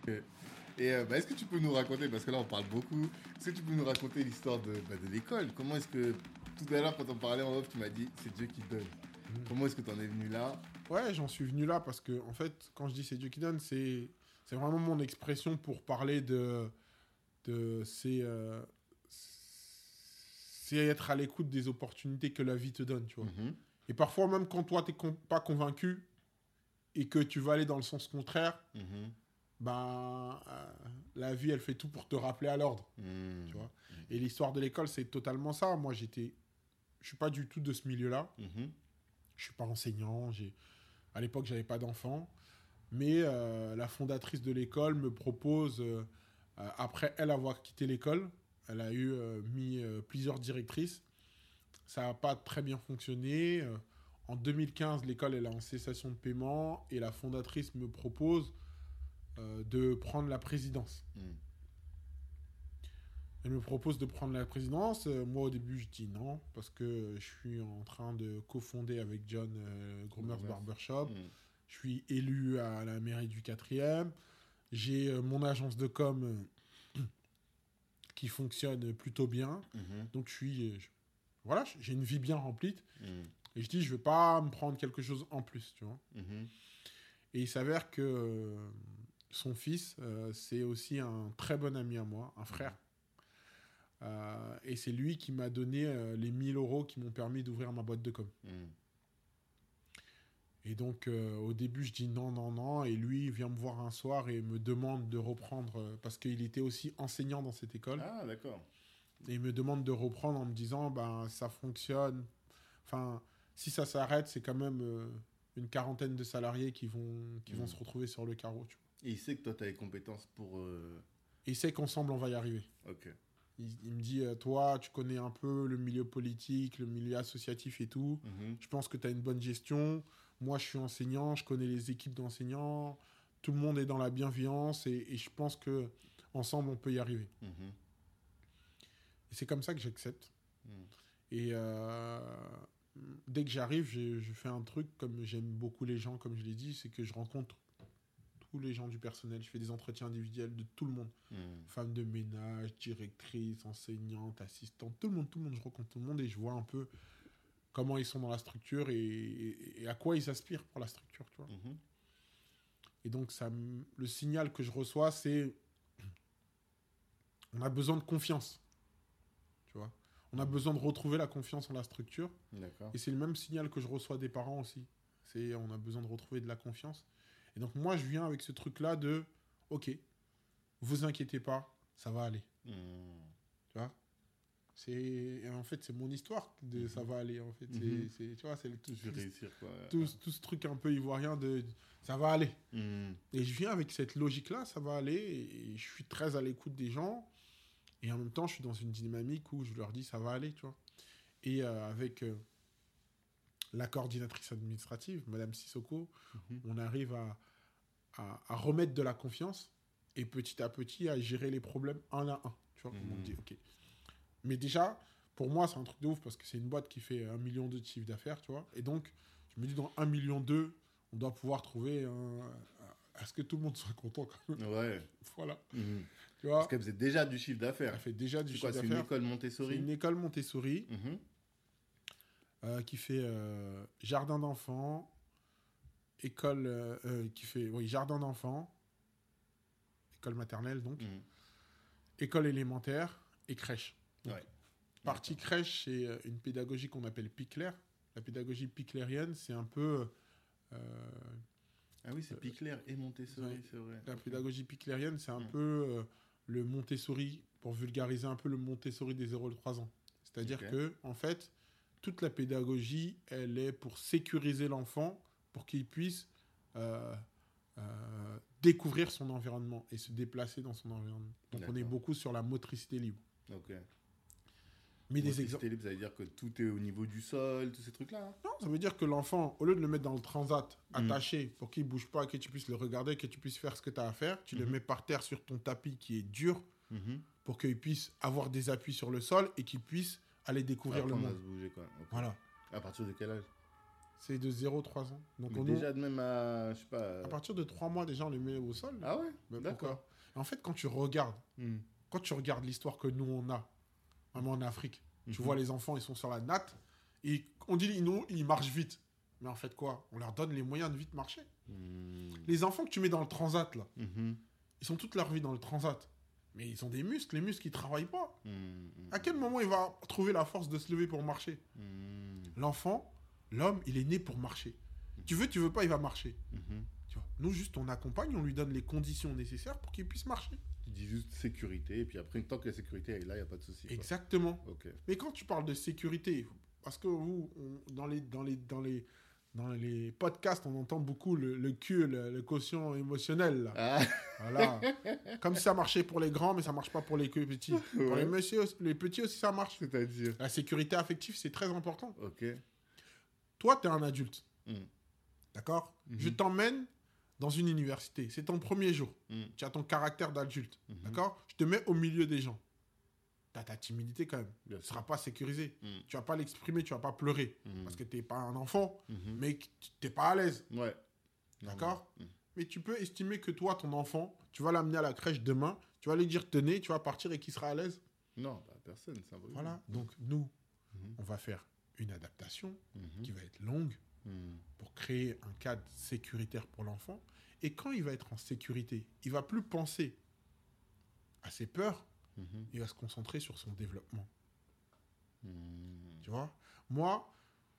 Est-ce que tu peux nous raconter, parce que là on parle beaucoup, est-ce que tu peux nous raconter l'histoire de l'école? Comment est-ce que, tout à l'heure quand on parlait en off, tu m'as dit c'est Dieu qui donne. Comment est-ce que tu en es venu là? Ouais, j'en suis venu là parce que, en fait, quand je dis c'est Dieu qui donne, c'est vraiment mon expression pour parler de c'est être à l'écoute des opportunités que la vie te donne, tu vois. Mhm. Et parfois, même quand toi, pas convaincu et que tu vas aller dans le sens contraire, Mhm. ben, la vie, elle fait tout pour te rappeler à l'ordre, Mhm. tu vois. Et l'histoire de l'école, c'est totalement ça. Moi, je suis pas du tout de ce milieu-là. Mhm. Je suis pas enseignant. À l'époque, j'avais pas d'enfant. Mais la fondatrice de l'école me propose, après elle avoir quitté l'école, elle a mis plusieurs directrices. Ça n'a pas très bien fonctionné. En 2015, l'école elle est en cessation de paiement et la fondatrice me propose de prendre la présidence. Mhm. Elle me propose de prendre la présidence. Moi, au début, je dis non parce que je suis en train de cofonder avec John Groomers Barbershop. Mhm. Je suis élu à la mairie du 4e. J'ai mon agence de com qui fonctionne plutôt bien. Mhm. Donc, voilà, j'ai une vie bien remplie. Mhm. Et je dis, je ne vais pas me prendre quelque chose en plus, tu vois. Mhm. Et il s'avère que son fils, c'est aussi un très bon ami à moi, un frère. Et c'est lui qui m'a donné les 1 000 € qui m'ont permis d'ouvrir ma boîte de com. Mhm. Et donc, au début, je dis non, non, non. Et lui, il vient me voir un soir et me demande de reprendre, parce qu'il était aussi enseignant dans cette école. Ah, d'accord. Et il me demande de reprendre en me disant, ben, ça fonctionne. Enfin, si ça s'arrête, c'est quand même une quarantaine de salariés qui vont se retrouver sur le carreau. Tu vois. Et il sait que toi, tu as les compétences pour... Et il sait qu'ensemble, on va y arriver. Ok. Il me dit, toi, tu connais un peu le milieu politique, le milieu associatif et tout. Mhm. Je pense que tu as une bonne gestion. Moi, je suis enseignant, je connais les équipes d'enseignants. Tout le monde est dans la bienveillance et je pense que ensemble, on peut y arriver. Mhm. Et c'est comme ça que j'accepte. Mhm. Et dès que j'arrive, je fais un truc, comme j'aime beaucoup les gens, comme je l'ai dit, c'est que je rencontre tous les gens du personnel. Je fais des entretiens individuels de tout le monde. Mhm. Femmes de ménage, directrices, enseignantes, assistantes, tout le monde, je rencontre tout le monde et je vois un peu comment ils sont dans la structure et à quoi ils aspirent pour la structure, tu vois. Mhm. Et donc, le signal que je reçois, c'est on a besoin de confiance, tu vois. On a besoin de retrouver la confiance en la structure. D'accord. Et c'est le même signal que je reçois des parents aussi. C'est on a besoin de retrouver de la confiance. Et donc, moi, je viens avec ce truc-là de OK, vous inquiétez pas, ça va aller. Mhm. Tu vois. En fait, c'est mon histoire de ça va aller. En fait, Mhm. tu vois, c'est Je vais réussir, quoi. tout ce truc un peu ivoirien de ça va aller. Mhm. Et je viens avec cette logique-là, ça va aller. Et je suis très à l'écoute des gens. Et en même temps, je suis dans une dynamique où je leur dis ça va aller, tu vois. Et avec la coordinatrice administrative, Madame Sissoko, Mhm. on arrive à remettre de la confiance et petit à petit à gérer les problèmes un à un. Tu vois, on dit ok. Mais déjà, pour moi, c'est un truc de ouf parce que c'est une boîte qui fait 1,2 million de chiffre d'affaires, tu vois. Et donc, je me dis, dans 1,2 million, on doit pouvoir trouver à ce que tout le monde soit content quand même. Ouais. Voilà. Mhm. Tu Parce vois, qu'elle faisait déjà du chiffre d'affaires. elle fait déjà du C'est chiffre quoi, c'est une d'affaires. école C'est Montessori? une école Montessori Mhm. qui fait jardin d'enfants, école qui fait, oui, jardin d'enfants, école maternelle donc, Mhm. école élémentaire et crèche. Donc, Ouais. partie crèche, c'est une pédagogie qu'on appelle Picler. La pédagogie piclérienne, c'est un peu... Ah oui, c'est Picler et Montessori, ouais, c'est vrai. la Ok. pédagogie piclérienne, c'est un Mhm. peu le Montessori, pour vulgariser un peu le Montessori des 0-3 ans. C'est-à-dire Ok. que, en fait, toute la pédagogie, elle est pour sécuriser l'enfant, pour qu'il puisse découvrir son environnement et se déplacer dans son environnement. Donc on est D'accord. beaucoup sur la motricité libre. Ok. Mais des exemples. Motricité libre, ça veut dire que tout est au niveau du sol, tous ces trucs-là. Hein. Non, ça veut dire que l'enfant, au lieu de le mettre dans le transat, Mhm. attaché, pour qu'il ne bouge pas, que tu puisses le regarder, que tu puisses faire ce que tu as à faire, tu le Mhm. mets par terre sur ton tapis qui est dur, Mhm. pour qu'il puisse avoir des appuis sur le sol et qu'il puisse aller découvrir le Apprendre à monde. se bouger, quoi. Ok. Voilà. À partir de quel âge? C'est de 0-3 ans. Donc, Mais déjà, même à, je sais pas... à partir de 3 mois, déjà, on les met au sol. Ah ouais? Mais D'accord. pourquoi? En fait, quand tu regardes Hmm. l'histoire que nous, on a, vraiment en Afrique, tu Mhm. vois les enfants, ils sont sur la natte, et on dit, ils marchent vite. Mais en fait, quoi? On leur donne les moyens de vite marcher. Hmm. Les enfants que tu mets dans le transat, là, Mhm. ils sont toute leur vie dans le transat. Mais ils ont des muscles, les muscles, ils travaillent pas. Hmm. À quel moment il va trouver la force de se lever pour marcher? Hmm. L'enfant, l'homme, il est né pour marcher. Tu veux pas, il va marcher. Mhm. Tu vois. Nous, juste, on accompagne, on lui donne les conditions nécessaires pour qu'il puisse marcher. Tu dis juste sécurité, et puis après, tant que la sécurité est là, il n'y a pas de souci. Quoi. Exactement. Ok. Mais quand tu parles de sécurité, parce que vous, dans les podcasts, on entend beaucoup le Q, le quotient émotionnel. Là. Ah, Voilà. Comme si ça marchait pour les grands, mais ça marche pas pour les petits. Pour ouais. les petits aussi, ça marche. C'est-à-dire. La sécurité affective, c'est très important. Ok. Toi, tu es un adulte. Hmm. D'accord? Mhm. Je t'emmène dans une université. C'est ton premier jour. Hmm. Tu as ton caractère d'adulte. Mhm. D'accord? Je te mets au milieu des gens. Tu as ta timidité quand même. Bien Tu ne sûr. seras pas sécurisé. Hmm. Tu vas pas l'exprimer, tu vas pas pleurer. Mhm. Parce que tu n'es pas un enfant, Mhm. mais tu n'es pas à l'aise. Ouais. D'accord? Hmm. Mais tu peux estimer que toi, ton enfant, tu vas l'amener à la crèche demain, tu vas lui dire tenez, tu vas partir et qu'il sera à l'aise. Non, bah, personne, c'est impossible. Voilà. Donc, nous, Mhm. on va faire une adaptation Mhm. qui va être longue Hmm. pour créer un cadre sécuritaire pour l'enfant. Et quand il va être en sécurité, il va plus penser à ses peurs, Mhm. il va se concentrer sur son développement. Hmm. Tu vois? Moi,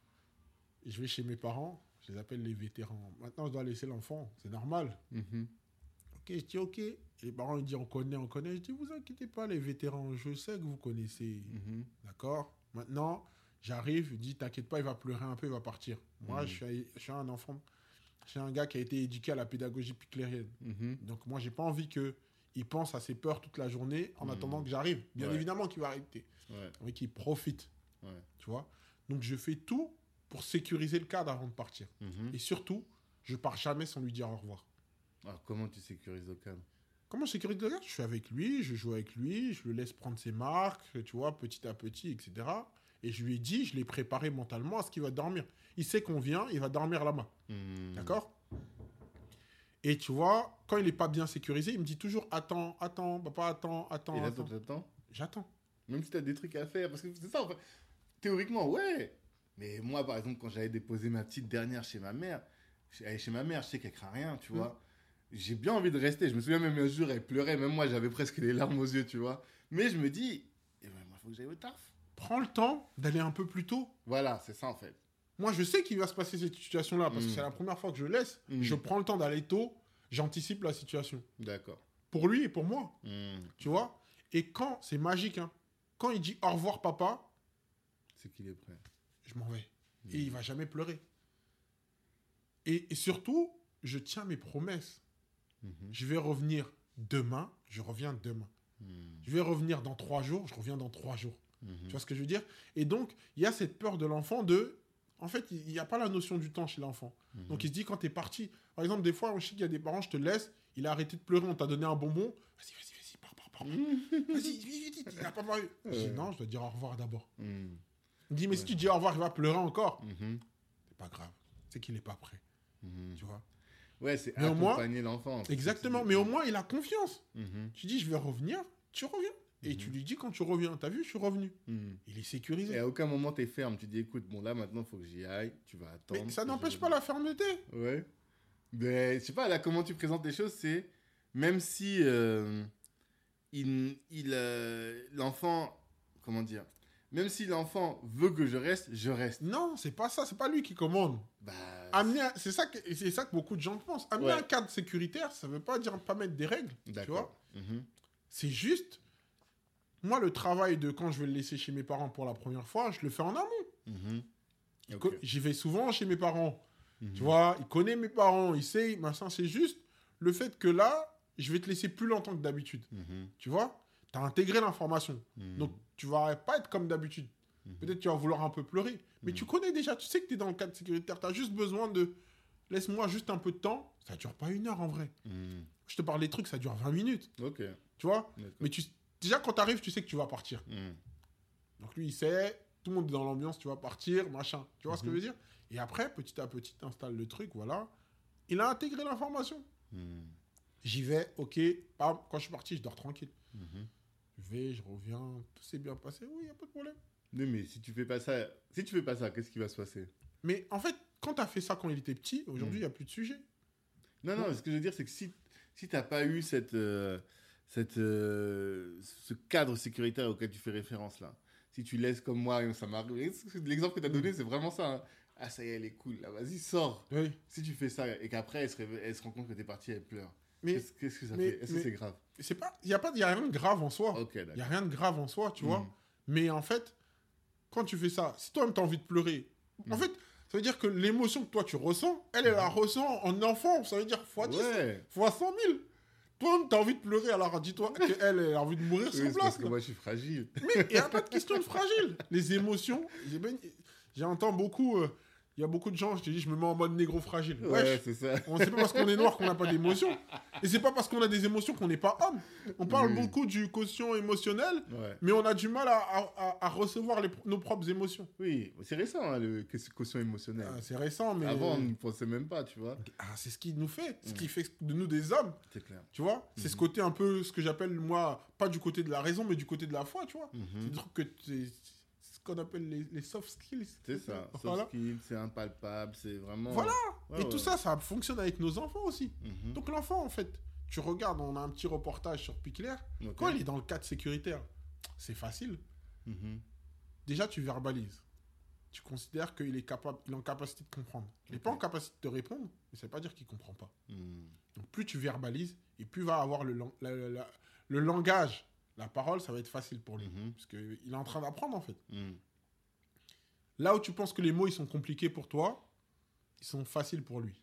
je vais chez mes parents, je les appelle les vétérans. Maintenant, je dois laisser l'enfant, c'est normal. Mhm. Ok, je dis ok. Et les parents ils disent on connaît. Je dis vous inquiétez pas, les vétérans, je sais que vous connaissez. Mhm. D'accord? Maintenant, j'arrive, je dis t'inquiète pas, il va pleurer un peu, il va partir. Moi, Mhm. je suis un enfant, je suis un gars qui a été éduqué à la pédagogie piklérienne. Mhm. Donc moi, j'ai pas envie qu'il pense à ses peurs toute la journée en Mhm. attendant que j'arrive. Bien Ouais. évidemment qu'il va arrêter. Ouais. J'ai envie qu'il profite, Ouais. tu vois? Donc je fais tout pour sécuriser le cadre avant de partir. Mhm. Et surtout, je pars jamais sans lui dire au revoir. Alors, comment tu sécurises le cadre? Comment je sécurise le gars? Je suis avec lui, je joue avec lui, je le laisse prendre ses marques, tu vois, petit à petit, etc. Et je lui ai dit, je l'ai préparé mentalement à ce qu'il va dormir. Il sait qu'on vient, il va dormir là-bas. Hmm. D'accord? Et tu vois, quand il n'est pas bien sécurisé, il me dit toujours attends, papa, attends. Et là, toi, t'attends? J'attends. Même si t'as des trucs à faire, parce que c'est ça, en fait. Théoriquement, ouais. Mais moi, par exemple, quand j'allais déposer ma petite dernière chez ma mère, je sais qu'elle craint rien, tu vois. J'ai bien envie de rester. Je me souviens même un jour, elle pleurait. Même moi, j'avais presque les larmes aux yeux, tu vois. Mais je me dis, eh ben, moi, il faut que j'aille au taf. Prends le temps d'aller un peu plus tôt. Voilà, c'est ça, en fait. Moi, je sais qu'il va se passer cette situation-là parce que c'est la première fois que je laisse. Je prends le temps d'aller tôt, j'anticipe la situation. D'accord. Pour lui et pour moi, Hmm. tu vois. Et quand, c'est magique, hein, quand il dit au revoir papa, C'est qu'il est prêt. je m'en vais. Et il va jamais pleurer. Et surtout, je tiens mes promesses. Mhm. Je vais revenir demain, je reviens demain. Hmm. Je vais revenir dans 3 jours, je reviens dans 3 jours. Mhm. Tu vois ce que je veux dire? Et donc, il y a cette peur de l'enfant de... En fait, il n'y a pas la notion du temps chez l'enfant. Mhm. Donc, il se dit quand tu es parti... Par exemple, des fois, je sais qu'il y a des parents, je te laisse, il a arrêté de pleurer, on t'a donné un bonbon. Vas-y, pars. Vas-y, vite, il n'a pas parlé. Je dis non, je dois dire au revoir d'abord. Hmm. Il me dit, mais si tu dis au revoir, il va pleurer encore. Mhm. C'est pas grave. C'est qu'il n'est pas prêt. Mhm. Tu vois? Ouais, c'est Mais au moins- accompagner l'enfant. Exactement. Mais au moins, il a confiance. Mhm. Tu dis, je vais revenir, tu reviens. Et tu lui dis quand tu reviens, t'as vu, je suis revenu. Mhm. Il est sécurisé. Et à aucun moment t'es ferme. Tu dis, écoute, bon là maintenant faut que j'y aille. Tu vas attendre. Mais ça que n'empêche je- pas la fermeté. Ouais. Mais je sais pas, là, comment tu présentes les choses, c'est même si l'enfant, comment dire, même si l'enfant veut que je reste. Non, c'est pas ça, c'est pas lui qui commande. Bah, C'est ça que beaucoup de gens pensent. Amener Ouais. un cadre sécuritaire, ça veut pas dire pas mettre des règles. Tu vois? d'accord. Mhm. C'est juste, moi, le travail de quand je vais le laisser chez mes parents pour la première fois, je le fais en amont. Mhm. Ok. J'y vais souvent chez mes parents. Mhm. Tu vois, il connaît mes parents, il sait, machin. C'est juste le fait que là, je vais te laisser plus longtemps que d'habitude. Mhm. Tu vois? Tu as intégré l'information. Mhm. Donc, tu vas pas être comme d'habitude. Mhm. Peut-être tu vas vouloir un peu pleurer. Mais tu connais déjà, tu sais que tu es dans le cadre sécuritaire. Tu as juste besoin de... Laisse-moi juste un peu de temps. Ça dure pas 1 heure en vrai. Mhm. Je te parle des trucs, ça dure 20 minutes. Ok. Tu vois? D'accord. Mais déjà, quand tu arrives, tu sais que tu vas partir. Mhm. Donc lui, il sait. Tout le monde est dans l'ambiance, tu vas partir, machin. Tu vois ce que je veux dire? Et après, petit à petit, tu installes le truc, voilà. Il a intégré l'information. J'y vais, ok. Bam, quand je suis parti, je dors tranquille. Je vais, je reviens, tout s'est bien passé. Oui, il n'y a pas de problème. Non, mais si tu fais pas ça, qu'est-ce qui va se passer? Mais en fait, quand tu as fait ça quand il était petit, aujourd'hui, il n'y a plus de sujet. Non, ce que je veux dire, c'est que si tu n'as pas eu ce cadre sécuritaire auquel tu fais référence là, si tu laisses comme moi, ça m'arrive. L'exemple que tu as donné, c'est vraiment ça. Hein. Ah, ça y est, elle est cool, là, vas-y, sors. Oui. Si tu fais ça et qu'après, elle se rend compte que tu es parti, elle pleure. Mais, qu'est-ce que ça fait? Est-ce que c'est grave? Il n'y a rien de grave en soi. Ok, d'accord. Il n'y a rien de grave en soi, tu vois. Mais en fait, quand tu fais ça, si toi-même tu as envie de pleurer, en fait, ça veut dire que l'émotion que toi tu ressens, elle la ressent en enfant. Ça veut dire fois 10, fois 100 000. Toi-même, tu as envie de pleurer, alors dis-toi qu'elle a envie de mourir sur place. Parce que moi, je suis fragile. Mais il n'y a pas de question de fragile. Les émotions, j'entends beaucoup... Il y a beaucoup de gens, je te dis, je me mets en mode négro fragile. Ouais, c'est ça. C'est pas parce qu'on est noir qu'on n'a pas d'émotions. Et c'est pas parce qu'on a des émotions qu'on n'est pas homme. On parle beaucoup du quotient émotionnel, mais on a du mal à recevoir nos propres émotions. Oui, c'est récent, hein, le quotient émotionnel. C'est récent, mais... Avant, on n'y pensait même pas, tu vois. C'est ce qui nous fait, ce qui fait de nous des hommes. C'est clair. Tu vois, c'est ce côté un peu, ce que j'appelle, moi, pas du côté de la raison, mais du côté de la foi, tu vois. C'est des trucs que qu'on appelle les soft skills. C'est ça, soft skills, c'est impalpable, c'est vraiment... Voilà, tout ça, ça fonctionne avec nos enfants aussi. Donc l'enfant, en fait, tu regardes, on a un petit reportage sur Picler, quand il est dans le cadre sécuritaire, c'est facile. Déjà, tu verbalises. Tu considères qu'il est en capacité de comprendre. Il n'est pas en capacité de répondre, mais ça ne veut pas dire qu'il ne comprend pas. Donc plus tu verbalises, et plus il va avoir le langage. La parole, ça va être facile pour lui. Parce qu'il est en train d'apprendre, en fait. Là où tu penses que les mots, ils sont compliqués pour toi, ils sont faciles pour lui.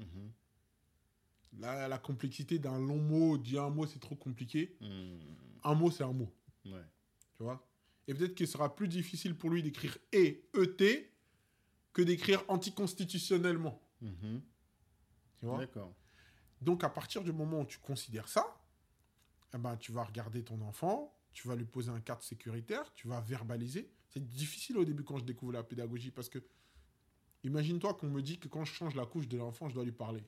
Là, la complexité d'un long mot, dire un mot, c'est trop compliqué. Un mot, c'est un mot. Tu vois? Et peut-être qu'il sera plus difficile pour lui d'écrire « et-e-t » que d'écrire anticonstitutionnellement. Tu vois? D'accord. Donc, à partir du moment où tu considères ça, eh ben, tu vas regarder ton enfant, tu vas lui poser un cadre sécuritaire, tu vas verbaliser. C'est difficile au début quand je découvre la pédagogie parce que imagine-toi qu'on me dit que quand je change la couche de l'enfant, je dois lui parler.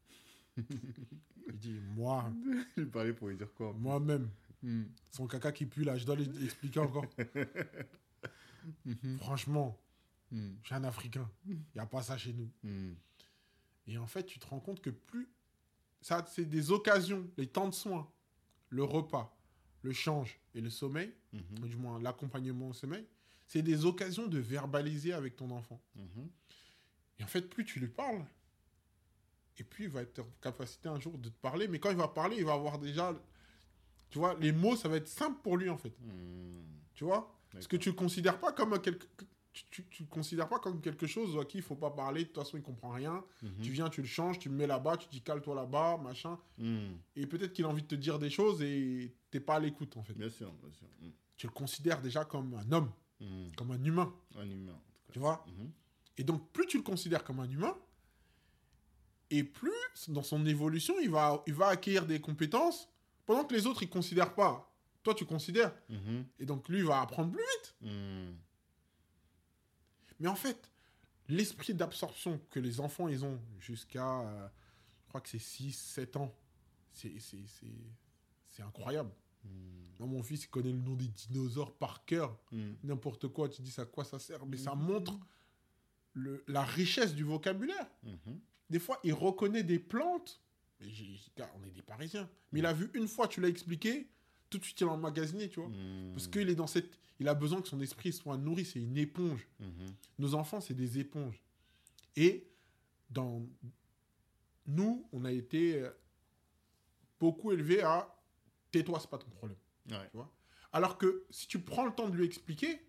Il dit, moi... Je lui parlais pour lui dire quoi? Moi-même. Son caca qui pue là, je dois lui expliquer encore. Franchement, je suis un Africain. Il n'y a pas ça chez nous. Et en fait, tu te rends compte que plus... Ça, c'est des occasions, les temps de soins, le repas, le change et le sommeil, ou du moins l'accompagnement au sommeil, c'est des occasions de verbaliser avec ton enfant. Et en fait, plus tu lui parles, et puis il va être en capacité un jour de te parler, mais quand il va parler, il va avoir déjà... Tu vois, les mots, ça va être simple pour lui, en fait. Tu vois? Parce que tu ne le considères pas comme tu considères pas comme quelque chose à qui il ne faut pas parler, de toute façon, il ne comprend rien. Tu viens, tu le changes, tu le mets là-bas, tu dis cale-toi là-bas, machin. Et peut-être qu'il a envie de te dire des choses et tu n'es pas à l'écoute, en fait. Bien sûr, bien sûr. Tu le considères déjà comme un homme, comme un humain. Un humain, en tout cas. Tu vois? Et donc, plus tu le considères comme un humain, et plus, dans son évolution, il va acquérir des compétences pendant que les autres, ils ne considèrent pas. Toi, tu considères. Et donc, lui, il va apprendre plus vite. Mais en fait, l'esprit d'absorption que les enfants, ils ont jusqu'à, je crois que c'est 6-7 ans, c'est incroyable. Moi, mon fils, il connaît le nom des dinosaures par cœur. N'importe quoi, tu dis ça, à quoi ça sert? Mais ça montre la richesse du vocabulaire. Des fois, il reconnaît des plantes. Mais on est des Parisiens. Mais il a vu une fois, tu l'as expliqué, tout de suite, il l'a emmagasiné, tu vois. Parce qu'il est dans cette... Il a besoin que son esprit soit nourri. C'est une éponge. Nos enfants, c'est des éponges. Et nous, on a été beaucoup élevés à tais-toi, c'est pas ton problème. Tu vois. Alors que si tu prends le temps de lui expliquer,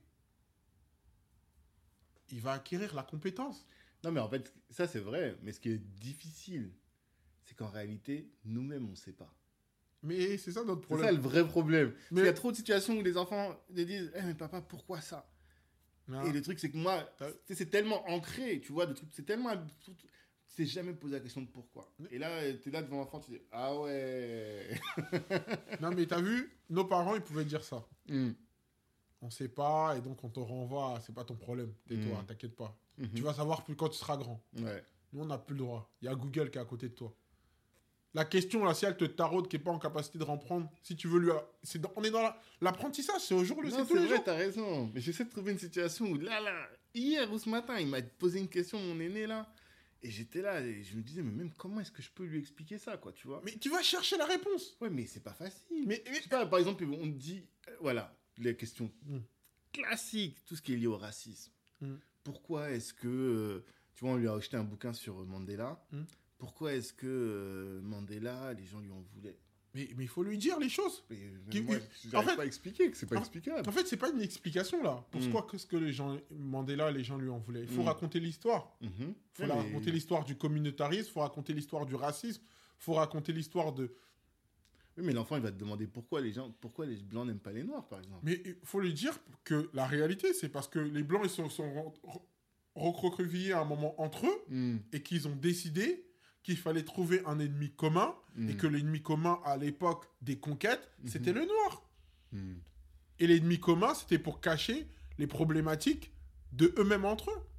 il va acquérir la compétence. Non, mais en fait, ça, c'est vrai. Mais ce qui est difficile, c'est qu'en réalité, nous-mêmes, on ne sait pas. Mais c'est ça notre problème. C'est ça le vrai problème. Il y a trop de situations où les enfants te disent mais papa, pourquoi ça? Et le truc, c'est que moi, c'est tellement ancré, tu vois, c'est tellement... Tu t'es jamais posé la question de pourquoi. Et là, tu es là devant l'enfant, tu dis ah ouais. Non, mais t'as vu, nos parents, ils pouvaient dire ça. On sait pas, et donc on te renvoie, c'est pas ton problème. Tais-toi, t'inquiète pas. Tu vas savoir plus quand tu seras grand. Ouais. Nous, on n'a plus le droit. Il y a Google qui est à côté de toi. La question, là, si elle te taraude, qui n'est pas en capacité de reprendre, si tu veux lui... On est dans l'apprentissage, c'est au jour le Non, c'est tous c'est les vrai, jours. t'as raison. Mais j'essaie de trouver une situation où là, hier ou ce matin, il m'a posé une question, mon aîné, là. Et j'étais là, et je me disais, mais même comment est-ce que je peux lui expliquer ça, quoi, tu vois? Mais tu vas chercher la réponse. Ouais, mais c'est pas facile. Mais Je sais pas, par exemple, on te dit, voilà, les questions Mm. classiques, tout ce qui est lié au racisme. Mm. Pourquoi est-ce que, tu vois, on lui a acheté un bouquin sur Mandela. Mm. Pourquoi est-ce que Mandela, les gens lui en voulaient? mais il faut lui dire les choses. Mais Qui- moi, en j'arrive fait- pas à expliquer que c'est pas en- explicable. En fait, c'est pas une explication, là. Pourquoi que ce que les gens... Mandela, les gens lui en voulaient. Il faut raconter l'histoire. Mhm. Il faut Ouais, mais- raconter l'histoire du communautarisme, il faut raconter l'histoire du racisme, il faut raconter l'histoire de... Oui, mais l'enfant, il va te demander pourquoi les blancs n'aiment pas les noirs, par exemple. Mais il faut lui dire que la réalité, c'est parce que les Blancs, ils sont recroquevillés à un moment entre eux Mm. et qu'ils ont décidé qu'il fallait trouver un ennemi commun et que l'ennemi commun à l'époque des conquêtes, c'était le noir. Mm. Et l'ennemi commun, c'était pour cacher les problématiques de eux-mêmes entre eux.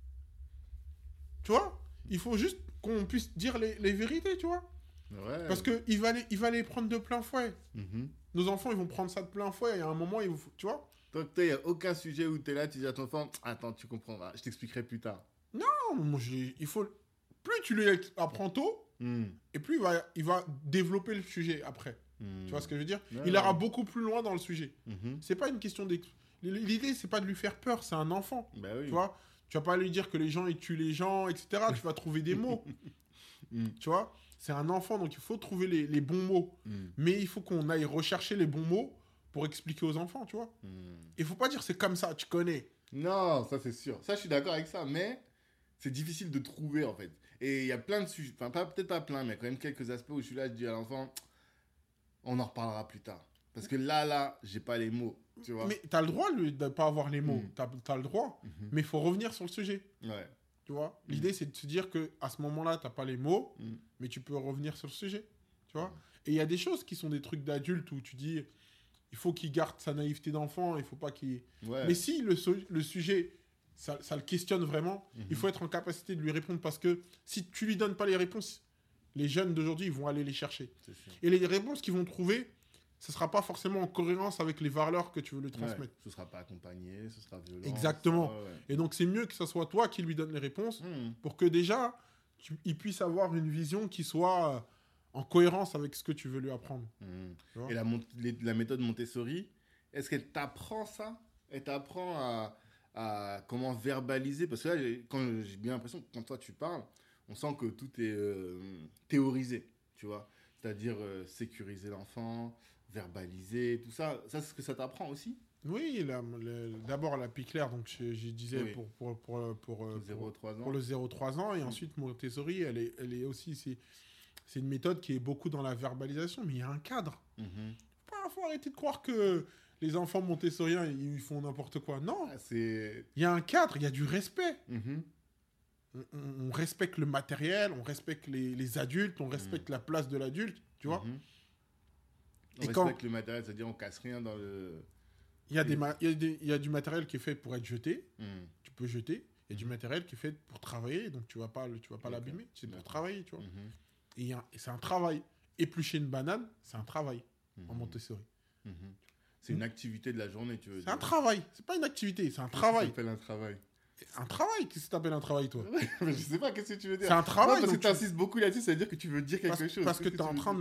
Tu vois? Il faut juste qu'on puisse dire les vérités, tu vois? Ouais. Parce qu'il va les prendre de plein fouet. Mhm. Nos enfants, ils vont prendre ça de plein fouet et à un moment, tu vois? Donc, il n'y a aucun sujet où tu es là, tu dis à ton enfant, attends, tu comprendras, je t'expliquerai plus tard. Non, moi, il faut... Plus tu lui apprends tôt, Mm. et plus il va développer le sujet après. Mm. Tu vois ce que je veux dire? Ouais, Il ouais. ira beaucoup plus loin dans le sujet. Mhm. C'est pas une question L'idée, c'est pas de lui faire peur, c'est un enfant. Bah oui. Tu vois? Tu vas pas lui dire que les gens, ils tuent les gens, etc. Tu vas trouver des mots. Mm. Tu vois? C'est un enfant, donc il faut trouver les bons mots. Mm. Mais il faut qu'on aille rechercher les bons mots pour expliquer aux enfants, tu vois? Mm. Il faut pas dire c'est comme ça, tu connais. Non, ça c'est sûr. Ça, je suis d'accord avec ça, mais c'est difficile de trouver en fait. Et il y a plein de sujets, enfin peut-être pas plein, mais il y a quand même quelques aspects où je suis là, je dis à l'enfant, on en reparlera plus tard. Parce que là, j'ai pas les mots, tu vois. Mais t'as le droit, lui, de pas avoir les mots. Mm. T'as le droit. Mhm. Mais il faut revenir sur le sujet. Ouais. Tu vois? L'idée, c'est de se dire que à ce moment-là, t'as pas les mots, Mm. mais tu peux revenir sur le sujet. Tu vois? Et il y a des choses qui sont des trucs d'adultes où tu dis, il faut qu'il garde sa naïveté d'enfant, il faut pas qu'il... Ouais. Mais si le sujet, ça le questionne vraiment, Mhm. il faut être en capacité de lui répondre parce que si tu lui donnes pas les réponses, les jeunes d'aujourd'hui, ils vont aller les chercher. C'est sûr. Et les réponses qu'ils vont trouver, ce sera pas forcément en cohérence avec les valeurs que tu veux lui transmettre. Ouais. Ce sera pas accompagné, ce sera violent. Exactement. Ouais, ouais. Et donc, c'est mieux que ce soit toi qui lui donne les réponses Mm. pour que déjà, il puisse avoir une vision qui soit en cohérence avec ce que tu veux lui apprendre. Mm. Tu vois? Et la méthode Montessori, est-ce qu'elle t'apprend ça? Elle t'apprend à comment verbaliser? Parce que là, j'ai bien l'impression que quand toi tu parles, on sent que tout est théorisé, tu vois. C'est-à-dire sécuriser l'enfant, verbaliser, tout ça. Ça, c'est ce que ça t'apprend aussi? Oui, d'abord la Piclair, donc je disais Oui. pour 0-3 ans. pour le 0-3 ans, et ensuite Montessori, elle est aussi, c'est une méthode qui est beaucoup dans la verbalisation, mais il y a un cadre. Mhm. Faut arrêter de croire que les enfants montessoriens, ils font n'importe quoi. Non, Ah, c'est... il y a un cadre, il y a du respect. Mhm. On respecte le matériel, on respecte les adultes, on respecte la place de l'adulte, tu vois. Mhm. On Et respecte le matériel, c'est-à-dire on casse rien dans le... Il y a du matériel qui est fait pour être jeté, Mhm. tu peux jeter. Il y a du matériel qui est fait pour travailler, donc tu vas pas Ok. l'abîmer, c'est pour D'accord. travailler, tu vois. Mhm. Et c'est un travail. Éplucher une banane, c'est un travail en Mhm. Montessori. Mhm. C'est une activité de la journée, tu veux C'est un dire. travail, c'est pas une activité, c'est un Qu'est-ce travail. que t'appelles un travail? Un travail, qu'est-ce que t'appelles un travail, toi? Mais je sais pas, qu'est-ce que tu veux dire? C'est un travail. Non, parce que donc tu insistes beaucoup là-dessus, ça veut dire que tu veux dire quelque chose. parce que Qu'est-ce tu es en veux train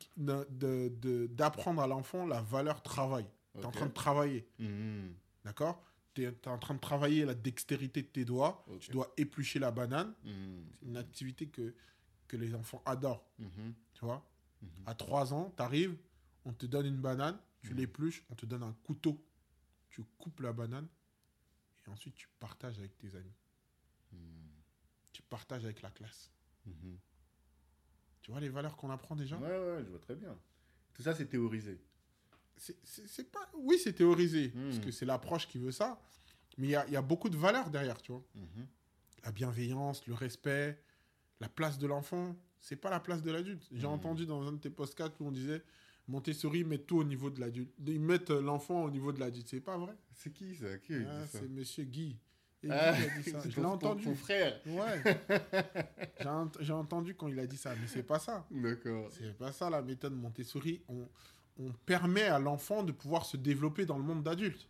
dire? d'apprendre à l'enfant la valeur travail. Tu es en Ok. train de travailler, Mhm. d'accord? Tu es en train de travailler la dextérité de tes doigts. Ok. Tu dois éplucher la banane. Mhm. C'est une activité que les enfants adorent, Mhm. tu vois? Mhm. À 3 ans, tu arrives, on te donne une banane, tu l'épluches, on te donne un couteau. Tu coupes la banane et ensuite tu partages avec tes amis. Mhm. Tu partages avec la classe. Mhm. Tu vois les valeurs qu'on apprend déjà? Ouais, ouais, je vois très bien. Tout ça, c'est théorisé. C'est pas... Oui, c'est théorisé, Hmm. parce que c'est l'approche qui veut ça. Mais il y a beaucoup de valeurs derrière, tu vois. Mhm. La bienveillance, le respect, la place de l'enfant, c'est pas la place de l'adulte. J'ai entendu dans un de tes podcasts où on disait Montessori met tout au niveau de l'adulte. Ils mettent l'enfant au niveau de l'adulte. C'est pas vrai. C'est qui ça? Qui a dit Ah, ça? c'est monsieur Guy. Eddie qui a dit ça. C'est Je l'ai entendu. ton frère. Ouais. J'ai entendu quand il a dit ça, mais c'est pas ça. D'accord. C'est pas ça la méthode Montessori. On permet à l'enfant de pouvoir se développer dans le monde d'adulte.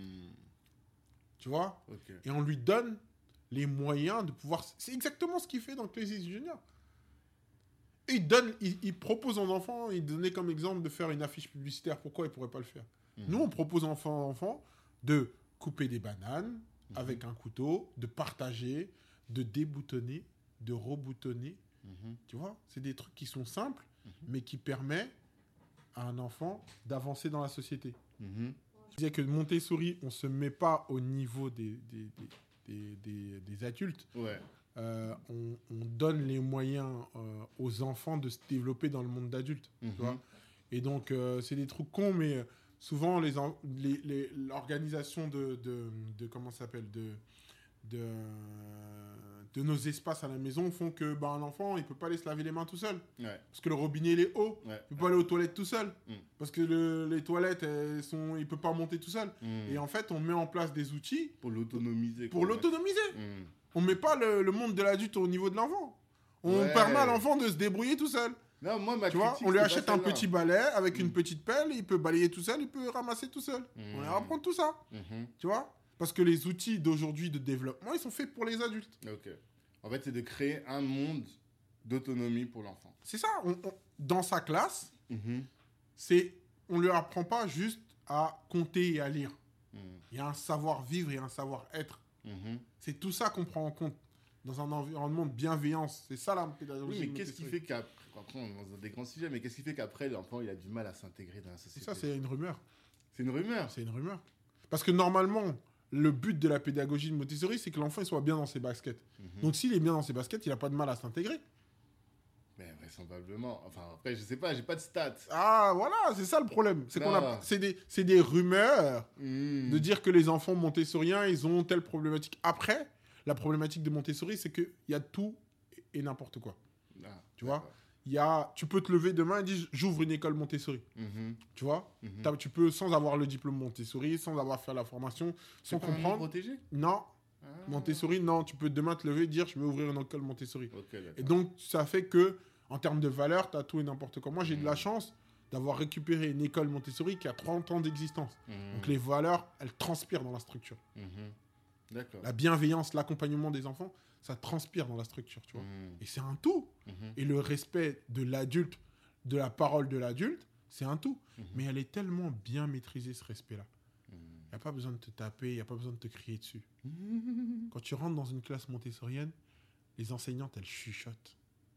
Tu vois? Ok. Et on lui donne les moyens de pouvoir... C'est exactement ce qu'il fait dans Clésis Junior. Et il propose aux enfants, il donnait comme exemple de faire une affiche publicitaire. Pourquoi il pourrait pas le faire? Nous, on propose aux enfants de couper des bananes avec un couteau, de partager, de déboutonner, de reboutonner. Tu vois? C'est des trucs qui sont simples, mais qui permettent à un enfant d'avancer dans la société. Je disais que Montessori, on ne se met pas au niveau des adultes. Ouais. On donne les moyens aux enfants de se développer dans le monde d'adulte. Tu vois. Et donc, c'est des trucs cons, mais souvent, l'organisation de comment ça s'appelle, de nos espaces à la maison font que un enfant, il peut pas aller se laver les mains tout seul. Ouais. Parce que le robinet, il est haut. Ouais. Il peut pas aller aux toilettes tout seul. Mm. Parce que les toilettes, il peut pas monter tout seul. Et en fait, on met en place des outils Pour l'autonomiser. pour l'autonomiser. On met pas le monde de l'adulte au niveau de l'enfant. On Ouais. permet à l'enfant de se débrouiller tout seul. Non, moi, ma Tu vois, critique, on lui c'est achète pas un celle-là. petit balai avec une petite pelle, il peut balayer tout seul, il peut ramasser tout seul. On leur apprend tout ça. Tu vois? Parce que les outils d'aujourd'hui de développement, ils sont faits pour les adultes. Ok. En fait, c'est de créer un monde d'autonomie pour l'enfant. C'est ça. Dans sa classe, on lui apprend pas juste à compter et à lire. Il y a un savoir-vivre et un savoir-être. C'est tout ça qu'on prend en compte dans un environnement de bienveillance. C'est ça la pédagogie. Oui, mais qu'est-ce qui fait qu'après, on est dans des grands sujets, mais qu'est-ce qui fait qu'après, l'enfant, il a du mal à s'intégrer dans la société? Ça, c'est une rumeur. C'est une rumeur. C'est une rumeur. Parce que normalement, le but de la pédagogie de Montessori, c'est que l'enfant il soit bien dans ses baskets. Donc s'il est bien dans ses baskets, il n'a pas de mal à s'intégrer. Mais vraisemblablement. Enfin, après, je sais pas, j'ai pas de stats. Ah, voilà, c'est ça le problème. C'est Non. c'est des rumeurs de dire que les enfants montessoriens, ils ont telle problématique. Après, la problématique de Montessori, c'est qu'il y a tout et n'importe quoi. Ah, Tu vois? Tu peux te lever demain et dire j'ouvre une école Montessori. Tu vois? Tu peux, sans avoir le diplôme Montessori, sans avoir fait la formation, sans C'est pas un nom comprendre. protégé? Non. Montessori, non. Tu peux demain te lever et dire je vais ouvrir une école Montessori. Ok, d'accord. Et donc, ça fait que, en termes de valeur, tu as tout et n'importe quoi. Moi, j'ai de la chance d'avoir récupéré une école Montessori qui a 30 ans d'existence. Donc, les valeurs, elles transpirent dans la structure. D'accord. La bienveillance, l'accompagnement des enfants, ça transpire dans la structure, tu vois. Et c'est un tout. Et le respect de l'adulte, de la parole de l'adulte, c'est un tout. Mais elle est tellement bien maîtrisée, ce respect-là. Il n'y a pas besoin de te taper, il n'y a pas besoin de te crier dessus. Quand tu rentres dans une classe montessorienne, les enseignantes, elles chuchotent.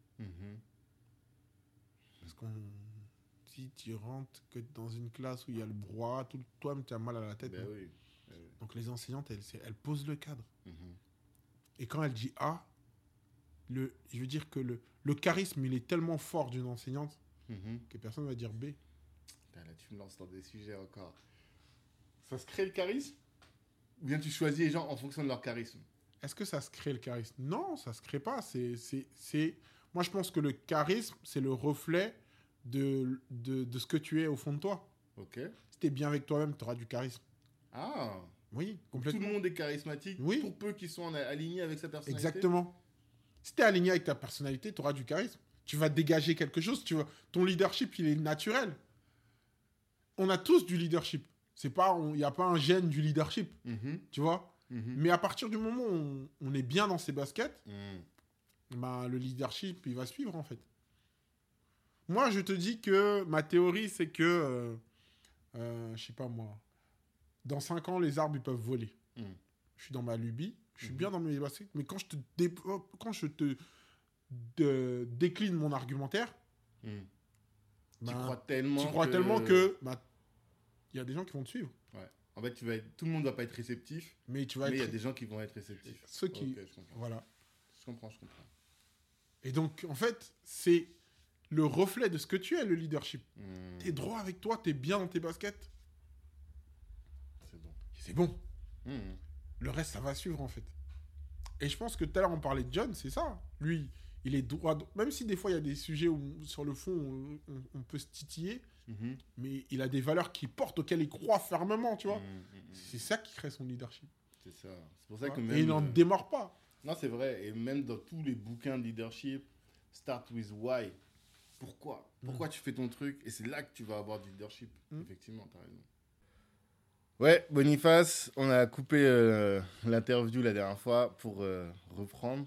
Parce qu'on... Si tu rentres que dans une classe où il y a le brouhaha, toi-même, tu as mal à la tête. Ben hein. oui. Donc les enseignantes, elles posent le cadre. Et quand elle dit A, je veux dire que le charisme, il est tellement fort d'une enseignante que personne ne va dire B. Putain, là, tu me lances dans des sujets encore. Ça se crée le charisme? Ou bien tu choisis les gens en fonction de leur charisme? Est-ce que ça se crée le charisme? Non, ça se crée pas. Moi, je pense que le charisme, c'est le reflet de ce que tu es au fond de toi. Ok. Si tu es bien avec toi-même, tu auras du charisme. Ah. Oui, Tout complètement. le monde est charismatique, Oui. pour peu qu'ils soient alignés avec sa personnalité. Exactement. Si tu es aligné avec ta personnalité, tu auras du charisme. Tu vas dégager quelque chose. Ton leadership, il est naturel. On a tous du leadership. Il n'y a pas un gène du leadership. Tu vois? Mais à partir du moment où on est bien dans ses baskets, le leadership, il va suivre, en fait. Moi, je te dis que ma théorie, c'est que, je sais pas moi, dans 5 ans, les arbres, ils peuvent voler. Je suis dans ma lubie, je suis bien dans mes baskets, mais quand je te décline mon argumentaire, tu crois tellement que il y a des gens qui vont te suivre. Ouais. En fait, tout le monde ne va pas être réceptif, mais il y a des gens qui vont être réceptifs. Ceux qui... Ok, je comprends. Voilà. Je comprends. Et donc, en fait, c'est le reflet de ce que tu es, le leadership. T'es droit avec toi, t'es bien dans tes baskets. C'est bon. Le reste, ça va suivre, en fait. Et je pense que tout à l'heure, on parlait de John, c'est ça. Lui, il est droit... Même si des fois, il y a des sujets où, sur le fond, on peut se titiller, mais il a des valeurs qu'il porte, auxquelles il croit fermement, tu vois. C'est ça qui crée son leadership. C'est ça. C'est pour ça que Et même... il n'en démord pas. Non, c'est vrai. Et même dans tous les bouquins de leadership, start with why. Pourquoi? Pourquoi tu fais ton truc? Et c'est là que tu vas avoir du leadership. Effectivement, tu as raison. Ouais, Boniface, on a coupé l'interview la dernière fois pour reprendre.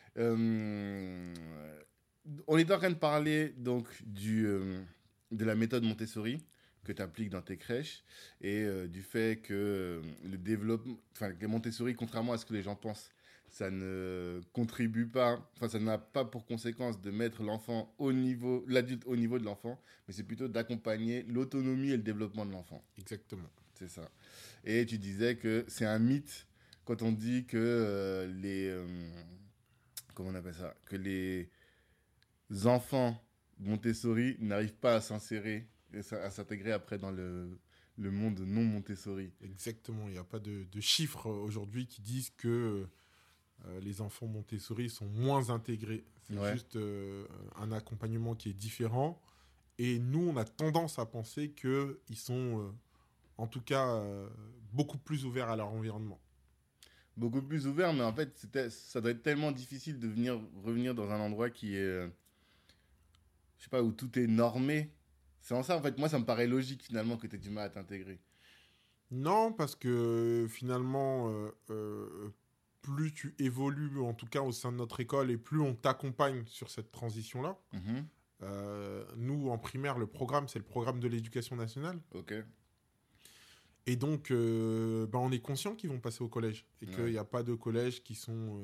On est en train de parler donc de la méthode Montessori que tu appliques dans tes crèches et du fait que le développement, enfin, que Montessori, contrairement à ce que les gens pensent, ça ne contribue pas, enfin, ça n'a pas pour conséquence de mettre l'enfant au niveau, l'adulte au niveau de l'enfant, mais c'est plutôt d'accompagner l'autonomie et le développement de l'enfant. Exactement. C'est ça. Et tu disais que c'est un mythe quand on dit que comment on appelle ça? Que les enfants Montessori n'arrivent pas à s'insérer, à s'intégrer après dans le monde non Montessori. Exactement. Il n'y a pas de chiffres aujourd'hui qui disent que les enfants Montessori sont moins intégrés. C'est juste un accompagnement qui est différent. Et nous, on a tendance à penser qu'ils sont, en tout cas, beaucoup plus ouverts à leur environnement. Beaucoup plus ouverts, mais en fait, ça doit être tellement difficile de revenir dans un endroit qui est, je sais pas, où tout est normé. C'est en ça, en fait, moi, ça me paraît logique, finalement, que tu aies du mal à t'intégrer. Non, parce que finalement, plus tu évolues, en tout cas au sein de notre école, et plus on t'accompagne sur cette transition-là. Nous, en primaire, le programme, c'est le programme de l'éducation nationale. Ok. Et donc, on est conscient qu'ils vont passer au collège. Et qu'il n'y a pas de collèges qui sont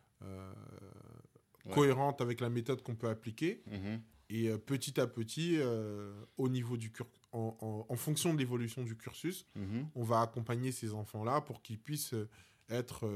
cohérentes avec la méthode qu'on peut appliquer. Et petit à petit, au niveau du en fonction de l'évolution du cursus, on va accompagner ces enfants-là pour qu'ils puissent être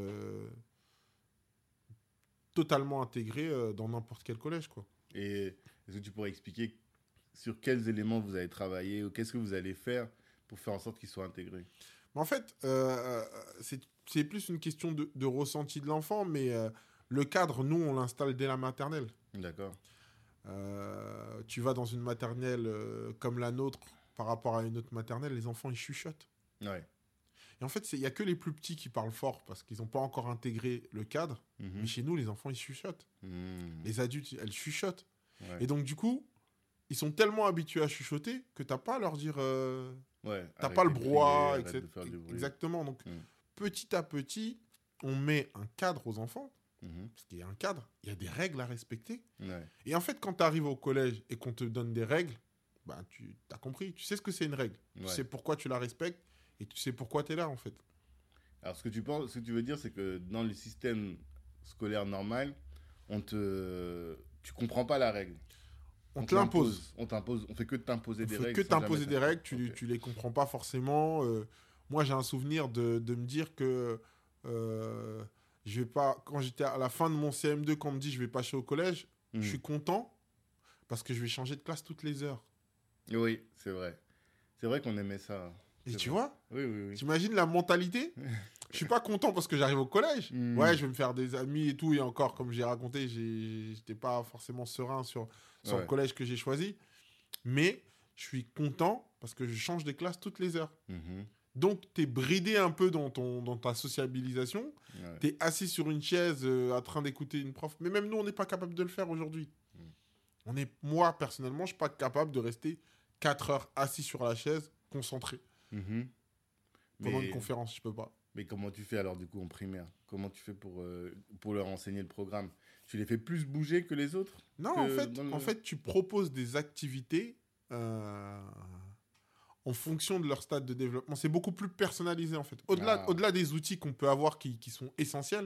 totalement intégrés dans n'importe quel collège, quoi. Et est-ce que tu pourrais expliquer sur quels éléments vous allez travailler ou qu'est-ce que vous allez faire pour faire en sorte qu'ils soient intégrés? En fait, c'est plus une question de ressenti de l'enfant, mais le cadre, nous, on l'installe dès la maternelle. D'accord. Tu vas dans une maternelle comme la nôtre, par rapport à une autre maternelle, les enfants, ils chuchotent. Ouais. Et en fait, il n'y a que les plus petits qui parlent fort parce qu'ils n'ont pas encore intégré le cadre. Mais chez nous, les enfants, ils chuchotent. Les adultes, elles chuchotent. Ouais. Et donc, du coup, ils sont tellement habitués à chuchoter que tu n'as pas à leur dire... t'as pas le brouhaha, etc. Exactement. Donc, petit à petit, on met un cadre aux enfants. Parce qu'il y a un cadre, il y a des règles à respecter. Et en fait, quand tu arrives au collège et qu'on te donne des règles, tu as compris. Tu sais ce que c'est une règle. Tu sais pourquoi tu la respectes et tu sais pourquoi tu es là, en fait. Alors, ce que tu veux dire, c'est que dans le système scolaire normal, tu comprends pas la règle. On te l'impose. On fait que t'imposer des règles. On fait que t'imposer des règles, tu les comprends pas forcément. Moi, j'ai un souvenir de me dire que je vais pas, quand j'étais à la fin de mon CM2, quand on me dit je vais pas au collège, je suis content parce que je vais changer de classe toutes les heures. Oui, c'est vrai. C'est vrai qu'on aimait ça. Et tu vois? Oui. T'imagines la mentalité? Je suis pas content parce que j'arrive au collège. Ouais, je vais me faire des amis et tout. Et encore, comme j'ai raconté, j'étais pas forcément serein sur le collège que j'ai choisi. Mais je suis content parce que je change de classe toutes les heures. Donc, tu es bridé un peu dans ta sociabilisation. Tu es assis sur une chaise en train d'écouter une prof. Mais même nous, on n'est pas capable de le faire aujourd'hui. Moi, personnellement, je ne suis pas capable de rester 4 heures assis sur la chaise, concentré. Pendant une conférence, je peux pas. Mais comment tu fais alors, du coup, en primaire? Comment tu fais pour leur enseigner le programme? Tu les fais plus bouger que les autres? Non, en fait, tu proposes des activités en fonction de leur stade de développement. C'est beaucoup plus personnalisé, en fait. Au-delà des outils qu'on peut avoir qui sont essentiels,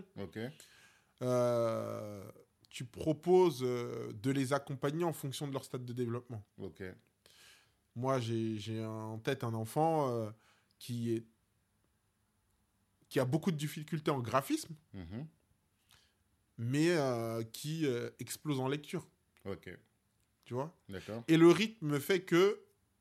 tu proposes de les accompagner en fonction de leur stade de développement. Moi, j'ai en tête un enfant qui a beaucoup de difficultés en graphisme, mais qui explose en lecture. Tu vois? D'accord. Et le rythme fait que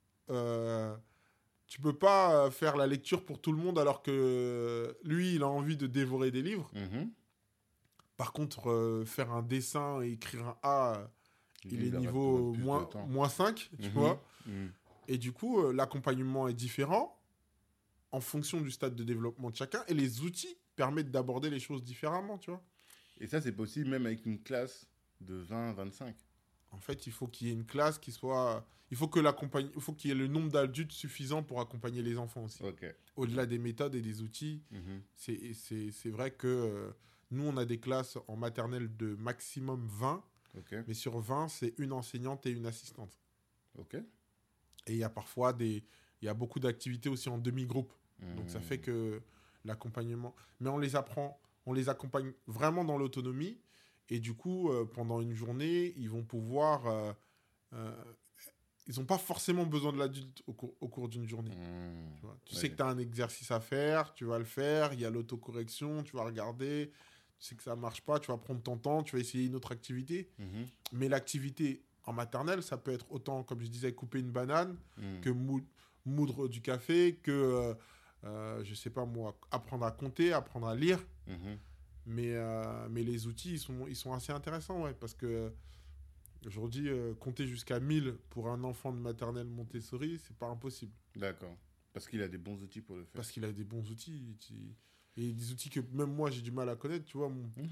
tu peux pas faire la lecture pour tout le monde alors que lui, il a envie de dévorer des livres. Par contre, faire un dessin et écrire un A, il est niveau moins 5, tu vois? Et du coup, l'accompagnement est différent en fonction du stade de développement de chacun. Et les outils permettent d'aborder les choses différemment, tu vois. Et ça, c'est possible même avec une classe de 20, 25. En fait, il faut qu'il y ait une classe qui soit... il faut qu'il y ait le nombre d'adultes suffisant pour accompagner les enfants aussi. Ok. Au-delà des méthodes et des outils, Mhm. c'est vrai que nous, on a des classes en maternelle de maximum 20, Ok. mais sur 20, c'est une enseignante et une assistante. Ok. Et il y a parfois il y a beaucoup d'activités aussi en demi-groupe. Donc ça fait que l'accompagnement... Mais on les accompagne vraiment dans l'autonomie. Et du coup, pendant une journée, ils vont pouvoir... ils n'ont pas forcément besoin de l'adulte au cours d'une journée. Tu vois. Tu sais que tu as un exercice à faire, tu vas le faire, il y a l'autocorrection, tu vas regarder, tu sais que ça ne marche pas, tu vas prendre ton temps, tu vas essayer une autre activité. Mais l'activité en maternelle, ça peut être autant, comme je disais, couper une banane, que moudre du café, que, je sais pas moi, apprendre à compter, apprendre à lire. Mais les outils, ils sont assez intéressants, ouais, parce que aujourd'hui, compter jusqu'à 1000 pour un enfant de maternelle Montessori, c'est pas impossible. D'accord. Parce qu'il a des bons outils pour le faire. Parce qu'il a des bons outils. Et des outils que même moi, j'ai du mal à connaître. Tu vois,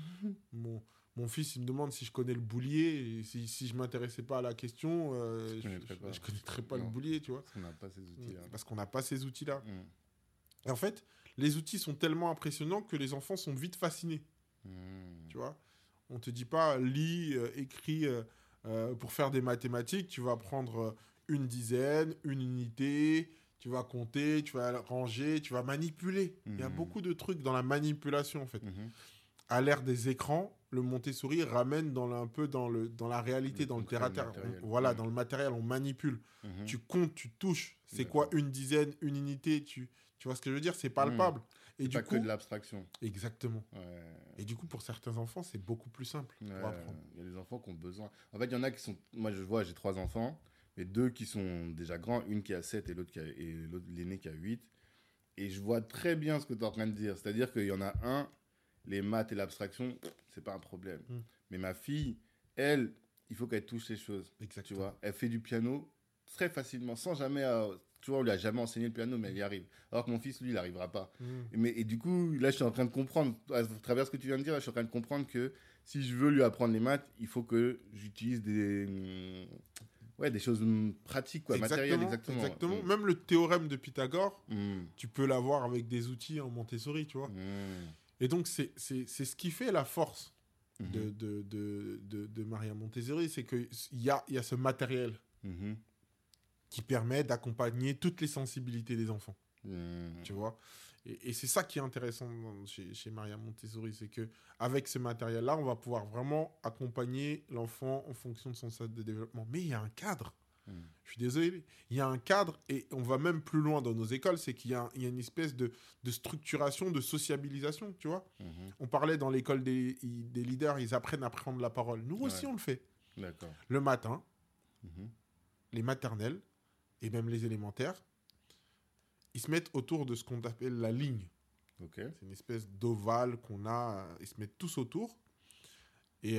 mon fils, il me demande si je connais le boulier. Et si je m'intéressais pas à la question, je connaîtrais pas le boulier, tu vois. Parce qu'on n'a pas ces outils-là. Parce qu'on n'a pas ces outils-là. Et en fait, les outils sont tellement impressionnants que les enfants sont vite fascinés. Tu vois, on te dit pas lis, écris pour faire des mathématiques, tu vas prendre une dizaine, une unité, tu vas compter, tu vas ranger, tu vas manipuler. Il y a beaucoup de trucs dans la manipulation en fait. À l'ère des écrans, le Montessori ramène un peu dans la réalité, dans le terre à terre. Voilà, dans le matériel, on manipule. Tu comptes, tu touches. C'est quoi une dizaine, une unité, tu vois ce que je veux dire? C'est palpable. Et du pas coup, que de l'abstraction. Exactement. Ouais. Et du coup, pour certains enfants, c'est beaucoup plus simple pour apprendre. Il y a des enfants qui ont besoin. En fait, il y en a qui sont. Moi, je vois, j'ai 3 enfants, mais 2 qui sont déjà grands, une qui a 7 et l'autre l'aîné qui a 8. Et je vois très bien ce que tu es en train de dire. C'est-à-dire qu'il y en a un, les maths et l'abstraction, c'est pas un problème. Mais ma fille, elle, il faut qu'elle touche les choses. Exactement. Tu vois, elle fait du piano très facilement, sans jamais. Tu vois, on lui a jamais enseigné le piano, mais elle y arrive. Alors que mon fils, lui, il n'arrivera pas. Et du coup, là, je suis en train de comprendre, à travers ce que tu viens de dire, là, je suis en train de comprendre que si je veux lui apprendre les maths, il faut que j'utilise des choses pratiques, quoi, matérielles, exactement. Exactement. Même le théorème de Pythagore, tu peux l'avoir avec des outils en Montessori, tu vois. Et donc, c'est ce qui fait la force de Maria Montessori, c'est qu'il y a ce matériel qui permet d'accompagner toutes les sensibilités des enfants. Tu vois, et c'est ça qui est intéressant chez Maria Montessori, c'est que avec ce matériel-là, on va pouvoir vraiment accompagner l'enfant en fonction de son stade de développement. Mais il y a un cadre. Je suis désolé, il y a un cadre, et on va même plus loin dans nos écoles, c'est qu'il y a une espèce de structuration, de sociabilisation, tu vois. On parlait dans l'école des leaders, ils apprennent à prendre la parole. Nous aussi, on le fait. D'accord. Le matin, les maternelles, et même les élémentaires, ils se mettent autour de ce qu'on appelle la ligne. C'est une espèce d'ovale qu'on a. Ils se mettent tous autour. Et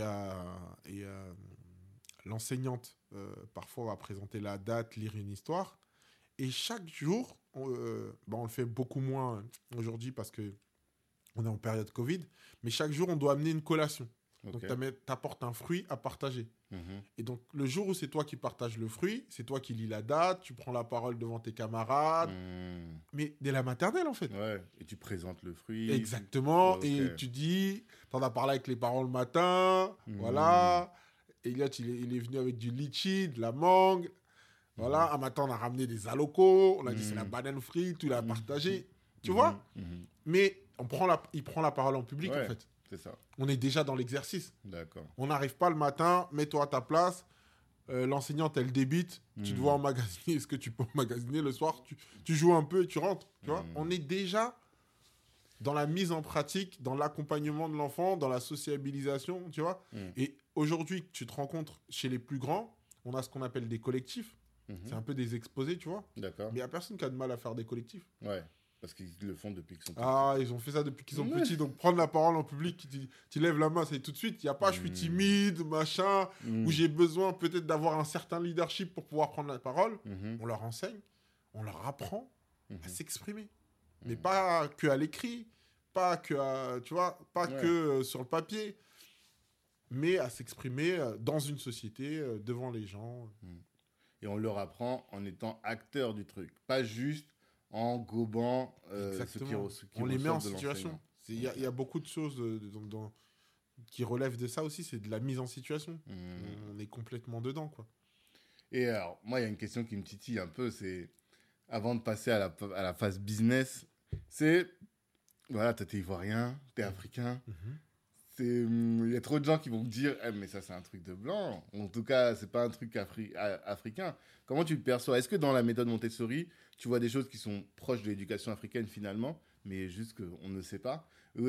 l'enseignante, parfois, va présenter la date, lire une histoire. Et chaque jour, on le fait beaucoup moins aujourd'hui parce qu'on est en période Covid, mais chaque jour, on doit amener une collation. Donc, tu apportes un fruit à partager. Et donc, le jour où c'est toi qui partages le fruit, c'est toi qui lis la date, tu prends la parole devant tes camarades. Mais dès la maternelle, en fait. Ouais, et tu présentes le fruit. Exactement. Et tu dis, tu en as parlé avec les parents le matin. Voilà. Elliot, il est venu avec du litchi, de la mangue. Voilà. Un matin, on a ramené des alocos. On a dit, c'est la banane frite, tu l'as partagé. Tu vois. Mais il prend la parole en public, en fait. C'est ça. On est déjà dans l'exercice. D'accord. On n'arrive pas le matin, mets-toi à ta place, l'enseignante, elle débite, tu dois emmagasiner. Est-ce que tu peux emmagasiner le soir, tu joues un peu et tu rentres. Tu vois, on est déjà dans la mise en pratique, dans l'accompagnement de l'enfant, dans la sociabilisation, tu vois. Et aujourd'hui, tu te rencontres chez les plus grands, on a ce qu'on appelle des collectifs. C'est un peu des exposés, tu vois. D'accord. Mais il n'y a personne qui a de mal à faire des collectifs. Ouais. Parce qu'ils le font depuis qu'ils sont petits. Ah, ils ont fait ça depuis qu'ils sont petits. Donc, prendre la parole en public, tu lèves la main, c'est tout de suite. Il n'y a pas je suis timide, machin, ou j'ai besoin peut-être d'avoir un certain leadership pour pouvoir prendre la parole. On leur enseigne, on leur apprend à s'exprimer. Mais pas que à l'écrit, pas que, tu vois, pas Ouais. que sur le papier, mais à s'exprimer dans une société, devant les gens. Et on leur apprend en étant acteur du truc, pas juste en gobant Exactement. ce qui On les met en ressort de situation. l'enseignant. Il y a beaucoup de choses qui relèvent de ça aussi, c'est de la mise en situation. On est complètement dedans, quoi. Et alors, moi, il y a une question qui me titille un peu, c'est, avant de passer à la phase business, c'est, voilà, toi, t'es ivoirien, t'es africain, il y a trop de gens qui vont me dire, eh, mais ça, c'est un truc de blanc. En tout cas, c'est pas un truc africain. Comment tu le perçois? Est-ce que dans la méthode Montessori, tu vois des choses qui sont proches de l'éducation africaine finalement, mais juste qu'on ne sait pas?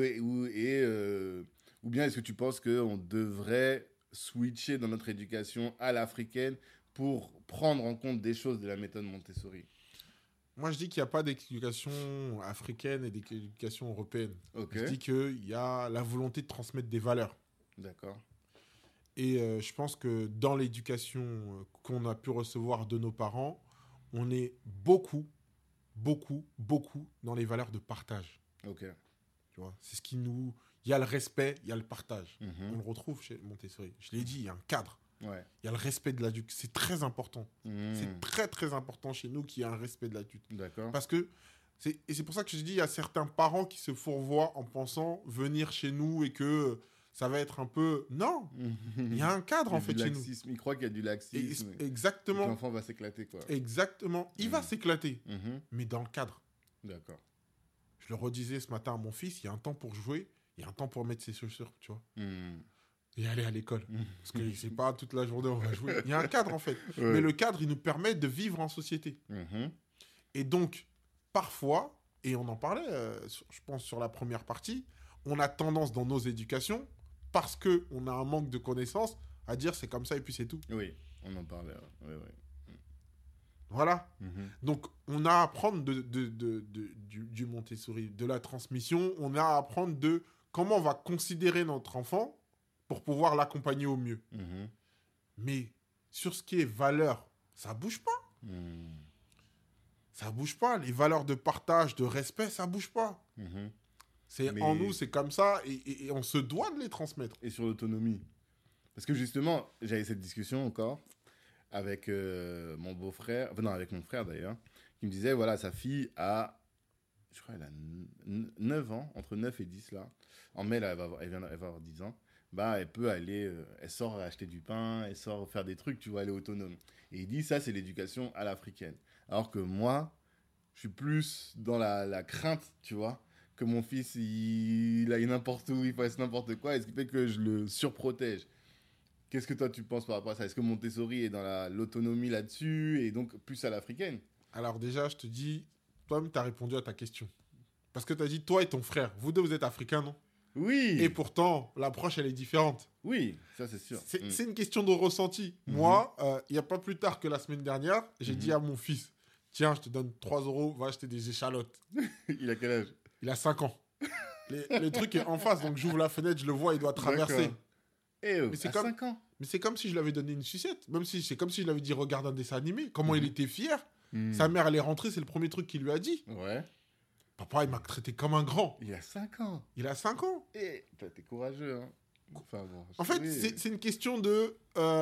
Ou bien est-ce que tu penses qu'on devrait switcher dans notre éducation à l'africaine pour prendre en compte des choses de la méthode Montessori? Moi, je dis qu'il n'y a pas d'éducation africaine et d'éducation européenne. Ok, Je dis qu'il y a la volonté de transmettre des valeurs. d'accord. Et je pense que dans l'éducation qu'on a pu recevoir de nos parents, on est beaucoup, beaucoup, beaucoup dans les valeurs de partage. Ok. Tu vois, c'est ce qui nous... Il y a le respect, il y a le partage. Mhm. On le retrouve chez Montessori. Je l'ai dit, il y a un cadre. Ouais. Il y a le respect de l'adulte. C'est très important. Mhm. C'est très, très important chez nous qu'il y ait un respect de l'adulte. D'accord. Parce que... Et c'est pour ça que je dis, il y a certains parents qui se fourvoient en pensant venir chez nous et que ça va être un peu... Non, il y a un cadre en fait chez nous. Il croit qu'il y a du laxisme. Et que Exactement. l'enfant va s'éclater, quoi. Exactement. Il va s'éclater, Mhm. mais dans le cadre. D'accord. Je le redisais ce matin à mon fils, il y a un temps pour jouer, il y a un temps pour mettre ses chaussures, tu vois, Mhm. et aller à l'école. Parce que c'est pas toute la journée on va jouer. Il y a un cadre en fait. Ouais. Mais le cadre, il nous permet de vivre en société. Mhm. Et donc, parfois, et on en parlait, je pense, sur la première partie, on a tendance dans nos éducations, parce qu'on a un manque de connaissances, à dire c'est comme ça et puis c'est tout. Oui, on en parlait. Ouais. Ouais, ouais. Voilà. Mhm. Donc, on a à apprendre du Montessori, de la transmission. On a à apprendre de comment on va considérer notre enfant pour pouvoir l'accompagner au mieux. Mhm. Mais sur ce qui est valeur, ça bouge pas. Mhm. Ça bouge pas. Les valeurs de partage, de respect, ça bouge pas. Mhm. C'est Mais- en nous, c'est comme ça, et on se doit de les transmettre. Et sur l'autonomie. Parce que justement, j'avais cette discussion encore avec mon beau-frère, enfin non, avec mon frère d'ailleurs, qui me disait, voilà, sa fille a, je crois, elle a 9 ans, entre 9 et 10 là. En mai, là, elle va avoir 10 ans. Bah, elle peut aller, elle sort acheter du pain, elle sort faire des trucs, tu vois, elle est autonome. Et il dit, ça, c'est l'éducation à l'africaine. Alors que moi, je suis plus dans la crainte, tu vois, que mon fils, il aille n'importe où, il fasse n'importe quoi, et ce qui fait que je le surprotège. Qu'est-ce que toi, tu penses par rapport à ça? Est-ce que Montessori est dans l'autonomie là-dessus, et donc plus à l'africaine? Alors déjà, je te dis, toi-même, tu as répondu à ta question. Parce que tu as dit, toi et ton frère, vous deux, vous êtes africains, non? Oui, Et pourtant, l'approche, elle est différente. oui, ça c'est sûr. C'est une question de ressenti. Moi, il n'y a pas plus tard que la semaine dernière, j'ai dit à mon fils, tiens, je te donne 3 euros, va acheter des échalotes. Il a quel âge? Il a 5 ans. Le truc est en face, donc j'ouvre la fenêtre, je le vois, il doit traverser. D'accord. Eh, Mais c'est à comme- 5 ans. Mais c'est comme si je lui avais donné une sucette. Même si c'est comme si je lui avais dit, regarde un dessin animé. Comment il était fier. Sa mère, elle est rentrée, c'est le premier truc qu'il lui a dit. Ouais, Papa, il m'a traité comme un grand. il a 5 ans. Il a 5 ans. Eh, t'es courageux, hein. Enfin bon. En fait, oui. c'est une question de...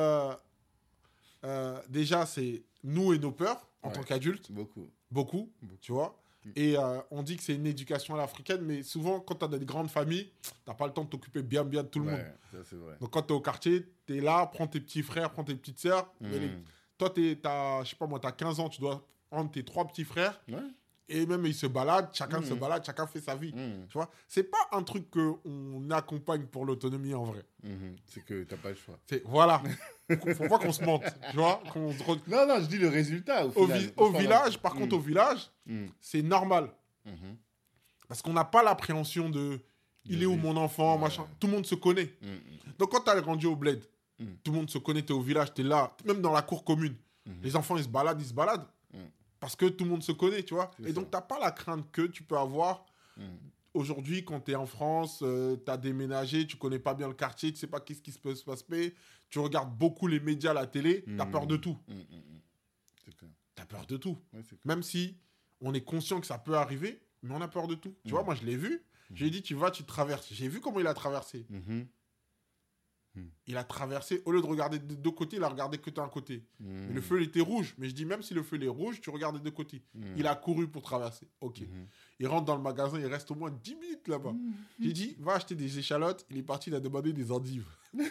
déjà, c'est nous et nos peurs en Ouais. tant qu'adultes. Beaucoup. Beaucoup, tu vois. Et on dit que c'est une éducation à l'africaine, mais souvent, quand tu as des grandes familles, tu pas le temps de t'occuper bien de tout le monde. Ouais, ça c'est vrai. Donc, quand tu es au quartier, tu es là, prends tes petits frères, prends tes petites sœurs. Mais toi, je sais pas moi, tu as 15 ans, tu dois prendre tes 3 petits frères. Ouais. Et même, ils se baladent, chacun se balade, chacun fait sa vie. Tu vois, c'est pas un truc qu'on accompagne pour l'autonomie en vrai. C'est que t'as pas le choix. Voilà. Faut pas qu'on se mente. Tu vois, Non, non, je dis le résultat au final. au village, par contre, au village, Mm. c'est normal. Mhm. Parce qu'on n'a pas l'appréhension de il est où mon enfant, Ouais. machin. Tout le monde se connaît. Donc quand tu as grandi au bled, tout le monde se connaît, tu es au village, tu es là, même dans la cour commune. Les enfants, ils se baladent. Parce que tout le monde se connaît, tu vois. C'est Et donc, ça. tu n'as pas la crainte que tu peux avoir aujourd'hui quand tu es en France, tu as déménagé, tu connais pas bien le quartier, tu sais pas qu'est-ce qui peut se passer. Tu regardes beaucoup les médias, la télé, tu as peur de tout. C'est clair. Tu as peur de tout. Ouais, c'est clair. Même si on est conscient que ça peut arriver, mais on a peur de tout. Tu vois, moi, je l'ai vu. Je lui ai dit, tu vas, tu traverses. J'ai vu comment il a traversé. Il a traversé, au lieu de regarder de deux côtés, il a regardé que d'un côté. Mais le feu, il était rouge. Mais je dis, même si le feu, il est rouge, tu regardes des deux côtés. Il a couru pour traverser. Ok. Il rentre dans le magasin, il reste au moins 10 minutes là-bas. J'ai dit, va acheter des échalotes. Il est parti, il a demandé des endives.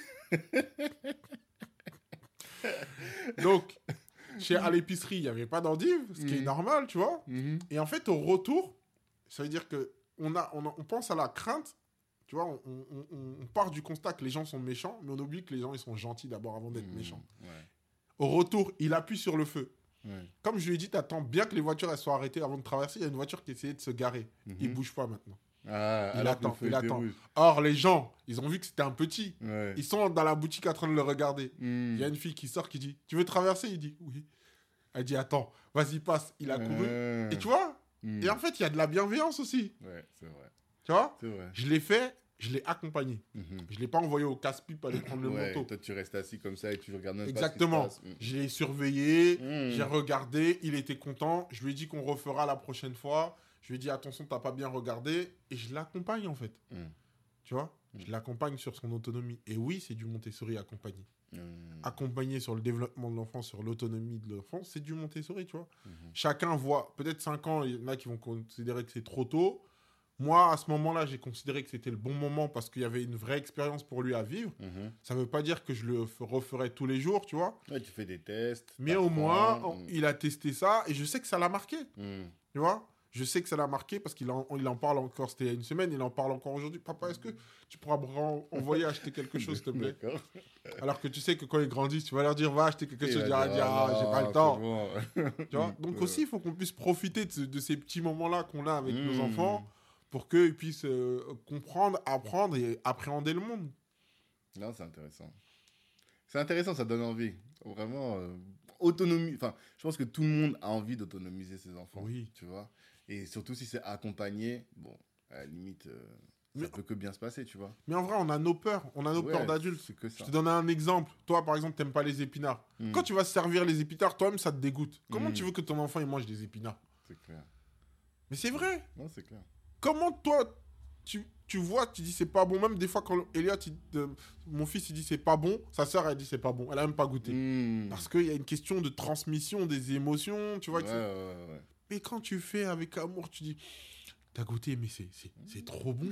Donc, à l'épicerie, il n'y avait pas d'endives, ce qui est normal, tu vois. Et en fait, au retour, ça veut dire qu'on pense à la crainte. Tu vois, on part du constat que les gens sont méchants, mais on oublie que les gens, ils sont gentils d'abord avant d'être méchants. Ouais. Au retour, il appuie sur le feu. Ouais. Comme je lui ai dit, t'attends bien que les voitures elles soient arrêtées avant de traverser. Il y a une voiture qui essayait de se garer. Il ne bouge pas maintenant. Il attend. Or, les gens, ils ont vu que c'était un petit. Ouais. Ils sont dans la boutique en train de le regarder. Il y a une fille qui sort qui dit, tu veux traverser? Il dit, oui. Elle dit, attends, vas-y, passe. Il a couru. Et tu vois et en fait, il y a de la bienveillance aussi. Ouais, c'est vrai. Tu vois, je l'ai fait, je l'ai accompagné. Je ne l'ai pas envoyé au casse-pipe aller prendre le manteau. Toi, tu restes assis comme ça et tu regardes même Exactement. Pas ce qui se passe. Je l'ai surveillé, j'ai regardé, il était content. Je lui ai dit qu'on refera la prochaine fois. Je lui ai dit, attention, tu n'as pas bien regardé. Et je l'accompagne, en fait. Tu vois, je l'accompagne sur son autonomie. Et oui, c'est du Montessori accompagné. Accompagner sur le développement de l'enfant, sur l'autonomie de l'enfant, c'est du Montessori, tu vois. Chacun voit, peut-être 5 ans, il y en a qui vont considérer que c'est trop tôt. Moi, à ce moment-là, j'ai considéré que c'était le bon moment parce qu'il y avait une vraie expérience pour lui à vivre. Ça ne veut pas dire que je le referai tous les jours, tu vois. Ouais, tu fais des tests. Mais au moins, il a testé ça et je sais que ça l'a marqué. Tu vois, je sais que ça l'a marqué parce qu'il en parle encore. C'était il y a une semaine, il en parle encore aujourd'hui. Papa, est-ce que tu pourras me envoyer acheter quelque chose, s'il te plaît? D'accord. Alors que tu sais que quand ils grandissent, tu vas leur dire, va acheter quelque chose. Ils vont dire, j'ai pas le temps. Bon. Tu vois. Donc aussi, il faut qu'on puisse profiter de ces petits moments-là qu'on a avec nos enfants. Pour qu'ils puissent comprendre, apprendre et appréhender le monde. Non, c'est intéressant. C'est intéressant, ça donne envie. Vraiment, autonomie. Enfin, je pense que tout le monde a envie d'autonomiser ses enfants. Oui. Tu vois. Et surtout si c'est accompagné, bon, à la limite, ça peut que bien se passer, tu vois. Mais en vrai, on a nos peurs. On a nos peurs d'adultes. C'est que ça. Je te donne un exemple. Toi, par exemple, t'aimes pas les épinards. Quand tu vas servir les épinards, toi-même, ça te dégoûte. Comment tu veux que ton enfant il mange des épinards? C'est clair. Mais c'est vrai. Non, c'est clair. Comment toi, tu vois, tu dis c'est pas bon. Même des fois, quand Elliot, mon fils, il dit c'est pas bon, sa sœur, elle dit c'est pas bon. Elle a même pas goûté. Parce qu'il y a une question de transmission des émotions, tu vois. Ouais. Mais quand tu fais avec amour, tu dis, t'as goûté, mais c'est trop bon.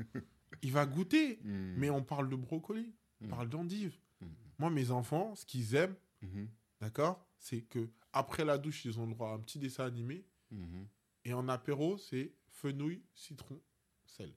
Il va goûter. Mais on parle de brocoli, on parle d'endives. Moi, mes enfants, ce qu'ils aiment, d'accord, c'est que après la douche, ils ont le droit à un petit dessin animé. Et en apéro, c'est fenouil, citron, sel.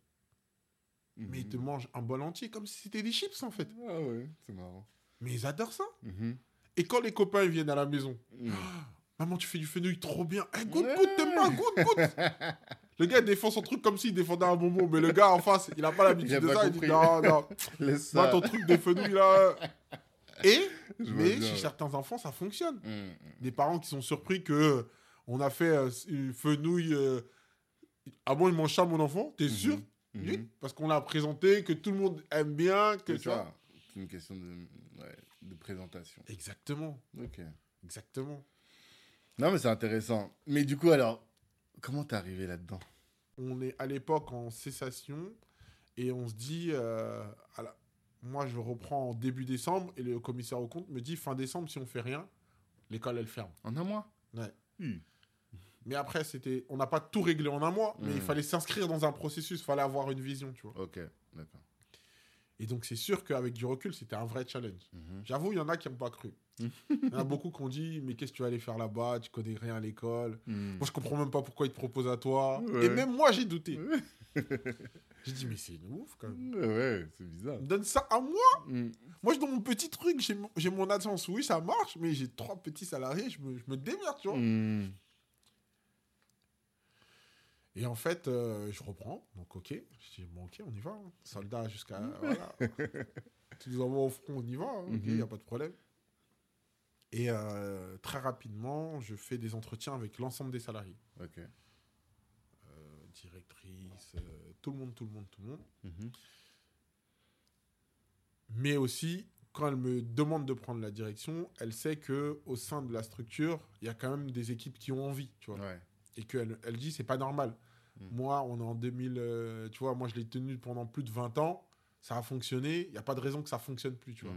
Mais ils te mangent un bol entier comme si c'était des chips, en fait. Ah ouais, c'est marrant. Mais ils adorent ça. Et quand les copains ils viennent à la maison, maman, tu fais du fenouil trop bien. Hey, goûte, t'aimes pas, goûte. Le gars, il défend son truc comme s'il défendait un bonbon. Mais le gars en face, il a pas l'habitude de ça. Il dit non. Laisse-moi ton truc de fenouil là. Mais chez certains enfants, ça fonctionne. Des parents qui sont surpris que on a fait une fenouil. Ah bon, il mange ça, mon enfant? T'es sûr? Oui, parce qu'on l'a présenté, que tout le monde aime bien. Que c'est ça. C'est une question de présentation. Exactement. Ok. Exactement. Non, mais c'est intéressant. Mais du coup, alors, comment t'es arrivé là-dedans? On est à l'époque en cessation et on se dit... moi, je reprends en début décembre et le commissaire aux comptes me dit fin décembre, si on fait rien, l'école, elle ferme. En un mois? Ouais. Mais après, on n'a pas tout réglé en un mois, mais il fallait s'inscrire dans un processus, il fallait avoir une vision, tu vois. Ok, d'accord. Et donc, c'est sûr qu'avec du recul, c'était un vrai challenge. J'avoue, il y en a qui n'ont pas cru. Il y en a beaucoup qui ont dit, mais qu'est-ce que tu vas aller faire là-bas? Tu connais rien à l'école. Moi, je comprends même pas pourquoi ils te proposent à toi. Ouais. Et même moi, j'ai douté. J'ai dit, mais c'est une ouf, quand même. Ouais, c'est bizarre. Donne ça à moi. Moi, dans mon petit truc, j'ai mon agence. Oui, ça marche, mais j'ai 3 petits salariés. Je me démerde, tu vois. Et en fait, je reprends. Donc, ok. Je dis, bon, ok, on y va. Hein. Soldat jusqu'à... voilà. Tu nous envoies au front, on y va. Hein. Ok, il n'y a pas de problème. Et très rapidement, je fais des entretiens avec l'ensemble des salariés. Ok. Directrice, tout le monde. Mais aussi, quand elle me demande de prendre la direction, elle sait qu'au sein de la structure, il y a quand même des équipes qui ont envie, tu vois. Ouais. Et qu'elle dit, c'est pas normal. Moi, on est en 2000. Tu vois, moi, je l'ai tenu pendant plus de 20 ans. Ça a fonctionné. Il n'y a pas de raison que ça ne fonctionne plus, tu vois.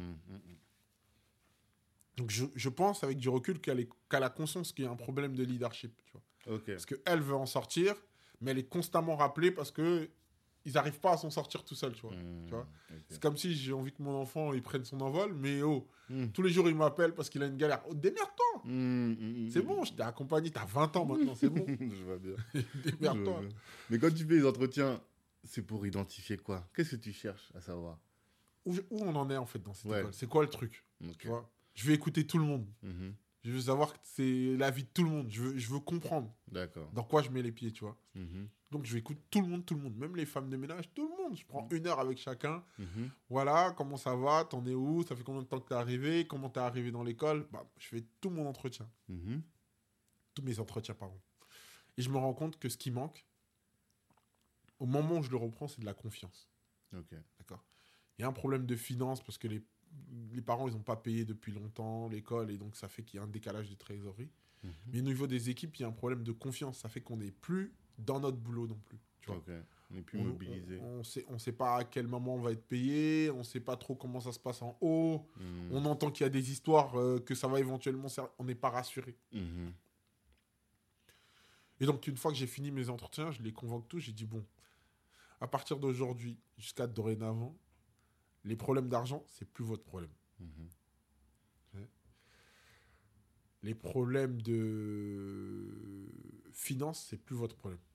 Donc, je pense, avec du recul, qu'elle a conscience qu'il y a un problème de leadership, tu vois. Ok. Parce qu'elle veut en sortir, mais elle est constamment rappelée parce que ils n'arrivent pas à s'en sortir tout seuls, tu vois. Tu vois. Ok. C'est comme si j'ai envie que mon enfant il prenne son envol, mais Mm. tous les jours, il m'appelle parce qu'il a une galère. Oh, démerde-toi. C'est Mm. bon, je t'ai accompagné, t'as 20 ans maintenant, c'est bon. Je vois bien. Démerde-toi. Mais quand tu fais les entretiens, c'est pour identifier quoi? Qu'est-ce que tu cherches à savoir? Où on en est en fait dans cette Ouais. école? C'est quoi le truc? Ok. Tu vois. Je vais écouter tout le monde. Mhm. Je veux savoir que c'est la vie de tout le monde. Je veux comprendre D'accord. dans quoi je mets les pieds, tu vois. Mhm. Donc je vais écouter tout le monde. Même les femmes de ménage, tout le monde. Je prends 1 heure avec chacun. Mhm. Voilà, comment ça va? T'en es où? Ça fait combien de temps que t'es arrivé? Comment t'es arrivé dans l'école? Bah, je fais tout mon entretien. Mhm. Tous mes entretiens, pardon. Et je me rends compte que ce qui manque, au moment où je le reprends, c'est de la confiance. Ok. D'accord. Il y a un problème de finance parce que les parents, ils n'ont pas payé depuis longtemps l'école et donc ça fait qu'il y a un décalage de trésorerie. Mhm. Mais au niveau des équipes, il y a un problème de confiance. Ça fait qu'on n'est plus dans notre boulot non plus. Tu vois. Ok. On est plus mobilisé. On sait pas à quel moment on va être payé, on sait pas trop comment ça se passe en haut. On entend qu'il y a des histoires que ça va éventuellement servir. On n'est pas rassuré. Mhm. Et donc, une fois que j'ai fini mes entretiens, je les convoque tous. J'ai dit, bon, à partir d'aujourd'hui jusqu'à dorénavant, les problèmes d'argent, c'est plus votre problème. Mhm. Les problèmes de finance, c'est plus votre problème.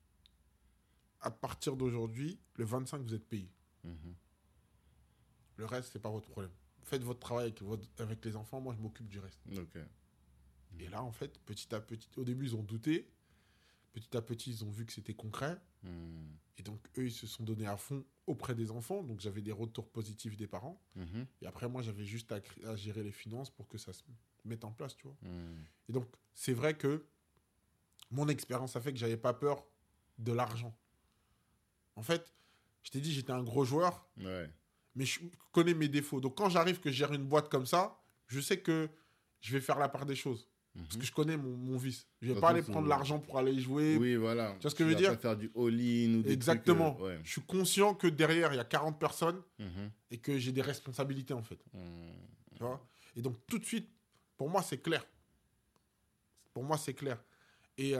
À partir d'aujourd'hui, le 25, vous êtes payé. Mhm. Le reste, c'est pas votre problème. Faites votre travail avec les enfants, moi je m'occupe du reste. Ok. Et là, en fait, petit à petit, au début, ils ont douté. Petit à petit, ils ont vu que c'était concret. Mhm. Et donc, eux, ils se sont donnés à fond auprès des enfants. Donc, j'avais des retours positifs des parents. Mhm. Et après, moi, j'avais juste à gérer les finances pour que ça se mette en place, tu vois. Mhm. Et donc, c'est vrai que mon expérience a fait que j'avais pas peur de l'argent. En fait, je t'ai dit, j'étais un gros joueur, Ouais. mais je connais mes défauts. Donc, quand j'arrive que je gère une boîte comme ça, je sais que je vais faire la part des choses. Parce que je connais mon vice. Je vais De pas toute aller façon, prendre l'argent pour aller jouer. Oui, voilà. Tu vois ce que je veux vas dire? pas faire du all-in ou des Exactement. trucs, ouais. Je suis conscient que derrière, il y a 40 personnes Mhm. et que j'ai des responsabilités, en fait. Mhm. Tu vois? Et donc, tout de suite, pour moi, c'est clair. Pour moi, c'est clair. Et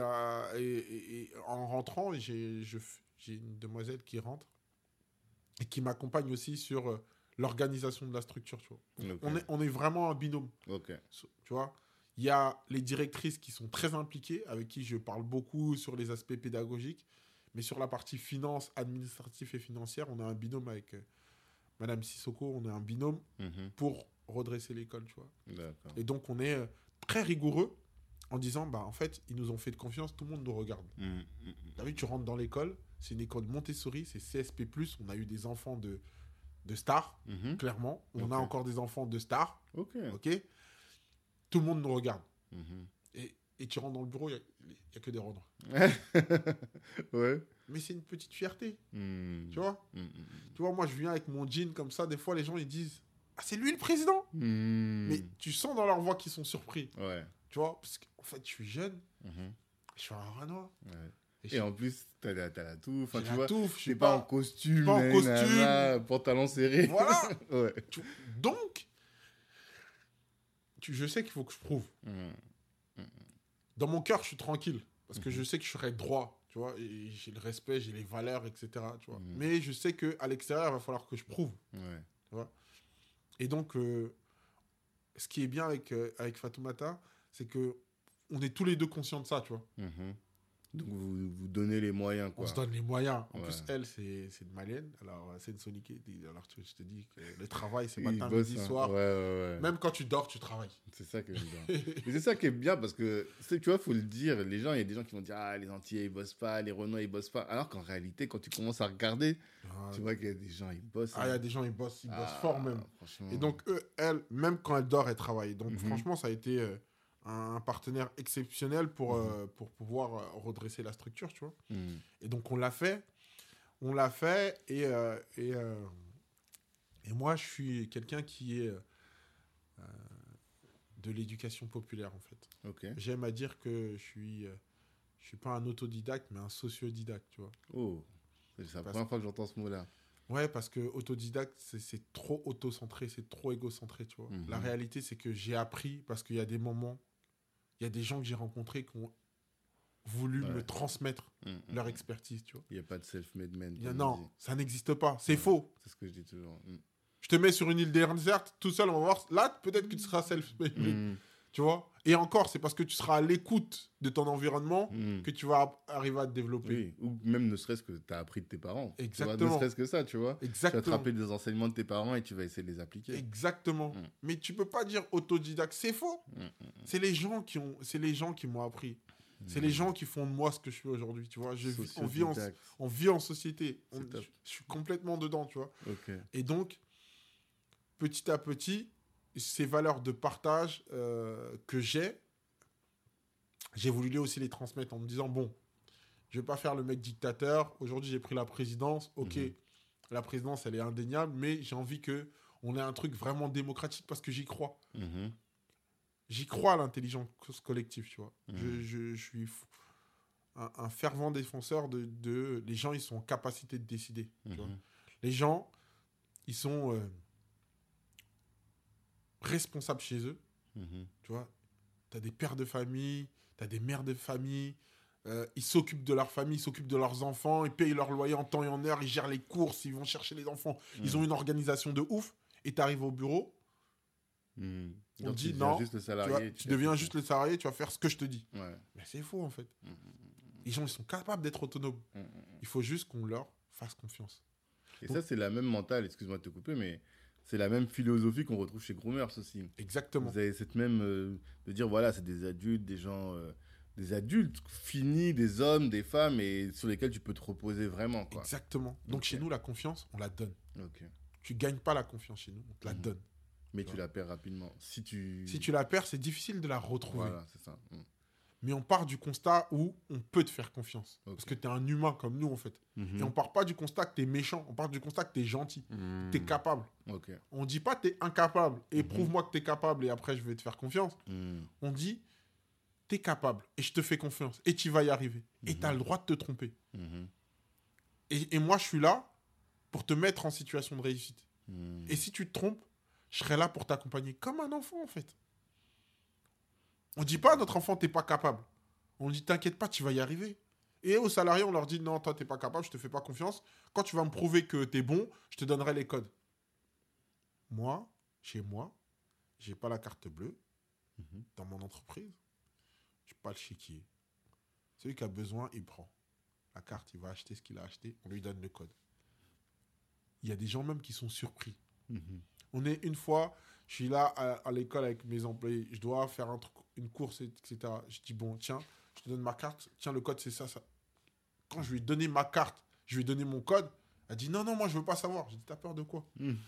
en rentrant, j'ai une demoiselle qui rentre et qui m'accompagne aussi sur l'organisation de la structure. Tu vois. Ok. On est vraiment un binôme. Ok. Tu vois, il y a les directrices qui sont très impliquées, avec qui je parle beaucoup sur les aspects pédagogiques, mais sur la partie finance, administrative et financière, on a un binôme avec Madame Sissoko, on a un binôme Mhm. pour redresser l'école, tu vois. D'accord. Et donc, on est très rigoureux en disant, bah, en fait, ils nous ont fait de confiance, tout le monde nous regarde. Mhm. T'as vu, tu rentres dans l'école, c'est une école Montessori, c'est CSP+, on a eu des enfants de stars, Mhm. clairement. On Ok. a encore des enfants de stars, Ok. ok. Tout le monde nous regarde. Mhm. Et tu rentres dans le bureau, il n'y a que des renards. Ouais. Mais c'est une petite fierté, Mhm. tu vois. Mhm. Tu vois, moi, je viens avec mon jean comme ça, des fois, les gens, ils disent « Ah, c'est lui le président !» Mhm. Mais tu sens dans leur voix qu'ils sont surpris, Ouais. tu vois. Parce qu'en fait, je suis jeune, Mhm. je suis un Renoir. Ouais. Et Et en plus, t'as la touffe. Enfin, j'ai tu la vois, touffe, je t'es suis pas en costume. pas en nanana, costume. pantalon serré. Voilà. Ouais. Donc, je sais qu'il faut que je prouve. Mhm. Dans mon cœur, je suis tranquille. Parce que Mhm. je sais que je serai droit, tu vois. Et j'ai le respect, j'ai les valeurs, etc. Tu vois. Mhm. Mais je sais qu'à l'extérieur, il va falloir que je prouve. Ouais. Et donc, ce qui est bien avec Fatoumata, c'est que on est tous les deux conscients de ça, tu vois. Mhm. Donc, vous donnez les moyens, quoi. On se donne les moyens. En Ouais. plus, elle, c'est une malienne. Alors, c'est une soniquée. Alors, je te dis que le travail, c'est Il matin, bosse, midi, hein. soir. Ouais. Même quand tu dors, tu travailles. C'est ça que j'aime bien. Mais c'est ça qui est bien parce que, tu vois, faut le dire. Les gens, il y a des gens qui vont dire, ah, les Antillais, ils bossent pas, les Renois, ils bossent pas. Alors qu'en réalité, quand tu commences à regarder, Ah, tu vois qu'il y a des gens, ils bossent. il y a des gens, ils bossent fort même. Franchement. Et donc, elle, même quand elle dort, elle travaille. Donc, Mhm. franchement, ça a été un partenaire exceptionnel pour pouvoir redresser la structure, tu vois. Mhm. Et donc, on l'a fait. Et moi, je suis quelqu'un qui est de l'éducation populaire, en fait. Ok. J'aime à dire que je suis Je suis pas un autodidacte, mais un sociodidacte, tu vois. Oh, c'est la Parce- première fois que j'entends ce mot-là. Ouais, parce que autodidacte, c'est trop auto-centré, c'est trop égocentré, tu vois. Mhm. La réalité, c'est que j'ai appris parce qu'il y a des moments, il y a des gens que j'ai rencontrés qui ont voulu me transmettre leur expertise, tu vois. Il n'y a pas de self-made man. Il y a, comme on non, dit. ça n'existe pas, c'est faux. C'est ce que je dis toujours. Je te mets sur une île déserte, tout seul, on va voir. Là, peut-être que tu seras self-made, tu vois. Et encore, c'est parce que tu seras à l'écoute de ton environnement que tu vas arriver à te développer. Oui, ou même ne serait-ce que tu as appris de tes parents. Tu vois, Exactement. ne serait-ce que ça, tu vois. Tu vas Exactement. attraper des enseignements de tes parents et tu vas essayer de les appliquer. Exactement. Mais tu peux pas dire autodidacte, c'est faux. C'est les gens qui m'ont appris. C'est les gens qui font de moi ce que je suis aujourd'hui, tu vois. On vit en société. Je suis complètement dedans, tu vois. Ok. Et donc, petit à petit, ces valeurs de partage que j'ai voulu aussi les transmettre en me disant, bon, je vais pas faire le mec dictateur. Aujourd'hui, j'ai pris la présidence. Ok, la présidence, elle est indéniable, mais j'ai envie qu'on ait un truc vraiment démocratique parce que j'y crois. J'y crois à l'intelligence collective, tu vois. Je suis un fervent défenseur de... Les gens, ils sont en capacité de décider, tu vois. Les gens, ils sont responsables chez eux, tu vois. Tu as des pères de famille, tu as des mères de famille, ils s'occupent de leur famille, ils s'occupent de leurs enfants, ils payent leur loyer en temps et en heure, ils gèrent les courses, ils vont chercher les enfants. Ils ont une organisation de ouf. Et tu arrives au bureau, on dit non, juste le salarié, tu deviens juste le salarié, tu vas faire ce que je te dis. Ouais. Mais c'est faux en fait. Les gens, ils sont capables d'être autonomes. Il faut juste qu'on leur fasse confiance. Et ça, c'est la même mentale, excuse-moi de te couper, mais c'est la même philosophie qu'on retrouve chez Groomers aussi. Exactement. Vous avez cette même... de dire, voilà, c'est des adultes, des gens... des adultes finis, des hommes, des femmes, et sur lesquels tu peux te reposer vraiment, quoi. Exactement. Donc chez nous, la confiance, on la donne. Ok. Tu gagnes pas la confiance chez nous, on te la donne. Mais tu la perds rapidement. Si tu la perds, c'est difficile de la retrouver. Voilà, c'est ça. Mais on part du constat où on peut te faire confiance. Parce que tu es un humain comme nous, en fait. Et on part pas du constat que tu es méchant. On part du constat que tu es gentil. Tu es capable. Ok. On dit pas tu es incapable et prouve-moi que tu es capable et après je vais te faire confiance. On dit tu es capable et je te fais confiance et tu vas y arriver. Et tu as le droit de te tromper. Et moi, je suis là pour te mettre en situation de réussite. Et si tu te trompes, je serai là pour t'accompagner comme un enfant, en fait. On dit pas à notre enfant, t'es pas capable. On dit, t'inquiète pas, tu vas y arriver. Et aux salariés, on leur dit, non, toi, t'es pas capable, je te fais pas confiance. Quand tu vas me prouver que t'es bon, je te donnerai les codes. Moi, chez moi, j'ai pas la carte bleue. Dans mon entreprise, j'ai pas le chéquier. Celui qui a besoin, il prend. La carte, il va acheter ce qu'il a acheté, on lui donne le code. Il y a des gens même qui sont surpris. On est une fois, je suis là à l'école avec mes employés, je dois faire un truc, une course, etc. Je dis, bon, tiens, je te donne ma carte, tiens, le code, c'est ça, ça. Quand je lui ai donné ma carte, je lui ai donné mon code, elle dit, non, moi, je veux pas savoir. J'ai dit, t'as peur de quoi?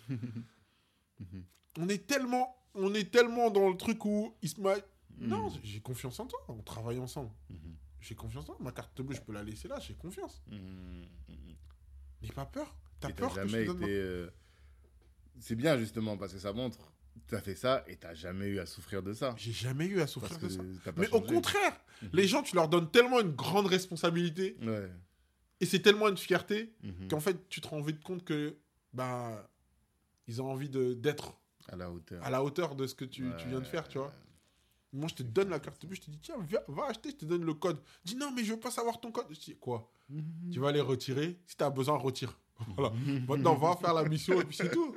On est tellement dans le truc où il se met... Non, j'ai confiance en toi, on travaille ensemble. J'ai confiance en toi, ma carte bleue, je peux la laisser là, j'ai confiance. N'aie pas peur. T'as peur que je te donne C'est bien, justement, parce que ça montre tu as fait ça et tu n'as jamais eu à souffrir de ça. J'ai jamais eu à souffrir de ça. Mais changé. au contraire, les gens, tu leur donnes tellement une grande responsabilité et c'est tellement une fierté qu'en fait, tu te rends vite compte que ils ont envie d'être à la hauteur de ce que tu viens de faire, tu vois. Moi, je te donne la carte bleue, je te dis, tiens, va acheter, je te donne le code. Je dis, non, mais je veux pas savoir ton code. Je dis, quoi? Tu vas les retirer. Si tu as besoin, retire. Voilà. Maintenant, va faire la mission et puis c'est tout.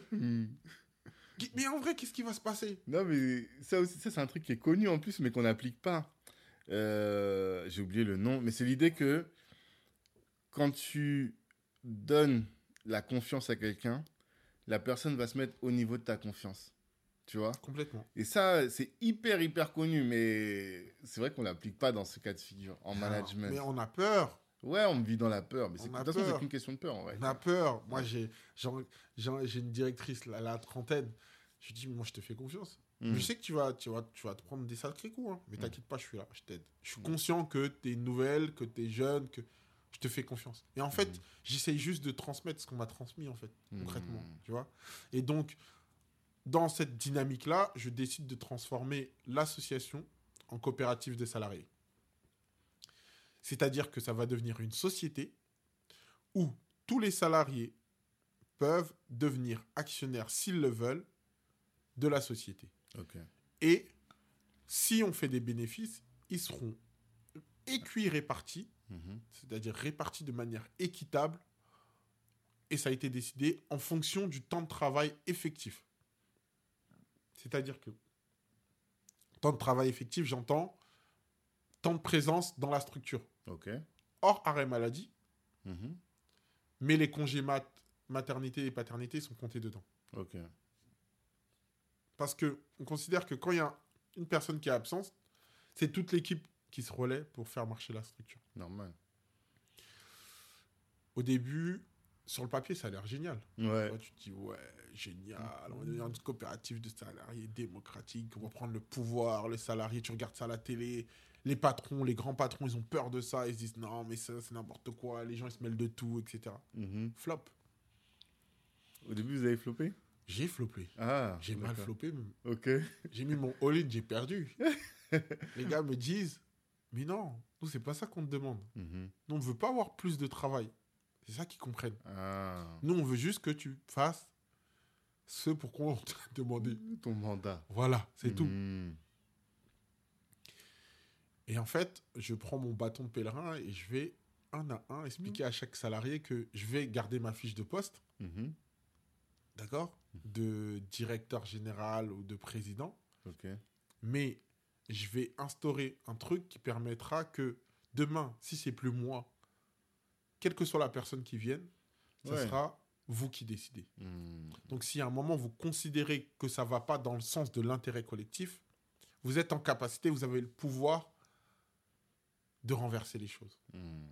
Mais en vrai, qu'est-ce qui va se passer? Non, mais ça aussi, c'est un truc qui est connu en plus, mais qu'on n'applique pas. J'ai oublié le nom, mais c'est l'idée que quand tu donnes la confiance à quelqu'un, la personne va se mettre au niveau de ta confiance. Tu vois? Complètement. Et ça, c'est hyper connu, mais c'est vrai qu'on l'applique pas dans ce cas de figure, en management. Mais on a peur. Ouais, on vit dans la peur. Mais de toute façon, c'est qu'une question de peur, en vrai. On a peur. Moi, j'ai une directrice, là, à la trentaine. Je lui dis, moi, je te fais confiance. Je sais que tu vas te prendre des sacrés coups, hein, mais t'inquiète pas, je suis là, je t'aide. Je suis conscient que t'es nouvelle, que t'es jeune, que je te fais confiance. Et en fait, j'essaye juste de transmettre ce qu'on m'a transmis, en fait, concrètement. Tu vois? Et donc, dans cette dynamique-là, je décide de transformer l'association en coopérative des salariés. C'est-à-dire que ça va devenir une société où tous les salariés peuvent devenir actionnaires, s'ils le veulent, de la société. Ok. Et si on fait des bénéfices, ils seront répartis, c'est-à-dire répartis de manière équitable, et ça a été décidé en fonction du temps de travail effectif. C'est-à-dire que temps de travail effectif, j'entends temps de présence dans la structure. Ok. Hors arrêt maladie, Mhm. mais les congés maternité et paternité sont comptés dedans. Ok. Parce qu'on considère que quand il y a une personne qui est absente, c'est toute l'équipe qui se relaie pour faire marcher la structure. Normal. Au début, sur le papier, ça a l'air génial. Ouais. Toi, tu te dis, ouais, génial, on va devenir une coopérative de salariés démocratique, on va prendre le pouvoir, les salariés, tu regardes ça à la télé, les patrons, les grands patrons, ils ont peur de ça, ils se disent, non, mais ça, c'est n'importe quoi, les gens, ils se mêlent de tout, etc. Mhm. Flop. Au début, vous avez floppé? J'ai floppé. Ah. J'ai mal d'accord. floppé même. Ok. J'ai mis mon all-in, j'ai perdu. Les gars me disent, mais non, nous, c'est pas ça qu'on te demande. Mhm. Nous, on ne veut pas avoir plus de travail. C'est ça qu'ils comprennent. Ah. Nous, on veut juste que tu fasses ce pour quoi on t'a demandé. Ton mandat. Voilà, c'est tout. Mhm. Et en fait, je prends mon bâton de pèlerin et je vais, un à un, expliquer à chaque salarié que je vais garder ma fiche de poste, Mhm. d'accord, de directeur général ou de président, Ok. mais je vais instaurer un truc qui permettra que demain, si c'est plus moi, quelle que soit la personne qui vienne, ça Ouais. sera vous qui décidez. Mhm. Donc, si à un moment, vous considérez que ça ne va pas dans le sens de l'intérêt collectif, vous êtes en capacité, vous avez le pouvoir de renverser les choses. Mhm.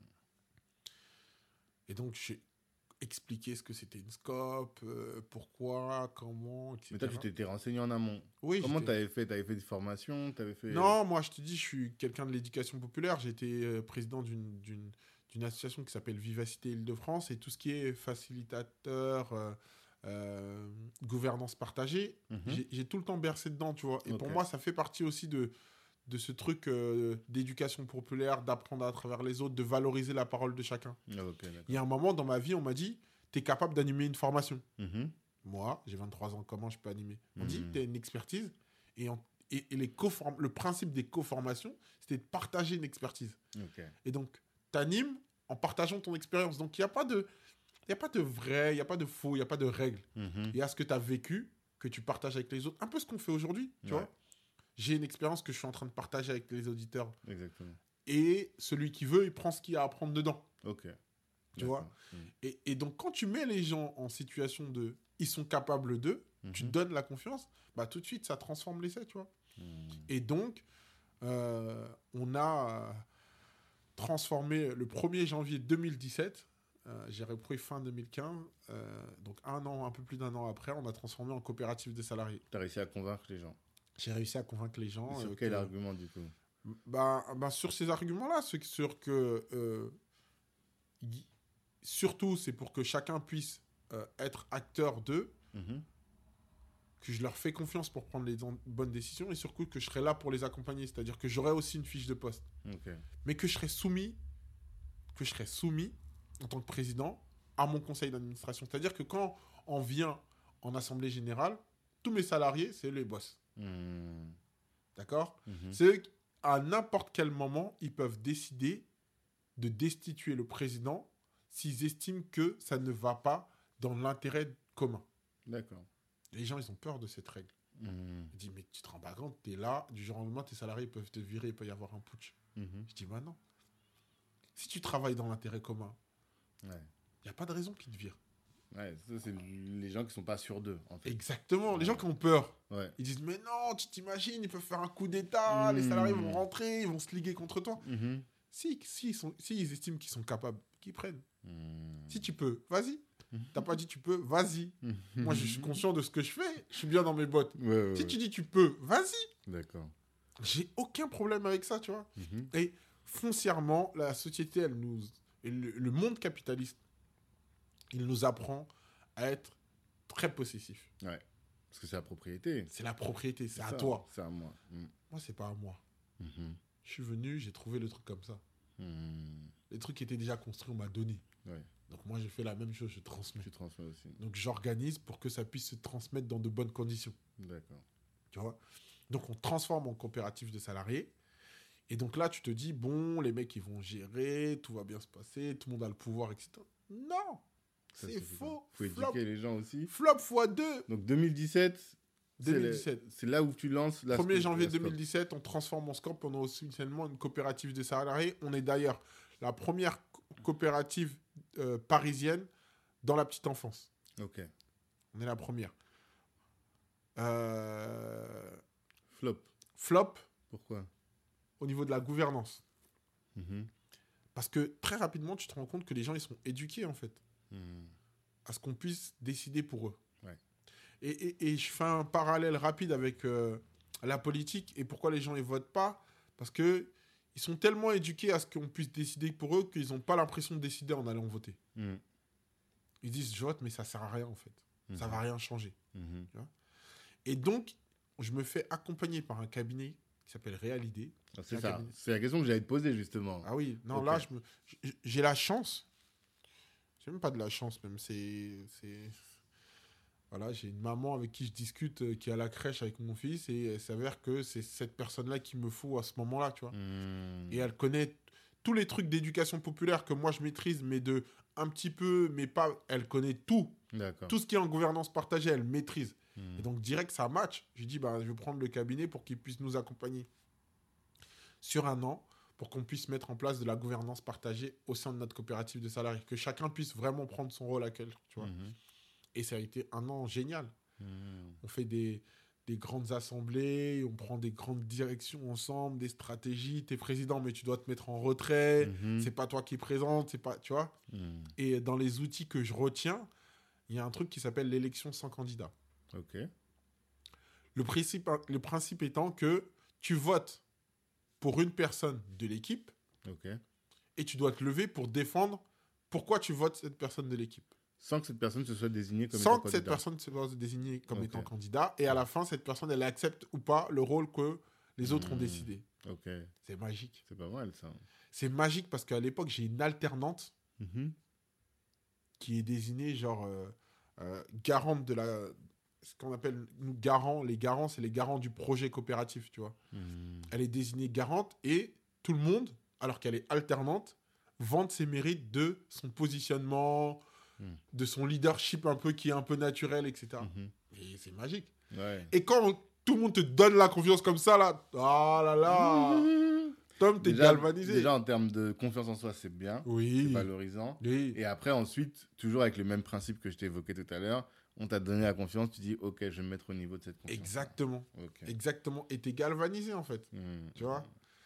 Et donc, j'ai expliqué ce que c'était une scope, pourquoi, comment, etc. Mais toi, tu t'étais renseigné en amont. Oui, Comment j'étais- t'avais fait? T'avais fait des formations? T'avais fait... Non, moi, je te dis, je suis quelqu'un de l'éducation populaire. J'ai été président d'une association qui s'appelle Vivacité Île-de-France, et tout ce qui est facilitateur, gouvernance partagée, Mhm. j'ai tout le temps bercé dedans, tu vois. Et pour Ok. moi, ça fait partie aussi de ce truc d'éducation populaire, d'apprendre à travers les autres, de valoriser la parole de chacun. Ah, ok, d'accord. Il y a un moment dans ma vie, on m'a dit, tu es capable d'animer une formation. Mhm. Moi, j'ai 23 ans, comment je peux animer? On Mhm. dit, tu as une expertise, et, le principe des co-formations, c'était de partager une expertise. Ok. Et donc, tu animes en partageant ton expérience. Donc, il n'y a pas de vrai, il n'y a pas de faux, il n'y a pas de règles. Mhm. Il y a ce que tu as vécu, que tu partages avec les autres. Un peu ce qu'on fait aujourd'hui, tu Ouais. vois. J'ai une expérience que je suis en train de partager avec les auditeurs. Exactement. Et celui qui veut, il prend ce qu'il y a à apprendre dedans. Ok. Tu vois. Mhm. Et donc, quand tu mets les gens en situation de... Ils sont capables d'eux, tu Mhm. donnes la confiance, bah tout de suite, ça transforme l'essai, tu vois. Mhm. Et donc, on a transformé le 1er janvier 2017, j'ai repris fin 2015, donc un peu plus d'un an après, on a transformé en coopérative de salariés. T'as réussi à convaincre les gens. J'ai réussi à convaincre les gens. Et sur quel argument, du coup? Ben, sur ces arguments-là, sur que... surtout, c'est pour que chacun puisse être acteur d'eux, Mhm. que je leur fais confiance pour prendre les bonnes décisions, et surtout que je serai là pour les accompagner. C'est-à-dire que j'aurai aussi une fiche de poste. Ok. Mais que je serai soumis en tant que président à mon conseil d'administration. C'est-à-dire que quand on vient en assemblée générale, tous mes salariés, c'est les boss. Mhm. D'accord? Mhm. C'est eux, à n'importe quel moment, ils peuvent décider de destituer le président s'ils estiment que ça ne va pas dans l'intérêt commun. D'accord. Les gens, ils ont peur de cette règle. Mhm. Je dis, mais tu te rends pas compte, t'es là, du jour au lendemain, tes salariés peuvent te virer, il peut y avoir un putsch. Mhm. Je dis, bah non. Si tu travailles dans l'intérêt commun, Ouais. il n'y a pas de raison qu'ils te virent. Ouais, ça, c'est les gens qui sont pas sûrs d'eux, en fait. Exactement. Les gens qui ont peur, Ouais. ils disent, mais non, tu t'imagines, ils peuvent faire un coup d'État, les salariés vont rentrer, ils vont se liguer contre toi. Mhm. Si ils estiment qu'ils sont capables, qu'ils prennent. Mhm. Si tu peux, vas-y. T'as pas dit tu peux, vas-y. Mhm. Moi, je suis conscient de ce que je fais, je suis bien dans mes bottes. Ouais, ouais, Si ouais. tu dis tu peux, vas-y. D'accord. J'ai aucun problème avec ça, tu vois. Mhm. Et foncièrement, la société, et le monde capitaliste, il nous apprend à être très possessif. Ouais. Parce que c'est la propriété. C'est la propriété, c'est à ça, toi. C'est à moi. Moi, c'est pas à moi. Mhm. Je suis venu, j'ai trouvé le truc comme ça. Les trucs qui étaient déjà construits, on m'a donné. Ouais. Donc moi, je fais la même chose, je transmets. Tu transmets aussi. Donc j'organise pour que ça puisse se transmettre dans de bonnes conditions. D'accord. Tu vois. Donc on transforme en coopérative de salariés. Et donc là, tu te dis, bon, les mecs, ils vont gérer, tout va bien se passer, tout le monde a le pouvoir, etc. Non, Ça, c'est faux. Faut Flop, éduquer les gens aussi. flop x2. Donc 2017, 2017. c'est là où tu lances la 1er janvier la Scope. 2017, on transforme en Scope, on a officiellement une coopérative de salariés. On est d'ailleurs la première coopérative parisienne dans la petite enfance. Ok. On est la première. Flop. Flop Pourquoi? au niveau de la gouvernance. Mhm. Parce que très rapidement, tu te rends compte que les gens, ils sont éduqués, en fait, à ce qu'on puisse décider pour eux. Ouais. Et je fais un parallèle rapide avec la politique et pourquoi les gens ne votent pas. Parce qu'ils sont tellement éduqués à ce qu'on puisse décider pour eux qu'ils n'ont pas l'impression de décider en allant voter. Ils disent, je vote, mais ça ne sert à rien, en fait. Ça ne va rien changer. Tu vois. Et donc, je me fais accompagner par un cabinet qui s'appelle Realidé. C'est ça. C'est la question que j'allais te poser, justement. Ah oui, non, Ok. là, j'ai la chance. J'ai même pas de la chance, même. Voilà, j'ai une maman avec qui je discute, qui est à la crèche avec mon fils, et il s'avère que c'est cette personne-là qu'il me faut à ce moment-là, tu vois. Et elle connaît tous les trucs d'éducation populaire que moi je maîtrise, mais de un petit peu, mais pas. Elle connaît tout. D'accord. Tout ce qui est en gouvernance partagée, elle maîtrise. Et donc, direct, ça match. Je dis, bah, je vais prendre le cabinet pour qu'il puisse nous accompagner sur un an, pour qu'on puisse mettre en place de la gouvernance partagée au sein de notre coopérative de salariés, que chacun puisse vraiment prendre son rôle à quel, tu vois. Et ça a été un an génial. On fait des grandes assemblées, on prend des grandes directions ensemble, des stratégies. T'es président, mais tu dois te mettre en retrait. C'est pas toi qui présente, c'est pas, tu vois. Et dans les outils que je retiens, il y a un truc qui s'appelle l'élection sans candidat. Ok. Le principe étant que tu votes pour une personne de l'équipe Ok. et tu dois te lever pour défendre pourquoi tu votes cette personne de l'équipe. Sans que cette personne se soit désignée comme Sans étant que cette candidat. personne se soit désignée comme Ok. étant candidat. Et à la fin, cette personne, elle accepte ou pas le rôle que les autres ont décidé. Ok. C'est magique. C'est pas mal, ça. C'est magique parce qu'à l'époque, j'ai une alternante qui est désignée genre garante de la... Ce qu'on appelle nous garants. Les garants, c'est les garants du projet coopératif, tu vois. Elle est désignée garante et tout le monde, alors qu'elle est alternante, vante ses mérites de son positionnement, de son leadership un peu qui est un peu naturel, etc. Et c'est magique. Ouais. Et quand tout le monde te donne la confiance comme ça, là, ah là là, Tom, t'es galvanisé. Déjà, en termes de confiance en soi, c'est bien. Oui. C'est valorisant. Oui. Et après, ensuite, toujours avec le même principe que je t'ai évoqué tout à l'heure, on t'a donné la confiance, tu dis, ok, je vais me mettre au niveau de cette confiance. Exactement. Ok. Exactement. Et t'es galvanisé, en fait. Tu vois.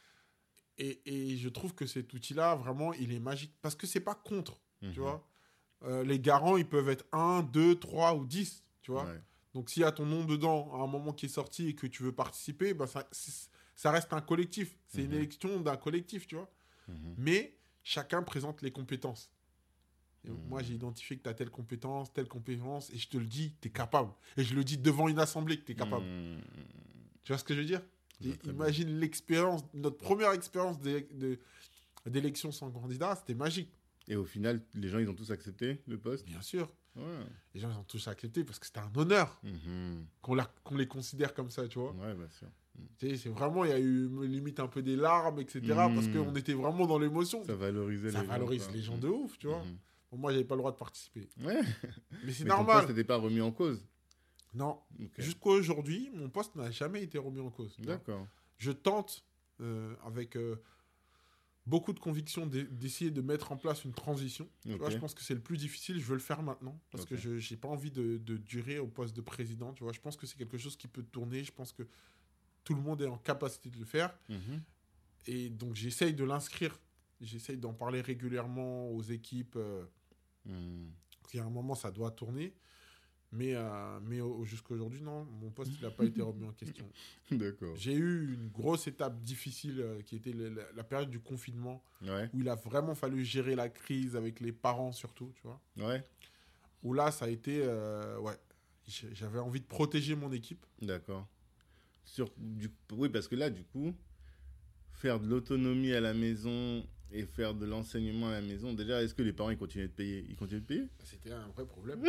Et je trouve que cet outil-là, vraiment, il est magique. Parce que c'est pas contre, tu vois. Les garants, ils peuvent être 1, 2, 3 ou 10, tu vois. Ouais. Donc, s'il y a ton nom dedans, à un moment qui est sorti et que tu veux participer, bah, ça reste un collectif. C'est une élection d'un collectif, tu vois. Mais chacun présente les compétences. Et moi, j'ai identifié que tu as telle compétence, et je te le dis, tu es capable. Et je le dis devant une assemblée que tu es capable. Tu vois ce que je veux dire? Imagine l'expérience, notre première expérience d'élection sans candidat, c'était magique. Et au final, les gens, ils ont tous accepté le poste. Bien sûr. Ouais. Les gens, ils ont tous accepté parce que c'était un honneur qu'on les considère comme ça, tu vois. Ouais, bien sûr. Tu sais, c'est vraiment, il y a eu limite un peu des larmes, etc. Parce qu'on était vraiment dans l'émotion. Ça valorisait Ça les valorise gens. les gens de ouf, tu vois. Bon, moi, j'avais pas le droit de participer. Ouais. Mais c'est Mais ton normal. poste n'était pas remis en cause. Non. Ok. Jusqu'à aujourd'hui, mon poste n'a jamais été remis en cause. tu vois. D'accord. Je tente, avec beaucoup de conviction, d'essayer de mettre en place une transition. Tu vois, je pense que c'est le plus difficile. Je veux le faire maintenant parce que je n'ai pas envie de durer au poste de président. Tu vois, je pense que c'est quelque chose qui peut tourner. Je pense que tout le monde est en capacité de le faire. Et donc, j'essaye de l'inscrire. J'essaye d'en parler régulièrement aux équipes. Parce qu'à un moment, ça doit tourner. Mais jusqu'à aujourd'hui, non, mon poste n'a pas été remis en question. D'accord. J'ai eu une grosse étape difficile qui était la période du confinement, Ouais. où il a vraiment fallu gérer la crise avec les parents surtout, tu vois. Ouais. Où là, ça a été... ouais, j'avais envie de protéger mon équipe. D'accord. Oui, parce que là, du coup, faire de l'autonomie à la maison et faire de l'enseignement à la maison, déjà, est-ce que les parents, ils continuaient de payer? Ils continuaient de payer? C'était un vrai problème.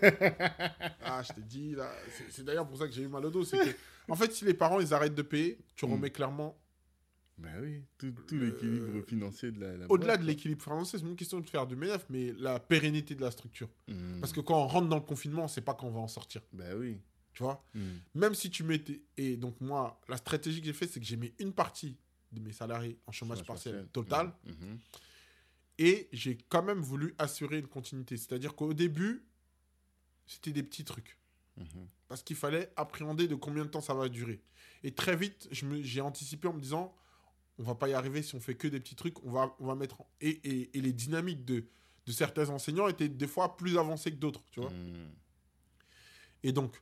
Ah, je t'ai dit, là, c'est d'ailleurs pour ça que j'ai eu mal au dos. C'est que, en fait, si les parents, ils arrêtent de payer, tu remets clairement. Ben oui, tout l'équilibre financier de la Au-delà boîte, de l'équilibre financier, c'est une question de faire du bénéfice, mais la pérennité de la structure. quoi. Parce que quand on rentre dans le confinement, on ne sait pas quand on va en sortir. Ben oui. Tu vois, même si tu mettais. Et donc, moi, la stratégie que j'ai faite, c'est que j'ai mis une partie de mes salariés en chômage partiel total. Et j'ai quand même voulu assurer une continuité. C'est-à-dire qu'au début, c'était des petits trucs. Parce qu'il fallait appréhender de combien de temps ça va durer. Et très vite, j'ai anticipé en me disant, on va pas y arriver si on fait que des petits trucs. On va mettre... Et les dynamiques de certains enseignants étaient des fois plus avancées que d'autres, tu vois. Et donc,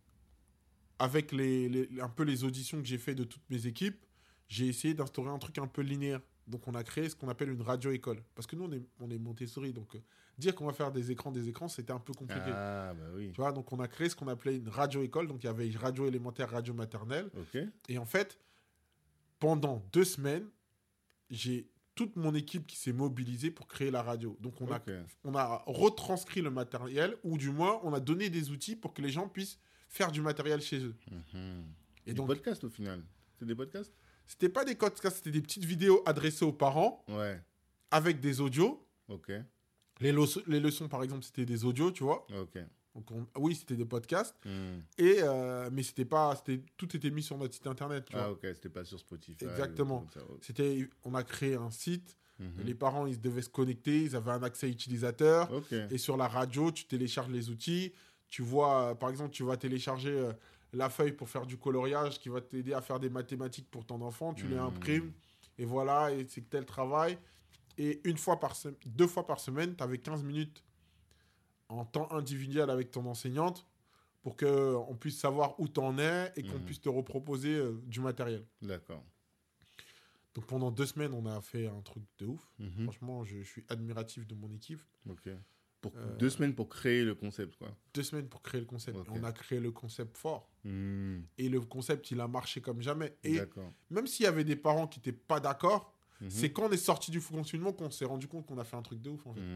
avec un peu les auditions que j'ai fait de toutes mes équipes, j'ai essayé d'instaurer un truc un peu linéaire. Donc, on a créé ce qu'on appelle une radio-école. Parce que nous, on est Montessori. Donc, dire qu'on va faire des écrans, c'était un peu compliqué. Ah, bah oui. Tu vois, donc on a créé ce qu'on appelait une radio-école. Donc, il y avait radio élémentaire, radio maternelle. Ok. Et en fait, pendant 2 semaines, j'ai toute mon équipe qui s'est mobilisée pour créer la radio. Donc, on a retranscrit le matériel, ou du moins, on a donné des outils pour que les gens puissent faire du matériel chez eux. Et donc, des podcasts au final. C'est des podcasts? C'était pas des podcasts, c'était des petites vidéos adressées aux parents. Ouais. Avec des audios. Ok. Les leçons, par exemple, c'était des audios, tu vois. Ok. Donc oui, c'était des podcasts. Et, mais tout était mis sur notre site internet. Tu vois. Ok, c'était pas sur Spotify. Exactement. On a créé un site. Les parents, ils devaient se connecter. Ils avaient un accès utilisateur. Et sur la radio, tu télécharges les outils. Tu vois, par exemple, tu vas télécharger la feuille pour faire du coloriage qui va t'aider à faire des mathématiques pour ton enfant. Tu les imprimes. Et voilà, et c'est tel travail. Et 2 fois par semaine, tu avais 15 minutes en temps individuel avec ton enseignante pour qu'on puisse savoir où tu en es et qu'on puisse te reproposer du matériel. D'accord. Donc pendant 2 semaines, on a fait un truc de ouf. Franchement, je suis admiratif de mon équipe. Ok. 2 semaines pour créer le concept, quoi. 2 semaines pour créer le concept. Okay. On a créé le concept fort. Et le concept, il a marché comme jamais. Et même s'il y avait des parents qui n'étaient pas d'accord, c'est quand on est sorti du confinement qu'on s'est rendu compte qu'on a fait un truc de ouf, en fait.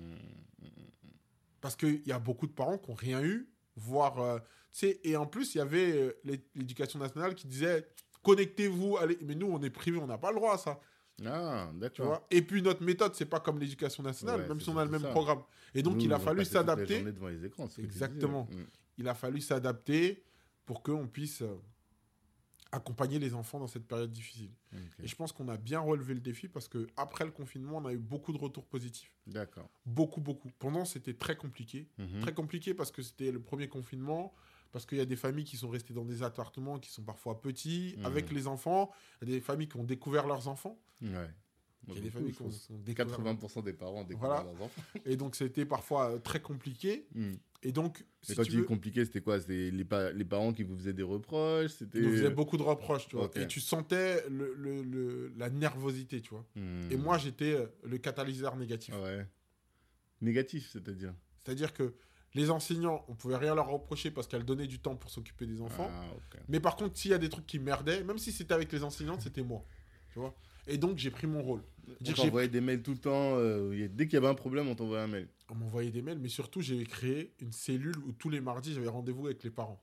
Parce qu'il y a beaucoup de parents qui n'ont rien eu, voire... et en plus, il y avait l'éducation nationale qui disait « Connectez-vous, allez... » Mais nous, on est privés, on n'a pas le droit à ça. Ah, d'accord. Et puis, notre méthode, c'est pas comme l'éducation nationale, même si on a le même programme. Et donc, il a fallu s'adapter. Devant les écrans, exactement. Il a fallu s'adapter pour qu'on puisse... accompagner les enfants dans cette période difficile. Et je pense qu'on a bien relevé le défi parce qu'après le confinement, on a eu beaucoup de retours positifs. D'accord. Beaucoup. Pendant, c'était très compliqué. Très compliqué parce que c'était le premier confinement, parce qu'il y a des familles qui sont restées dans des appartements qui sont parfois petits, avec les enfants. Il y a des familles qui ont découvert leurs enfants. Ouais. Il y a des familles qui ont découvert... 80% des parents ont découvert leurs enfants. Et donc, c'était parfois très compliqué. Et donc, mais quand tu dis compliqué, c'était quoi? C'était les parents qui vous faisaient des reproches? Ils nous faisaient beaucoup de reproches, tu vois. Et tu sentais la nervosité, tu vois. Et moi, j'étais le catalyseur négatif. Ouais. Négatif, c'est-à-dire? C'est-à-dire que les enseignants, on pouvait rien leur reprocher parce qu'elles donnaient du temps pour s'occuper des enfants. Mais par contre, s'il y a des trucs qui merdaient, même si c'était avec les enseignantes, c'était moi. Tu vois. Et donc, j'ai pris mon rôle. On t'envoyait des mails tout le temps. Dès qu'il y avait un problème, on t'envoyait un mail. On m'envoyait des mails, mais surtout, j'ai créé une cellule où tous les mardis, j'avais rendez-vous avec les parents.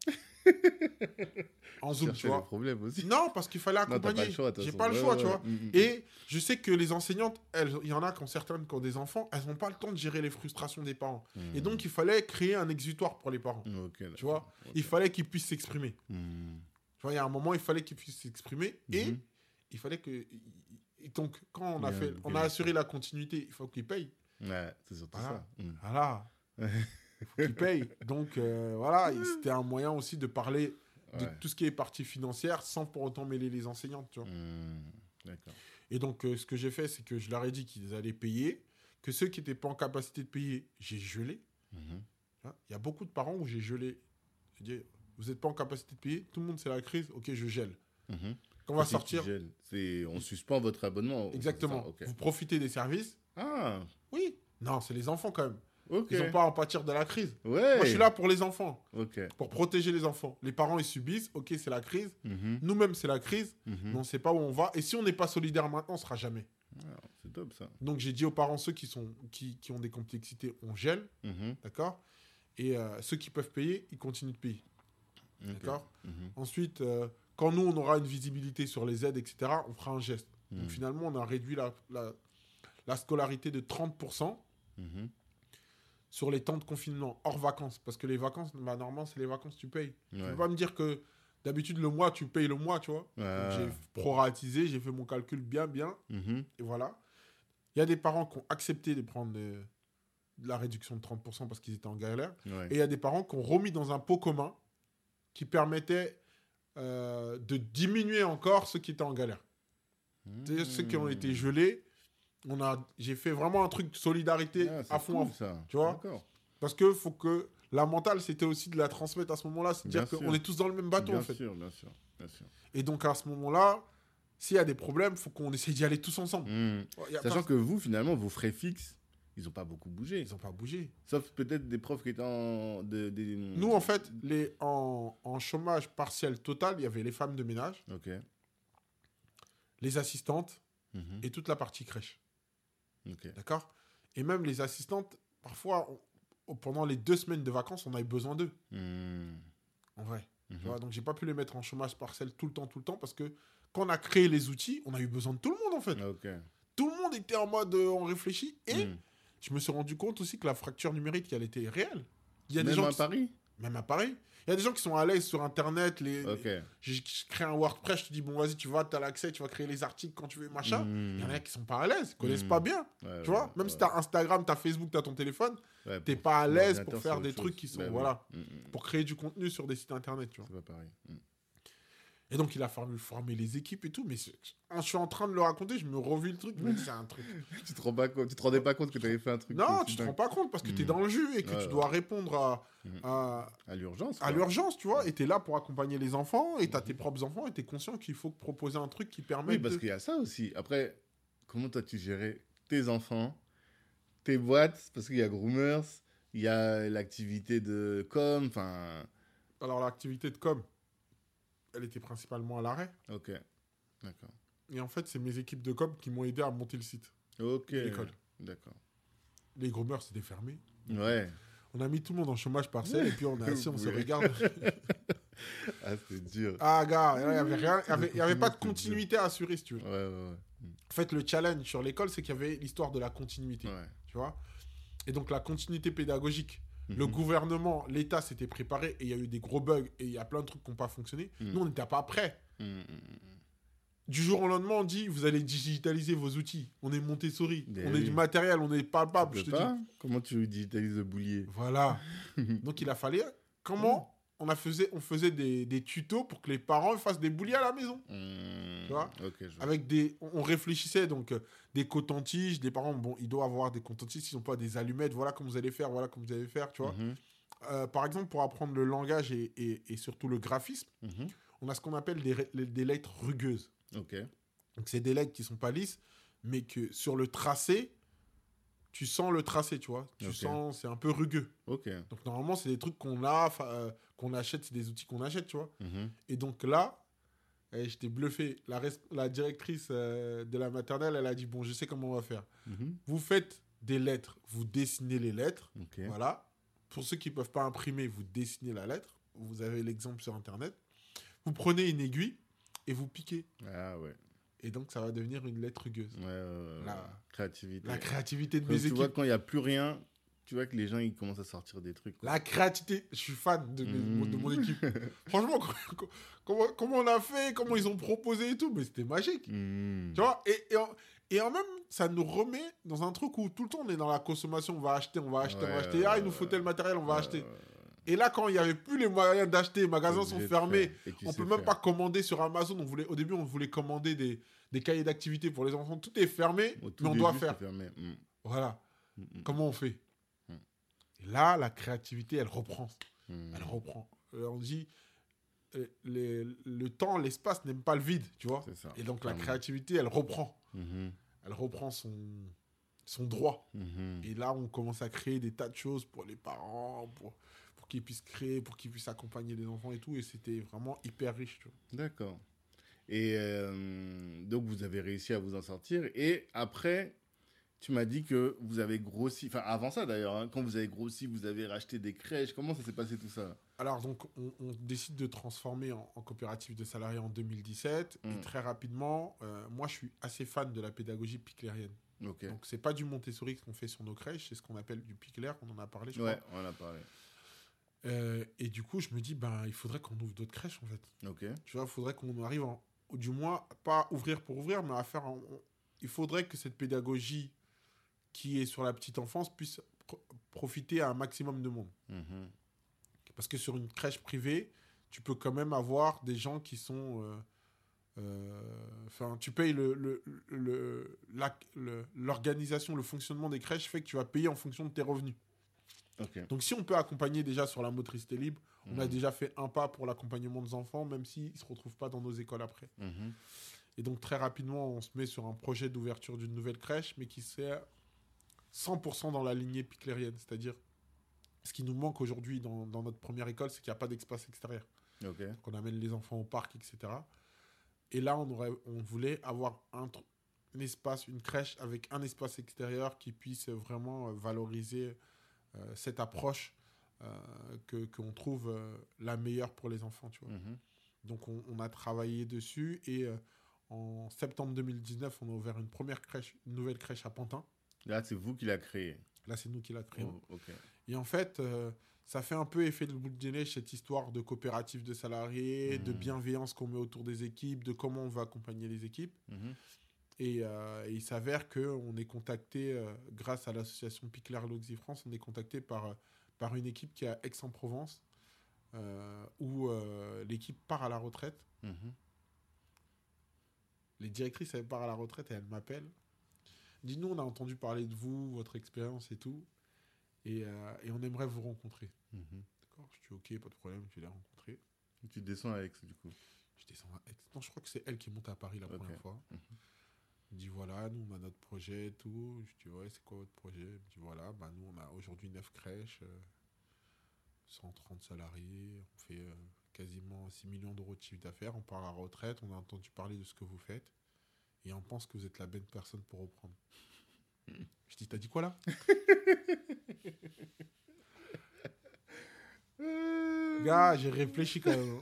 En Zoom, tu vois. Problème aussi. Non, parce qu'il fallait accompagner. J'ai pas le choix, tu vois. Et je sais que les enseignantes, il y en a certaines qui ont des enfants, elles n'ont pas le temps de gérer les frustrations des parents. Et donc, il fallait créer un exutoire pour les parents. Tu vois. Il fallait qu'ils puissent s'exprimer. Tu vois, il y a un moment, il fallait qu'ils puissent s'exprimer. Et il fallait que... Et donc, quand on a assuré la continuité, il faut qu'ils payent. Ouais, c'est surtout ça. Voilà. Il faut qu'ils payent. Donc, voilà, c'était un moyen aussi de parler de tout ce qui est partie financière sans pour autant mêler les enseignantes, tu vois. D'accord. Et donc, ce que j'ai fait, c'est que je leur ai dit qu'ils allaient payer, que ceux qui n'étaient pas en capacité de payer, j'ai gelé. Il y a beaucoup de parents où j'ai gelé. J'ai dit, vous n'êtes pas en capacité de payer, tout le monde, c'est la crise, ok, je gèle. Quand on va sortir... On suspend votre abonnement. Exactement. Vous profitez des services. Ah. Oui. Non, c'est les enfants quand même. Okay. Ils n'ont pas à en pâtir de la crise. Ouais. Moi, je suis là pour les enfants. Okay. Pour protéger les enfants. Les parents, ils subissent. Ok, c'est la crise. Nous-mêmes, c'est la crise. Mais on ne sait pas où on va. Et si on n'est pas solidaire maintenant, on ne sera jamais. Ah, top, ça. Donc, j'ai dit aux parents, ceux qui ont des complexités, on gèle, d'accord? Et ceux qui peuvent payer, ils continuent de payer, d'accord? Ensuite, quand nous, on aura une visibilité sur les aides, etc., on fera un geste. Donc, finalement, on a réduit la scolarité de 30% sur les temps de confinement, hors vacances. Parce que les vacances, normalement, c'est les vacances, tu payes. Tu ne peux pas me dire que d'habitude, le mois, tu payes le mois, tu vois. Donc, j'ai proratisé, j'ai fait mon calcul bien. Et voilà. Il y a des parents qui ont accepté de prendre de la réduction de 30% parce qu'ils étaient en galère. Ouais. Et il y a des parents qui ont remis dans un pot commun qui permettait de diminuer encore ceux qui étaient en galère. C'est-à-dire ceux qui ont été gelés. J'ai fait vraiment un truc de solidarité à fond. Cool, ça. Tu vois. Parce que faut que la mentale, c'était aussi de la transmettre à ce moment-là. C'est-à-dire qu'on est tous dans le même bateau, en fait. Bien sûr. Et donc, à ce moment-là, s'il y a des problèmes, il faut qu'on essaye d'y aller tous ensemble. Sachant que vous, finalement, vos frais fixes, ils n'ont pas beaucoup bougé. Ils n'ont pas bougé. Sauf peut-être des profs qui étaient Nous, en fait, en chômage partiel total, il y avait les femmes de ménage, les assistantes et toute la partie crèche. D'accord? Et même les assistantes, parfois, pendant les 2 semaines de vacances, on avait besoin d'eux. En vrai. Tu vois, donc, j'ai pas pu les mettre en chômage partiel tout le temps, parce que quand on a créé les outils, on a eu besoin de tout le monde, en fait. Tout le monde était en mode on réfléchit. Et je me suis rendu compte aussi que la fracture numérique, elle était réelle. Il y a des gens Paris? Même à Paris. Il y a des gens qui sont à l'aise sur Internet. Je crée un WordPress, je te dis, bon, vas-y, tu as l'accès, tu vas créer les articles quand tu veux, machin. Il y en a qui sont pas à l'aise, qui connaissent pas bien. Tu vois, même si tu as Instagram, tu as Facebook, tu as ton téléphone, tu n'es pas à l'aise pour faire des trucs qui sont. Voilà. Pour créer du contenu sur des sites Internet. Tu vois. C'est pas pareil. Et donc, il a fallu former les équipes et tout. Mais je suis en train de le raconter, je me revis le truc. Je me dis, c'est un truc. Tu te rendais pas compte que tu avais fait un truc. Non, tu te rends pas compte parce que tu es dans le jus et que tu dois répondre à l'urgence. À l'urgence, tu vois. Et tu es là pour accompagner les enfants et tu as tes propres enfants et tu es conscient qu'il faut proposer un truc qui permet. Oui, parce qu'il y a ça aussi. Après, comment toi tu gérais tes enfants, tes boîtes, parce qu'il y a Groomers, il y a l'activité de com, enfin. Alors, l'activité de com, elle était principalement à l'arrêt. Ok, d'accord. Et en fait, c'est mes équipes de com qui m'ont aidé à monter le site. Ok, l'école. D'accord. Les Groomers, c'était fermé. Ouais. On a mis tout le monde en chômage partiel et puis on est assis, on se regarde. Ah, c'est dur. Ah, gars, il n'y avait rien. Il n'y avait pas de continuité à assurer, si tu veux. Ouais. En fait, le challenge sur l'école, c'est qu'il y avait l'histoire de la continuité. Tu vois. Et donc, la continuité pédagogique. Le gouvernement, l'État s'était préparé et il y a eu des gros bugs et il y a plein de trucs qui n'ont pas fonctionné. Nous, on n'était pas prêts. Du jour au lendemain, on dit, vous allez digitaliser vos outils. On est Montessori. On est du matériel, on est palpable. Je te dis. Comment tu digitalises le boulier? Voilà. Donc, il a fallu... Comment on faisait des tutos pour que les parents fassent des bouliers à la maison. Tu vois, avec on réfléchissait, donc des cotons-tiges. Les parents, bon, ils doivent avoir des cotons-tiges, s'ils n'ont pas des allumettes. Voilà comment vous allez faire, tu vois. Par exemple, pour apprendre le langage et surtout le graphisme, on a ce qu'on appelle des lettres rugueuses. Donc, c'est des lettres qui ne sont pas lisses, mais que sur le tracé, tu sens le tracé, tu vois. Tu sens, c'est un peu rugueux. Donc, normalement, c'est des trucs qu'on achète, c'est des outils qu'on achète, tu vois. Et donc là, j'étais bluffé. La directrice de la maternelle, elle a dit, bon, je sais comment on va faire. Vous faites des lettres, vous dessinez les lettres. Voilà. Pour ceux qui ne peuvent pas imprimer, vous dessinez la lettre. Vous avez l'exemple sur Internet. Vous prenez une aiguille et vous piquez. Ah ouais. Et donc, ça va devenir une lettre rugueuse. Créativité. La créativité de mes équipes. Tu vois, quand il n'y a plus rien, tu vois que les gens, ils commencent à sortir des trucs. La créativité. Je suis fan de mon équipe. Franchement, comment on a fait, comment ils ont proposé et tout, mais c'était magique. Tu vois, et en même, ça nous remet dans un truc où tout le temps, on est dans la consommation. On va acheter. Ah, il nous faut tel matériel, on va acheter. Et là, quand il n'y avait plus les moyens d'acheter, les magasins sont fermés. On ne peut même pas commander sur Amazon. Au début, on voulait commander des cahiers d'activité pour les enfants. Tout est fermé, mais on doit faire. Voilà. Comment on fait? Et là, la créativité, elle reprend. Elle reprend. On dit, le temps, l'espace n'aiment pas le vide, tu vois. Et donc, la créativité, elle reprend. Elle reprend son droit. Et là, on commence à créer des tas de choses pour les parents, pour qu'ils puissent créer, pour qu'ils puissent accompagner les enfants et tout. Et c'était vraiment hyper riche, tu vois. D'accord. Et donc, vous avez réussi à vous en sortir. Et après, Tu m'as dit que vous avez grossi, enfin avant ça d'ailleurs, hein, quand vous avez grossi, vous avez racheté des crèches. Comment ça s'est passé tout ça? Alors, donc, on décide de transformer en coopérative de salariés en 2017. Et très rapidement, moi, je suis assez fan de la pédagogie piclérienne. Ok. Donc, c'est pas du Montessori qu'on fait sur nos crèches, c'est ce qu'on appelle du piclair. On en a parlé, je crois. Ouais, on en a parlé. Et du coup, je me dis, ben, il faudrait qu'on ouvre d'autres crèches, en fait. Ok. Tu vois, il faudrait qu'on arrive, du moins, pas ouvrir pour ouvrir, mais à faire... il faudrait que cette pédagogie qui est sur la petite enfance puisse profiter à un maximum de monde. Mhm. Parce que sur une crèche privée, tu peux quand même avoir des gens qui sont... Enfin, tu payes l'organisation, le fonctionnement des crèches fait que tu vas payer en fonction de tes revenus. Ok. Donc, si on peut accompagner déjà sur la motricité libre, on a déjà fait un pas pour l'accompagnement des enfants, même s'ils ne se retrouvent pas dans nos écoles après. Mhm. Et donc, très rapidement, on se met sur un projet d'ouverture d'une nouvelle crèche, mais qui sert 100% dans la lignée piclérienne. C'est-à-dire, ce qui nous manque aujourd'hui dans notre première école, c'est qu'il n'y a pas d'espace extérieur. Ok. Donc, on amène les enfants au parc, etc. Et là, on voulait avoir un espace, une crèche avec un espace extérieur qui puisse vraiment valoriser cette approche qu'on trouve la meilleure pour les enfants. Tu vois. Mhm. Donc, on a travaillé dessus et en septembre 2019, on a ouvert une nouvelle crèche à Pantin. Là, c'est vous qui l'avez créé. Là, c'est nous qui l'a créé. Oh, ok. Et en fait, ça fait un peu effet de boule de neige, cette histoire de coopérative de salariés, de bienveillance qu'on met autour des équipes, de comment on va accompagner les équipes. Mhm. Et il s'avère qu'on est contacté, grâce à l'association Piclair Loxy-France, on est contacté par une équipe qui est à Aix-en-Provence, où l'équipe part à la retraite. Mhm. Les directrices, elles partent à la retraite et elles m'appellent. Dis-nous, on a entendu parler de vous, votre expérience et tout. Et on aimerait vous rencontrer. Mhm. D'accord, je dis ok, pas de problème, je vais les rencontrer. Tu descends avec, du coup. Je descends à Aix. Non, je crois que c'est elle qui monte à Paris la première fois. Je dis voilà, nous on a notre projet et tout. Je dis ouais, c'est quoi votre projet? Elle me dit voilà, bah, nous on a aujourd'hui 9 crèches, 130 salariés, on fait quasiment 6 millions d'euros de chiffre d'affaires, on part à la retraite, on a entendu parler de ce que vous faites et on pense que vous êtes la bonne personne pour reprendre. Je dis t'as dit quoi là? Gars, j'ai réfléchi quand même.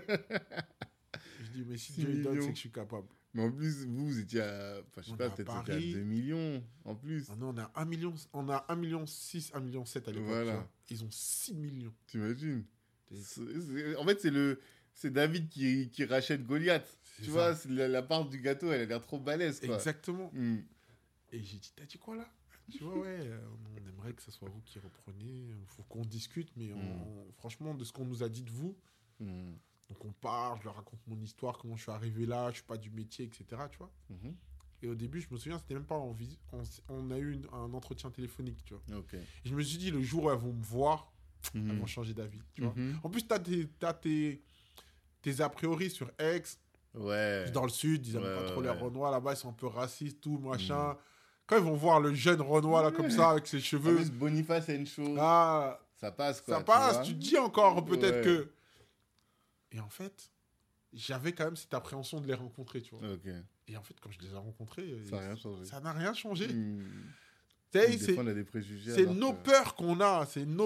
Je dis, mais si Dieu il donne, c'est que je suis capable. Mais en plus, vous étiez à... Enfin, je sais pas, peut-être c'était à 2 millions en plus. Ah non, on a 1 million, on a 1 million 6, 1 million 7 à l'époque. Voilà. Ils ont 6 millions. T'imagines? En fait, c'est David qui rachète Goliath. Tu vois, c'est la part du gâteau, elle a l'air trop balèze, quoi. Exactement. Et j'ai dit, t'as dit quoi là? Tu vois, ouais, on aimerait que ce soit vous qui repreniez. Il faut qu'on discute, mais franchement, de ce qu'on nous a dit de vous, donc on parle, je leur raconte mon histoire, comment je suis arrivé là, je suis pas du métier, etc. Tu vois. Et au début, je me souviens, c'était même pas en visite. On a eu un entretien téléphonique, tu vois. Ok. Et je me suis dit, le jour où elles vont me voir, elles vont changer d'avis, tu vois. En plus, t'as tes a priori sur Aix. Ouais. Dans le sud, ils aiment pas trop les Renois là-bas, ils sont un peu racistes, tout, machin. Quand ils vont voir le jeune Renois là, comme ça, avec ses cheveux. En plus, Boniface a une chose. Ah, ça passe, quoi. Ça passe, tu te dis encore peut-être que. Et en fait, j'avais quand même cette appréhension de les rencontrer, tu vois. Ok. Et en fait, quand je les ai rencontrés, ça n'a rien changé. Ça n'a rien changé. Des fois, on a des préjugés. C'est nos peurs qu'on a,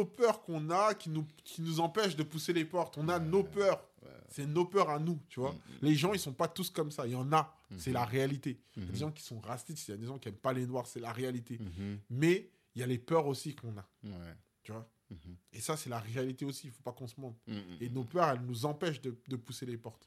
qui nous empêchent de pousser les portes. On a nos peurs. C'est nos peurs à nous, tu vois. Les gens, ils sont pas tous comme ça. Il y en a. C'est la réalité. Il y a des gens qui sont racistes, il y a des gens qui aiment pas les noirs, c'est la réalité. Mais il y a les peurs aussi qu'on a. Tu vois. Et ça, c'est la réalité aussi. Il faut pas qu'on se mente. Et nos peurs, elles nous empêchent de pousser les portes.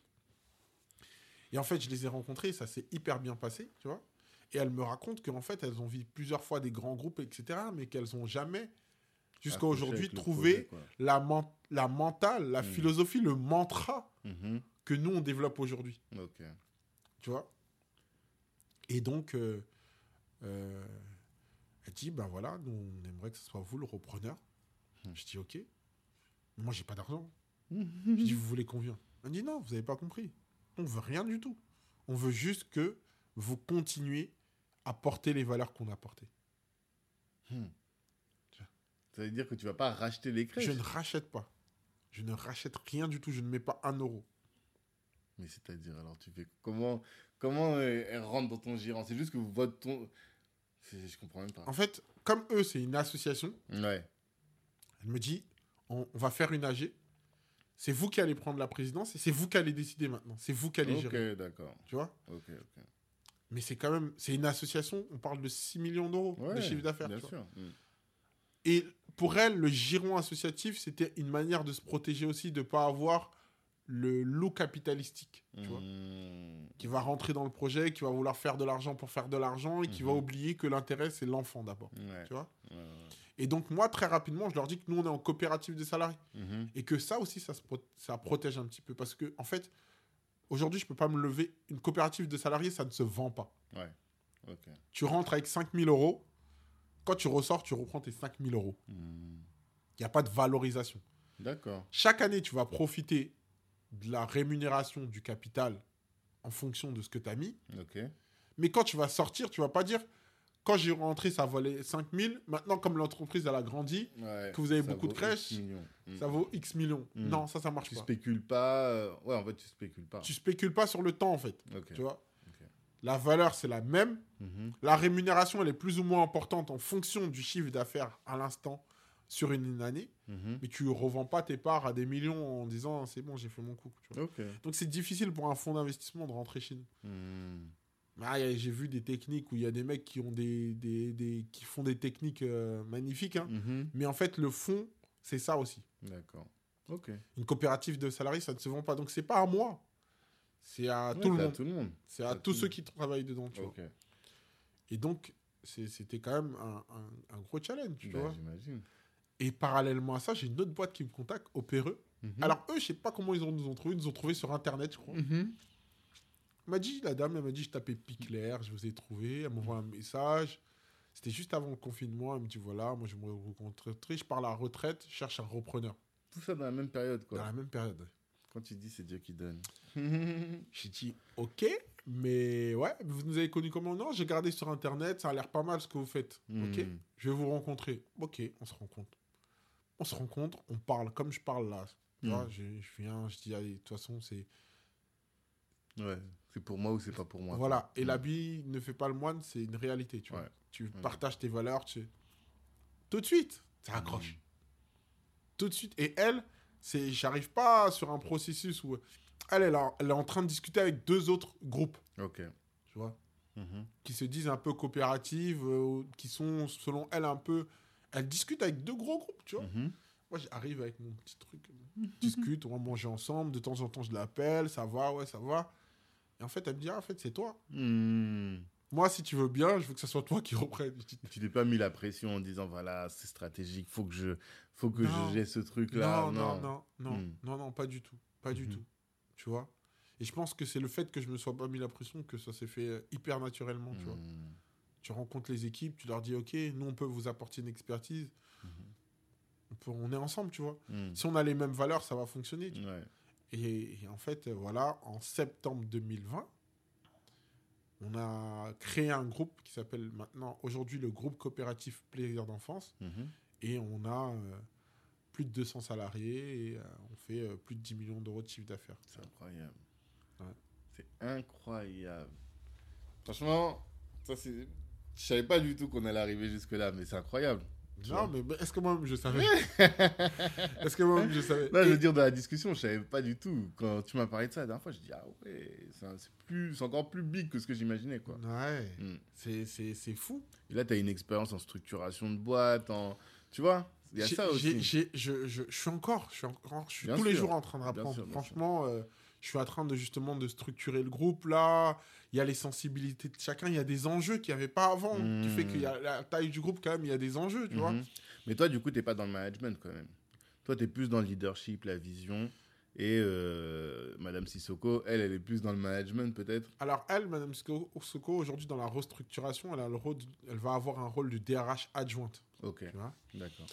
Et en fait, je les ai rencontrés, ça s'est hyper bien passé, tu vois. Et elles me racontent qu'en fait, elles ont vu plusieurs fois des grands groupes, etc., mais qu'elles n'ont jamais, jusqu'à aujourd'hui, trouvé la mentale, la philosophie, le mantra que nous, on développe aujourd'hui. Ok. Tu vois. Et donc, elle dit, ben voilà, nous, on aimerait que ce soit vous le repreneur. Je dis, ok. Mais moi, j'ai pas d'argent. Je dis, vous voulez combien? Elle dit, non, vous n'avez pas compris. On veut rien du tout. On veut juste que vous continuiez à porter les valeurs qu'on a portées. Ça veut dire que tu vas pas racheter les crèches? Je ne rachète pas. Je ne rachète rien du tout. Je ne mets pas 1 euro. Mais c'est-à-dire, alors tu fais comment elle rentre dans ton gérant? C'est juste que Je comprends même pas. En fait, comme eux, c'est une association, Ouais. elle me dit, on va faire une AG. C'est vous qui allez prendre la présidence et c'est vous qui allez décider maintenant. C'est vous qui allez gérer. Ok, d'accord. Tu vois? Ok, ok. Mais c'est quand même... C'est une association, on parle de 6 millions d'euros de chiffre d'affaires. Bien tu vois. sûr. Et pour elle, le giron associatif, c'était une manière de se protéger aussi, de ne pas avoir le loup capitalistique, tu vois, qui va rentrer dans le projet, qui va vouloir faire de l'argent pour faire de l'argent et qui va oublier que l'intérêt, c'est l'enfant d'abord. Ouais. Tu vois. Et donc, moi, très rapidement, je leur dis que nous, on est en coopérative des salariés. Et que ça aussi, ça protège un petit peu. Parce que, en fait, aujourd'hui, je ne peux pas me lever. Une coopérative de salariés, ça ne se vend pas. Ouais. Ok. Tu rentres avec 5 000 euros. Quand tu ressors, tu reprends tes 5 000 euros. Il n'y a pas de valorisation. D'accord. Chaque année, tu vas profiter de la rémunération du capital en fonction de ce que tu as mis. Ok. Mais quand tu vas sortir, tu ne vas pas dire, quand j'ai rentré, ça valait 5 000. Maintenant, comme l'entreprise, elle a grandi, que vous avez beaucoup de crèches, ça vaut X millions. Non, ça marche pas. Tu spécules pas. Ouais, en fait, tu spécules pas. Tu spécules pas sur le temps, en fait. Ok. Tu vois. La valeur, c'est la même. La rémunération, elle est plus ou moins importante en fonction du chiffre d'affaires à l'instant sur une année. Mais tu ne revends pas tes parts à des millions en disant c'est bon, j'ai fait mon coup. Tu vois. Donc c'est difficile pour un fonds d'investissement de rentrer chez nous. J'ai vu des techniques où il y a des mecs qui, ont qui font des techniques magnifiques. Hein. Mais en fait, le fonds, c'est ça aussi. D'accord. Ok. Une coopérative de salariés, ça ne se vend pas. Donc c'est pas à moi. C'est à tout le monde. C'est à tous ceux qui travaillent dedans. Tu vois. Et donc, c'était quand même un gros challenge. Tu vois. J'imagine. Et parallèlement à ça, j'ai une autre boîte qui me contacte, Opéreux. Alors, eux, je sais pas comment nous ont trouvé. Ils nous ont trouvé sur Internet, je crois. La dame, elle m'a dit, je tapais Piclair, je vous ai trouvé. Elle m'envoie un message. C'était juste avant le confinement. Elle me dit, voilà, moi, je me rencontrer. Je pars à la retraite, je cherche un repreneur. Tout ça dans la même période, quoi. Dans la même période. Quand tu dis, c'est Dieu qui donne. J'ai dit, ok, mais ouais, vous nous avez connus comment? Non, j'ai gardé sur Internet, ça a l'air pas mal ce que vous faites. Ok, je vais vous rencontrer. Ok, on se rencontre. On parle comme je parle là. Tu vois, je viens, je dis, allez, de toute façon, c'est... Ouais, c'est pour moi ou c'est pas pour moi. Voilà, et l'habit ne fait pas le moine, c'est une réalité, tu vois. Tu partages tes valeurs, tout de suite, ça accroche. Tout de suite. Et elle, j'arrive pas sur un processus où... Elle est en train de discuter avec 2 autres groupes. Ok. Tu vois, qui se disent un peu coopératives, qui sont, selon elle, un peu... Elle discute avec 2 gros groupes, tu vois. Moi, j'arrive avec mon petit truc. On discute, on va manger ensemble. De temps en temps, je l'appelle. Ça va, ouais, ça va. Et en fait, elle me dit, en fait, c'est toi. Moi, si tu veux bien, je veux que ce soit toi qui reprenne. Tu t'es pas mis la pression en disant, voilà, c'est stratégique, faut que je gère ce truc-là. Non, pas du tout. Pas du tout. Tu vois. Et je pense que c'est le fait que je me sois pas mis la pression que ça s'est fait hyper naturellement, tu vois. Tu rencontres les équipes, tu leur dis, ok, nous, on peut vous apporter une expertise. On est ensemble, tu vois. Si on a les mêmes valeurs, ça va fonctionner. Tu vois. Et en fait, voilà, en septembre 2020, on a créé un groupe qui s'appelle maintenant, aujourd'hui, le groupe coopératif Plaisir d'enfance. Et on a plus de 200 salariés et on fait plus de 10 millions d'euros de chiffre d'affaires. C'est incroyable. Ouais. C'est incroyable. Franchement, ça c'est... Je savais pas du tout qu'on allait arriver jusque-là, mais c'est incroyable. Non, mais est-ce que moi-même je savais? Est-ce que moi-même je savais? Non, je veux dire, dans la discussion, je savais pas du tout. Quand tu m'as parlé de ça la dernière fois, je dis, ah ouais, c'est encore plus big que ce que j'imaginais, quoi. Ouais, c'est fou. Et là, tu as une expérience en structuration de boîte, tu vois, il y a ça aussi. Je suis tous les jours en train de apprendre. Franchement, je suis en train de structurer le groupe, là. Il y a les sensibilités de chacun. Il y a des enjeux qu'il n'y avait pas avant. Qui fait qu'il y a la taille du groupe, quand même, il y a des enjeux, tu vois. Mais toi, du coup, tu n'es pas dans le management, quand même. Toi, tu es plus dans le leadership, la vision. Et Madame Sissoko, elle est plus dans le management, peut-être. Alors, Madame Sissoko, aujourd'hui, dans la restructuration, elle va avoir un rôle de DRH adjointe. Ok, tu vois. D'accord.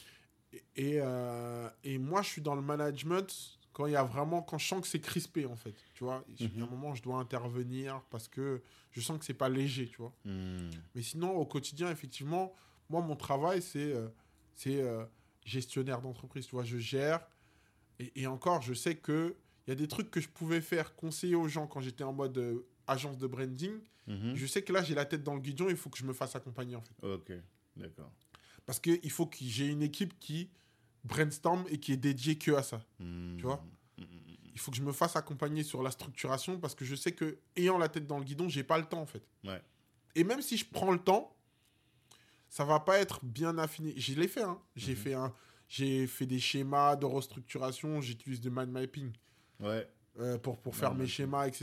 Et moi, je suis dans le management quand je sens que c'est crispé, en fait. Tu vois, il y a un moment, je dois intervenir parce que je sens que c'est pas léger, tu vois. Mais sinon, au quotidien, effectivement, moi, mon travail, c'est gestionnaire d'entreprise. Tu vois, je gère. Et encore, je sais qu'il y a des trucs que je pouvais faire, conseiller aux gens quand j'étais en mode agence de branding, Mhm. je sais que là, j'ai la tête dans le guidon, il faut que je me fasse accompagner, en fait. Ok, d'accord. Parce qu'il faut que j'ai une équipe qui brainstorm et qui est dédiée que à ça. Tu vois, il faut que je me fasse accompagner sur la structuration parce que je sais que, ayant la tête dans le guidon, j'ai pas le temps, en fait. Ouais. Et même si je prends le temps, ça va pas être bien affiné. Je l'ai fait, hein. J'ai fait des schémas de restructuration, j'utilise du mind mapping Ouais. pour faire mes mapping. schémas, etc.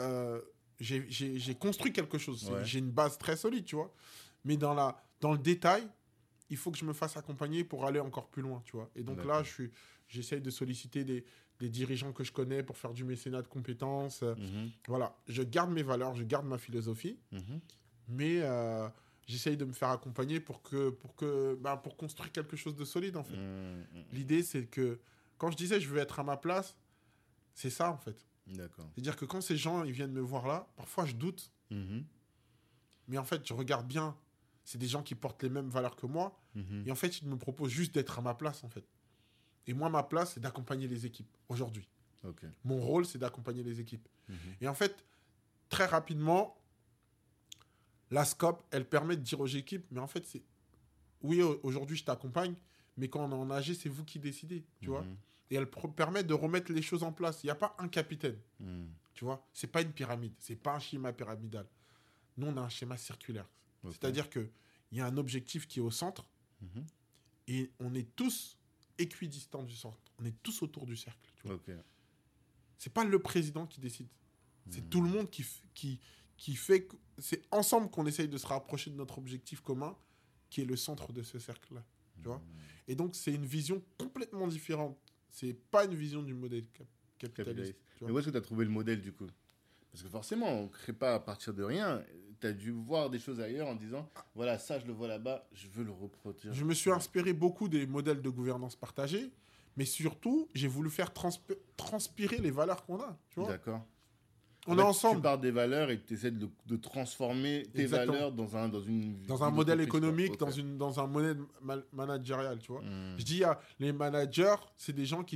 J'ai construit quelque chose. Ouais. J'ai une base très solide, tu vois. Mais dans le détail, il faut que je me fasse accompagner pour aller encore plus loin, tu vois. Et donc là, j'essaye de solliciter des dirigeants que je connais pour faire du mécénat de compétences. Mhm. Voilà, je garde mes valeurs, je garde ma philosophie, Mhm. mais j'essaye de me faire accompagner pour construire quelque chose de solide, en fait. Mhm. L'idée, c'est que quand je disais je veux être à ma place, c'est ça, en fait. D'accord. C'est-à-dire que quand ces gens ils viennent me voir là, parfois je doute, Mhm. mais en fait, je regarde bien. C'est des gens qui portent les mêmes valeurs que moi. Mhm. Et en fait, ils me proposent juste d'être à ma place, en fait. Et moi, ma place, c'est d'accompagner les équipes aujourd'hui. Ok. Mon rôle, c'est d'accompagner les équipes. Mhm. Et en fait, très rapidement, la scope, elle permet de dire aux équipes, mais en fait, c'est... Oui, aujourd'hui, je t'accompagne, mais quand on est en AG, c'est vous qui décidez, tu vois. Mhm. Et elle permet de remettre les choses en place. Il n'y a pas un capitaine, Mhm. tu vois. C'est pas une pyramide, c'est pas un schéma pyramidal. Nous, on a un schéma circulaire. Ok. C'est-à-dire qu'il y a un objectif qui est au centre Mhm. et on est tous équidistants du centre. On est tous autour du cercle, tu vois. Ok. C'est pas le président qui décide. C'est tout le monde qui fait... C'est ensemble qu'on essaye de se rapprocher de notre objectif commun, qui est le centre de ce cercle-là, tu vois. Et donc, c'est une vision complètement différente. C'est pas une vision du modèle capitaliste. Tu Mais vois. où est-ce que tu as trouvé le modèle du coup? Parce que forcément, on ne crée pas à partir de rien. Tu as dû voir des choses ailleurs en disant voilà, ça je le vois là-bas, je veux le reproduire. Je me suis inspiré beaucoup des modèles de gouvernance partagée, mais surtout, j'ai voulu faire transpirer les valeurs qu'on a, tu vois. D'accord. On En est fait, ensemble. Tu pars des valeurs et tu essaies de transformer tes Exactement. valeurs dans un Dans un une modèle entreprise, économique, quoi. Ok. dans un modèle managérial, tu vois. Hmm. Je dis, les managers, c'est des gens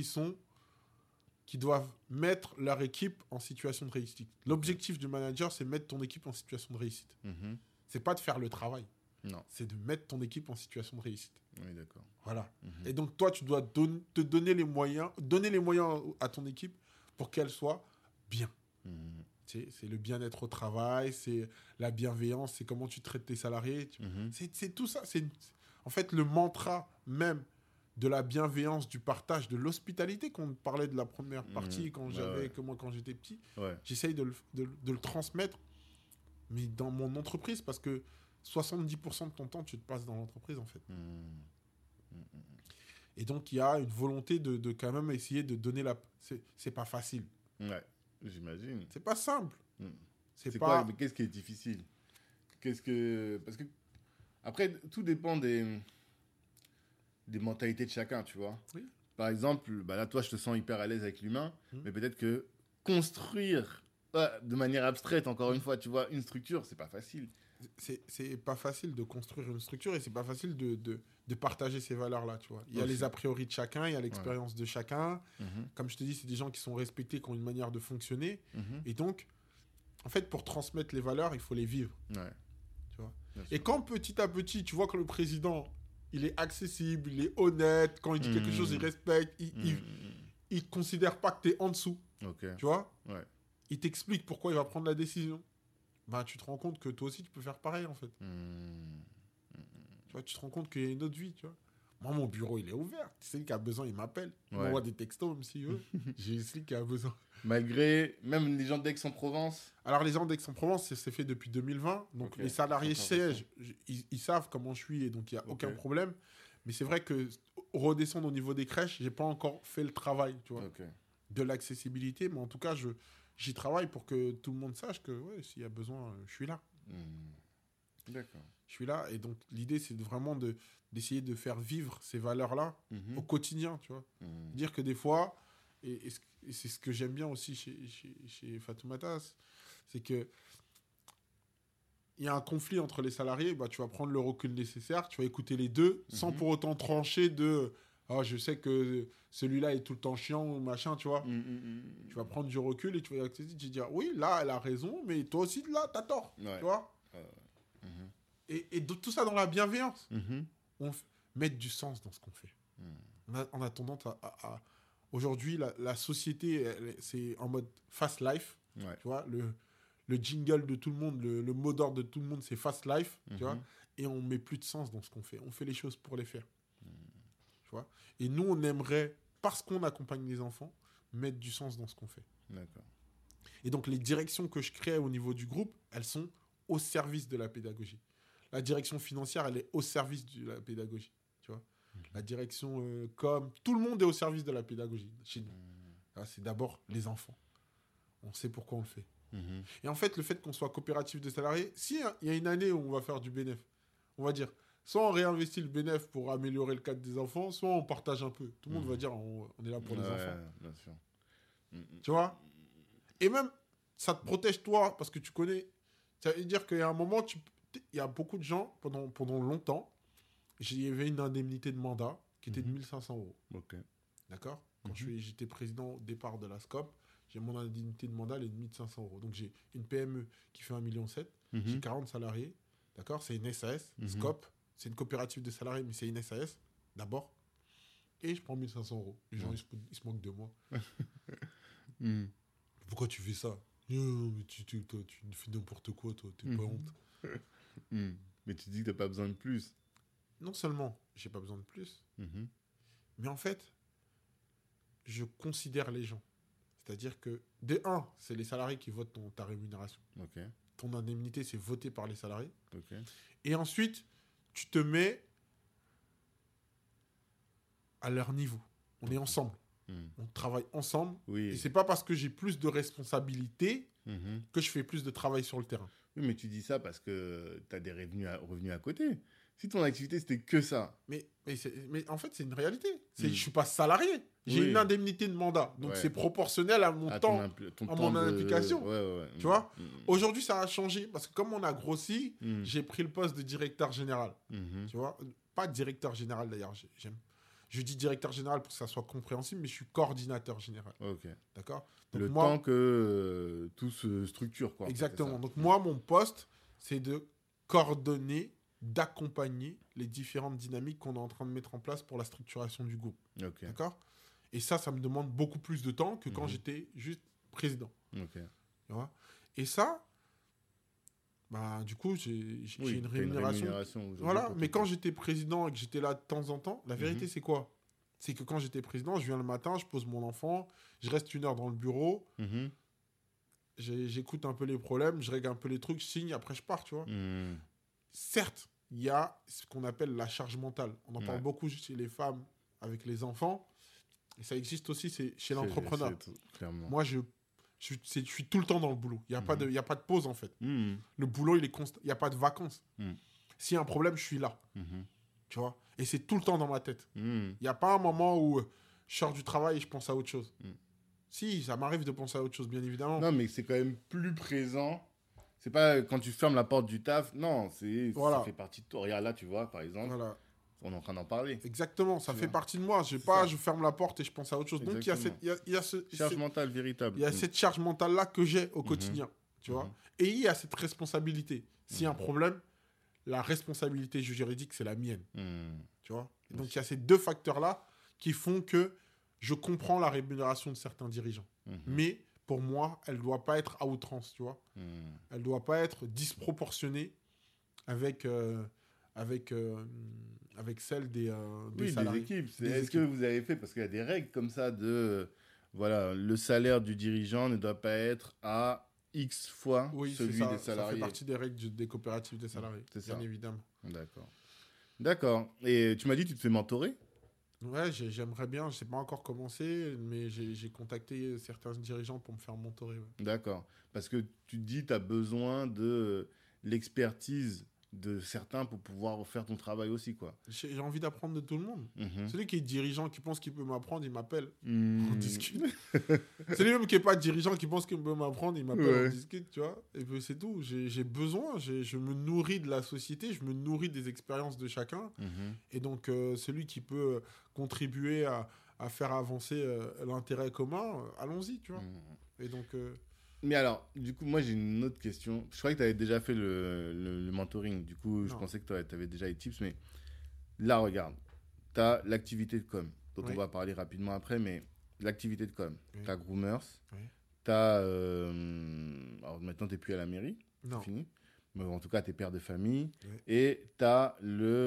qui doivent mettre leur équipe en situation de réussite. L'objectif du manager, c'est mettre ton équipe en situation de réussite. Mhm. C'est pas de faire le travail, Non. c'est de mettre ton équipe en situation de réussite. Oui, d'accord. Voilà. Mhm. Et donc, toi, tu dois te donner les moyens à ton équipe pour qu'elle soit bien. Mhm. C'est le bien-être au travail, c'est la bienveillance, c'est comment tu traites tes salariés. Mhm. C'est tout ça. En fait, le mantra même de la bienveillance, du partage, de l'hospitalité qu'on parlait de la première partie quand quand j'étais petit. Ouais. J'essaye de le transmettre, mais dans mon entreprise, parce que 70% de ton temps, tu te passes dans l'entreprise, en fait. Mhm. Et donc, il y a une volonté de quand même essayer de donner la... C'est pas facile. Ouais, j'imagine. C'est pas simple. Mhm. C'est C'est pas... quoi, mais qu'est-ce qui est difficile? Parce que après, tout dépend des mentalités de chacun, tu vois. Oui. Par exemple, bah là, toi, je te sens hyper à l'aise avec l'humain, Mhm. mais peut-être que construire de manière abstraite, encore une fois, tu vois, une structure, c'est pas facile. C'est pas facile de construire une structure et c'est pas facile de partager ces valeurs-là, tu vois. Il y a Aussi. les a priori de chacun, il y a l'expérience de chacun. Mhm. Comme je te dis, c'est des gens qui sont respectés, qui ont une manière de fonctionner. Mhm. Et donc, en fait, pour transmettre les valeurs, il faut les vivre, Ouais. tu vois. Bien Et sûr. quand petit à petit, tu vois que le président, il est accessible, il est honnête, quand il dit quelque chose, il respecte, il considère pas que tu es en dessous, Ok. tu vois. Ouais. Il t'explique pourquoi il va prendre la décision. Bah, tu te rends compte que toi aussi, tu peux faire pareil, en fait. Mhm. Tu vois, tu te rends compte qu'il y a une autre vie, tu vois. Moi, mon bureau, il est ouvert. Tu sais, qui a besoin, il m'appelle. Il Ouais. m'envoie des textos, même s'il veut. J'ai celui qui a besoin. Malgré, même les gens d'Aix-en-Provence. Alors, les gens d'Aix-en-Provence, c'est fait depuis 2020. Donc, Ok. les salariés C'est intéressant. siègent. Ils savent comment je suis et donc il n'y a Ok. aucun problème. Mais c'est vrai que redescendre au niveau des crèches, j'ai pas encore fait le travail, tu vois, Ok. de l'accessibilité. Mais en tout cas, j'y travaille pour que tout le monde sache que, ouais, s'il y a besoin, je suis là. Mhm. D'accord. Je suis là. Et donc, l'idée, c'est vraiment d'essayer de faire vivre ces valeurs-là Mhm. au quotidien, tu vois. Mhm. Dire que des fois, et c'est ce que j'aime bien aussi chez Fatoumata, c'est que il y a un conflit entre les salariés, bah, tu vas prendre le recul nécessaire, tu vas écouter les deux, sans Mhm. pour autant trancher de oh, je sais que celui-là est tout le temps chiant ou machin, tu vois. Tu vas prendre du recul et tu vas te dire, oui, là, elle a raison, mais toi aussi, là, t'as tort. Ouais. Tu vois. Mhm. Et tout ça dans la bienveillance. Mhm. Mettre du sens dans ce qu'on fait. Mhm. On a tendance à... Aujourd'hui, la société, c'est en mode fast life. Ouais. Tu vois, le jingle de tout le monde, le mot d'ordre de tout le monde, c'est fast life. Tu vois, et on met plus de sens dans ce qu'on fait. On fait les choses pour les faire. Tu vois. Et nous, on aimerait, parce qu'on accompagne les enfants, mettre du sens dans ce qu'on fait. D'accord. Et donc, les directions que je crée au niveau du groupe, elles sont au service de la pédagogie. La direction financière, elle est au service de la pédagogie. Tu vois. La direction com, tout le monde est au service de la pédagogie chez nous. Là, c'est d'abord les enfants. On sait pourquoi on le fait. Et en fait, le fait qu'on soit coopératif de salariés, si il y a une année où on va faire du bénéf, on va dire, soit on réinvestit le bénéf pour améliorer le cadre des enfants, soit on partage un peu. Tout le monde va dire, on est là pour les enfants. Bien sûr. Tu vois. Et même, ça te protège toi, parce que tu connais. Ça veut dire qu'il y a un moment, il y a beaucoup de gens, pendant longtemps, j'avais une indemnité de mandat qui était de 1500 euros. Ok. D'accord. Quand j'étais président au départ de la SCOP, j'ai mon indemnité de mandat, elle est de 1500 euros. Donc j'ai une PME qui fait 1,7 million, j'ai 40 salariés, d'accord. C'est une SAS, SCOP, c'est une coopérative de salariés, mais c'est une SAS, d'abord. Et je prends 1500 euros. Les gens, ils se moquent de moi. Pourquoi tu fais ça? Mais tu fais n'importe quoi, toi, t'es pas honte. Mais tu dis que t'as pas besoin de plus. Non seulement j'ai pas besoin de plus, mais en fait, je considère les gens. C'est-à-dire que, de un, c'est les salariés qui votent ta rémunération. Ok. Ton indemnité, c'est voté par les salariés. Ok. Et ensuite, tu te mets à leur niveau. On est ensemble. On travaille ensemble. Oui. Et c'est pas parce que j'ai plus de responsabilités que je fais plus de travail sur le terrain. Oui, mais tu dis ça parce que tu as des revenus à côté. Si ton activité, c'était que ça. Mais en fait, c'est une réalité. Je suis pas salarié. J'ai une indemnité de mandat. Donc, c'est proportionnel à mon temps, à mon implication. Tu vois. Aujourd'hui, ça a changé parce que comme on a grossi, j'ai pris le poste de directeur général. Tu vois. Pas directeur général, d'ailleurs. Je dis directeur général pour que ça soit compréhensible, mais je suis coordinateur général. Ok. D'accord. Donc le temps que tout se structure, quoi. Exactement. Donc, moi, mon poste, c'est de coordonner, d'accompagner les différentes dynamiques qu'on est en train de mettre en place pour la structuration du groupe. Okay. D'accord. Et ça me demande beaucoup plus de temps que quand j'étais juste président. Okay. Tu vois. Et ça, bah, du coup, j'ai une rémunération. Voilà. Mais quand j'étais président et que j'étais là de temps en temps, la vérité, c'est quoi? C'est que quand j'étais président, je viens le matin, je pose mon enfant, je reste 1 heure dans le bureau, j'écoute un peu les problèmes, je règle un peu les trucs, je signe, après je pars, tu vois. Certes, il y a ce qu'on appelle la charge mentale. On en parle beaucoup chez les femmes avec les enfants. Et ça existe aussi chez l'entrepreneur. Moi, je suis tout le temps dans le boulot. Il n'y a, y a pas de pause, en fait. Le boulot, il est constant. Il n'y a pas de vacances. S'il y a un problème, je suis là. Tu vois. Et c'est tout le temps dans ma tête. Il n'y a pas un moment où je sors du travail et je pense à autre chose. Si, ça m'arrive de penser à autre chose, bien évidemment. Non, mais c'est quand même plus présent. C'est pas quand tu fermes la porte du taf. Non, ça fait partie de toi. Regarde là, tu vois, par exemple. Voilà. On est en train d'en parler. Exactement, ça fait partie de moi. Je ferme la porte et je pense à autre chose. Exactement. Donc, il y a cette charge mentale véritable. Il y a cette charge mentale-là que j'ai au quotidien. Tu vois. Et il y a cette responsabilité. S'il y a un problème, la responsabilité juridique, c'est la mienne. Tu vois. Et donc, il y a ces deux facteurs-là qui font que je comprends la rémunération de certains dirigeants. Mais pour moi, elle ne doit pas être à outrance, tu vois. Elle ne doit pas être disproportionnée avec celle des salariés. Des équipes. Est-ce que vous avez fait, parce qu'il y a des règles comme ça de, voilà, le salaire du dirigeant ne doit pas être à X fois celui des salariés. Ça fait partie des règles des coopératives des salariés, bien évidemment. D'accord. Et tu m'as dit que tu te fais mentorer? Ouais, j'aimerais bien. Je sais pas encore commencé, mais j'ai contacté certains dirigeants pour me faire mentorer. Ouais. D'accord. Parce que tu te dis, tu as besoin de l'expertise de certains pour pouvoir faire ton travail aussi, quoi. J'ai envie d'apprendre de tout le monde. Mhm. Celui qui est dirigeant, qui pense qu'il peut m'apprendre, il m'appelle. On Mhm. discute. Celui même qui n'est pas dirigeant, qui pense qu'il peut m'apprendre, il m'appelle, Ouais. on discute, tu vois. Et puis c'est tout. J'ai besoin, je me nourris de la société, je me nourris des expériences de chacun. Mhm. Et donc, celui qui peut contribuer à faire avancer l'intérêt commun, allons-y, tu vois. Mhm. Et donc, Mais alors, du coup, moi, j'ai une autre question. Je croyais que tu avais déjà fait le mentoring. Du coup, je Non. pensais que tu avais déjà les tips. Mais là, regarde, tu as l'activité de com, dont Oui. on va parler rapidement après. Mais l'activité de com, Oui. tu as Groomers, Oui. tu as... alors maintenant, tu n'es plus à la mairie, non. c'est fini. Mais en tout cas, tu es père de famille. Oui. Et tu as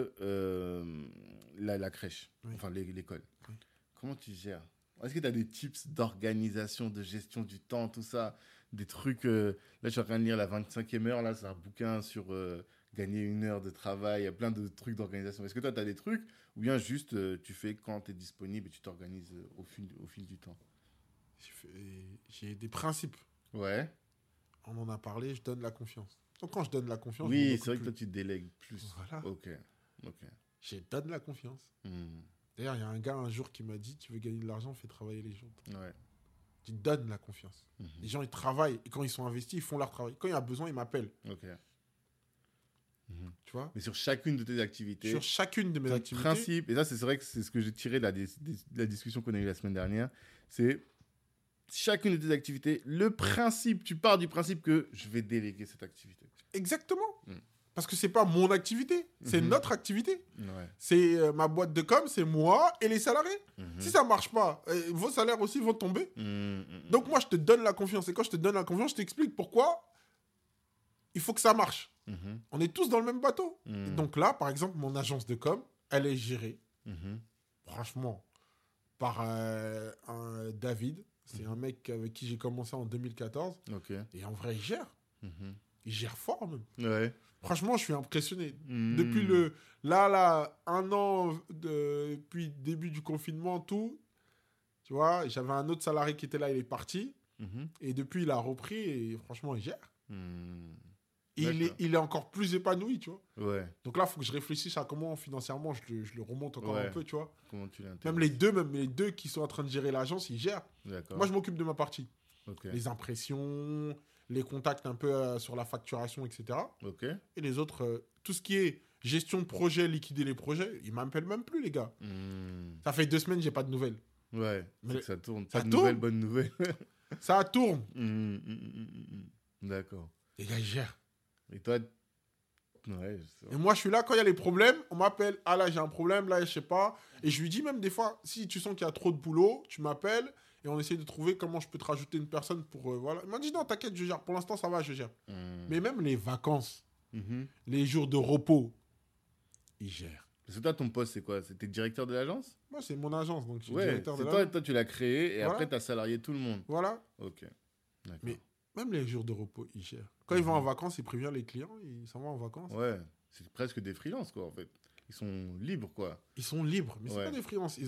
la crèche, Oui. enfin l'école. Oui. Comment tu gères? Est-ce que tu as des tips d'organisation, de gestion du temps, tout ça? Des trucs. Là, je suis en train de lire la 25e heure. Là, c'est un bouquin sur gagner 1 heure de travail. Il y a plein de trucs d'organisation. Est-ce que toi, tu as des trucs ou bien juste tu fais quand tu es disponible et tu t'organises au fil du temps? J'ai des principes. Ouais. On en a parlé, je donne la confiance. Donc, quand je donne la confiance, je Oui, m'en c'est occupe vrai que plus. toi, tu délègues plus. Voilà. Ok. Ok. Je donne la confiance. Hmm. D'ailleurs, il y a un gars un jour qui m'a dit, tu veux gagner de l'argent, fais travailler les gens. Ouais. Tu donnes la confiance. Mhm. Les gens, ils travaillent. Et quand ils sont investis, ils font leur travail. Quand il y a besoin, ils m'appellent. Ok. Mhm. Tu vois? Mais sur chacune de tes activités, Sur chacune de mes ton activités. principe, et ça, c'est vrai que c'est ce que j'ai tiré de la discussion qu'on a eue la semaine dernière, c'est chacune de tes activités, le principe, tu pars du principe que je vais déléguer cette activité. Exactement. Mm. Parce que c'est pas mon activité, c'est Mhm. notre activité. Ouais. C'est ma boîte de com, c'est moi et les salariés. Mhm. Si ça marche pas, vos salaires aussi vont tomber. Mhm. Donc moi, je te donne la confiance. Et quand je te donne la confiance, je t'explique pourquoi il faut que ça marche. Mhm. On est tous dans le même bateau. Mhm. Et donc là, par exemple, mon agence de com, elle est gérée, Mhm. franchement, par un David. C'est un mec avec qui j'ai commencé en 2014. Ok. Et en vrai, il gère. Mhm. Il gère fort même. Ouais. Franchement, je suis impressionné. Mhm. Depuis un an, depuis le début du confinement, tout, tu vois, j'avais un autre salarié qui était là, il est parti. Mhm. Et depuis, il a repris et franchement, il gère. Mhm. Et D'accord. il est encore plus épanoui, tu vois. Ouais. Donc là, il faut que je réfléchisse à comment financièrement je le remonte encore Ouais. un peu, tu vois. Comment tu l'intègres? Même les deux qui sont en train de gérer l'agence, ils gèrent. D'accord. Moi, je m'occupe de ma partie. Ok. Les impressions, les contacts un peu sur la facturation, etc. Ok. Et les autres, tout ce qui est gestion de projet, liquider les projets, ils m'appellent même plus, les gars. Mhm. Ça fait 2 semaines, j'ai pas de nouvelles. Ouais. Mais C'est que ça tourne. ça Pas de tourne. nouvelles, bonnes nouvelles. Ça tourne. Mhm. Mhm. D'accord. Les gars, ils gèrent. Et toi, ouais, je sais. Et moi, je suis là, quand il y a les problèmes, on m'appelle. Ah là, j'ai un problème, là, je sais pas. Et je lui dis même des fois, si tu sens qu'il y a trop de boulot, tu m'appelles et on essaie de trouver comment je peux te rajouter une personne pour... voilà. Il m'a dit, non, t'inquiète, je gère. Pour l'instant, ça va, je gère. Mhm. Mais même les vacances, Mhm. les jours de repos, ils gèrent. Parce que toi, ton poste, c'est quoi? C'était directeur de l'agence? Moi, c'est mon agence, donc je suis Ouais, directeur de c'est la... toi, tu l'as créé et Voilà. après, tu as salarié tout le monde. Voilà. Ok. D'accord. Mais même les jours de repos, ils gèrent. Quand ils vont en vacances, ils préviennent les clients, ils s'en vont en vacances. Ouais, c'est presque des freelances, quoi, en fait. Ils sont libres, quoi. Ils sont libres, mais c'est Ouais. pas des freelances.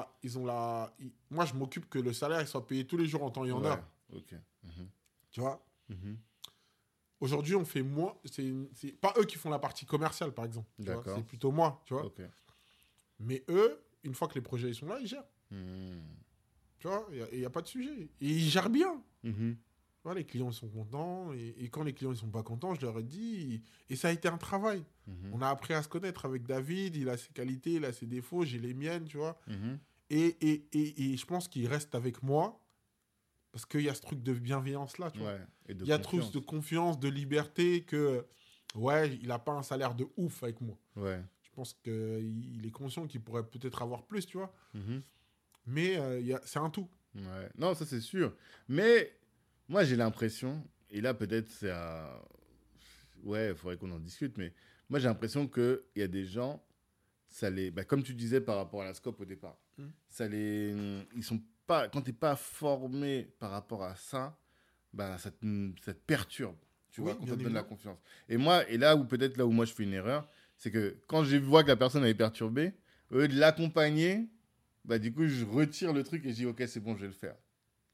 Moi, je m'occupe que le salaire il soit payé tous les jours en temps et en Ouais, heure. ok. Mhm. Tu vois. Mhm. Aujourd'hui, on fait moins. C'est pas eux qui font la partie commerciale, par exemple. Tu vois. D'accord. C'est plutôt moi, tu vois. Ok. Mais eux, une fois que les projets ils sont là, ils gèrent. Mhm. Tu vois, il n'y a pas de sujet. Et ils gèrent bien. Mhm. Tu vois, les clients ils sont contents. Et quand les clients ils sont pas contents, je leur ai dit. Et ça a été un travail. Mhm. On a appris à se connaître avec David. Il a ses qualités, il a ses défauts, j'ai les miennes, tu vois. Mhm. Et je pense qu'il reste avec moi parce qu'il y a ce truc de bienveillance là, tu vois. Ouais. Et de Il y a confiance. trop de confiance, de liberté que, ouais, il n'a pas un salaire de ouf avec moi. Ouais. Je pense qu'il est conscient qu'il pourrait peut-être avoir plus, tu vois. Mhm. Mais c'est un tout. Ouais. Non, ça, c'est sûr. Mais moi, j'ai l'impression, et là, peut-être, c'est à... Ouais, il faudrait qu'on en discute, mais moi, j'ai l'impression qu'il y a des gens, ça les... Bah, comme tu disais par rapport à la scope au départ, ça les... Ils sont pas... Quand tu n'es pas formé par rapport à ça, bah, ça te perturbe, tu Oui, vois, quand bien on te donne la évidemment. confiance. Et moi, et là où peut-être là où moi je fais une erreur, c'est que quand je vois que la personne elle est perturbée, au lieu de l'accompagner, bah, du coup, je retire le truc et je dis, ok, c'est bon, je vais le faire.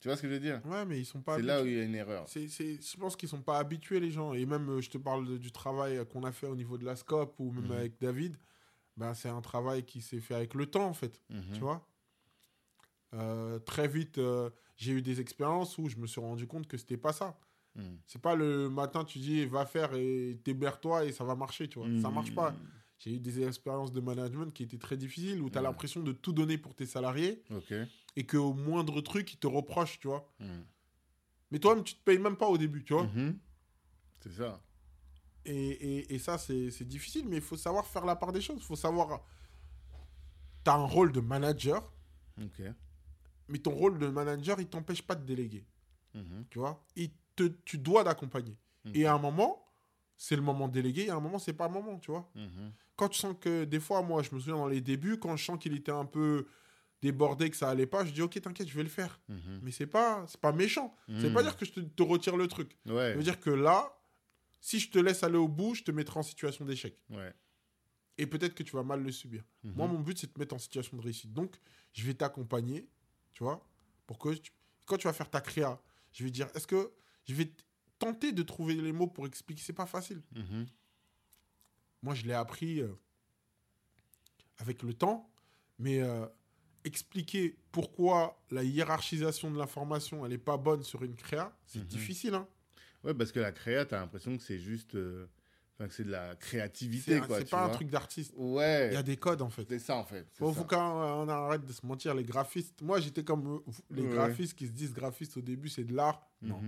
Tu vois ce que je veux dire? Ouais, mais ils sont pas C'est habitués. là où il y a une erreur. Je pense qu'ils sont pas habitués, les gens. Et même, je te parle du travail qu'on a fait au niveau de la SCOP ou même avec David. Ben, c'est un travail qui s'est fait avec le temps, en fait. Tu vois? Très vite, j'ai eu des expériences où je me suis rendu compte que c'était pas ça. C'est pas le matin, tu dis, va faire et t'héberge-toi et ça va marcher, tu vois. Ça marche pas. J'ai eu des expériences de management qui étaient très difficiles où tu as l'impression de tout donner pour tes salariés et qu'au moindre truc, ils te reprochent, tu vois. Mais toi-même, tu te payes même pas au début, tu vois. C'est ça. Et ça, c'est difficile, mais il faut savoir faire la part des choses. Il faut savoir... Tu as un rôle de manager, mais ton rôle de manager, il t'empêche pas de déléguer. Tu vois, tu dois d'accompagner. Et à un moment, c'est le moment de déléguer, et à un moment, c'est pas le moment, tu vois. Quand tu sens que, des fois, moi, je me souviens dans les débuts, quand je sens qu'il était un peu débordé, que ça allait pas, je dis, ok, t'inquiète, je vais le faire. Mais c'est pas méchant. Ça veut pas dire que je te retire le truc. Ça veut dire que là, si je te laisse aller au bout, je te mettrai en situation d'échec. Et peut-être que tu vas mal le subir. Moi, mon but, c'est de te mettre en situation de réussite. Donc, je vais t'accompagner, tu vois, pour que quand tu vas faire ta créa, je vais dire, est-ce que je vais tenter de trouver les mots pour expliquer. C'est pas facile. Moi, je l'ai appris avec le temps, mais expliquer pourquoi la hiérarchisation de l'information, elle est pas bonne sur une créa, c'est difficile, hein. Ouais, parce que la créa, t'as l'impression que c'est juste... que c'est de la créativité, quoi. C'est pas un truc d'artiste. Ouais. Il y a des codes, en fait. C'est ça, en fait. Faut qu'on arrête de se mentir, les graphistes. Moi, j'étais comme les graphistes qui se disent graphistes au début, c'est de l'art. Non.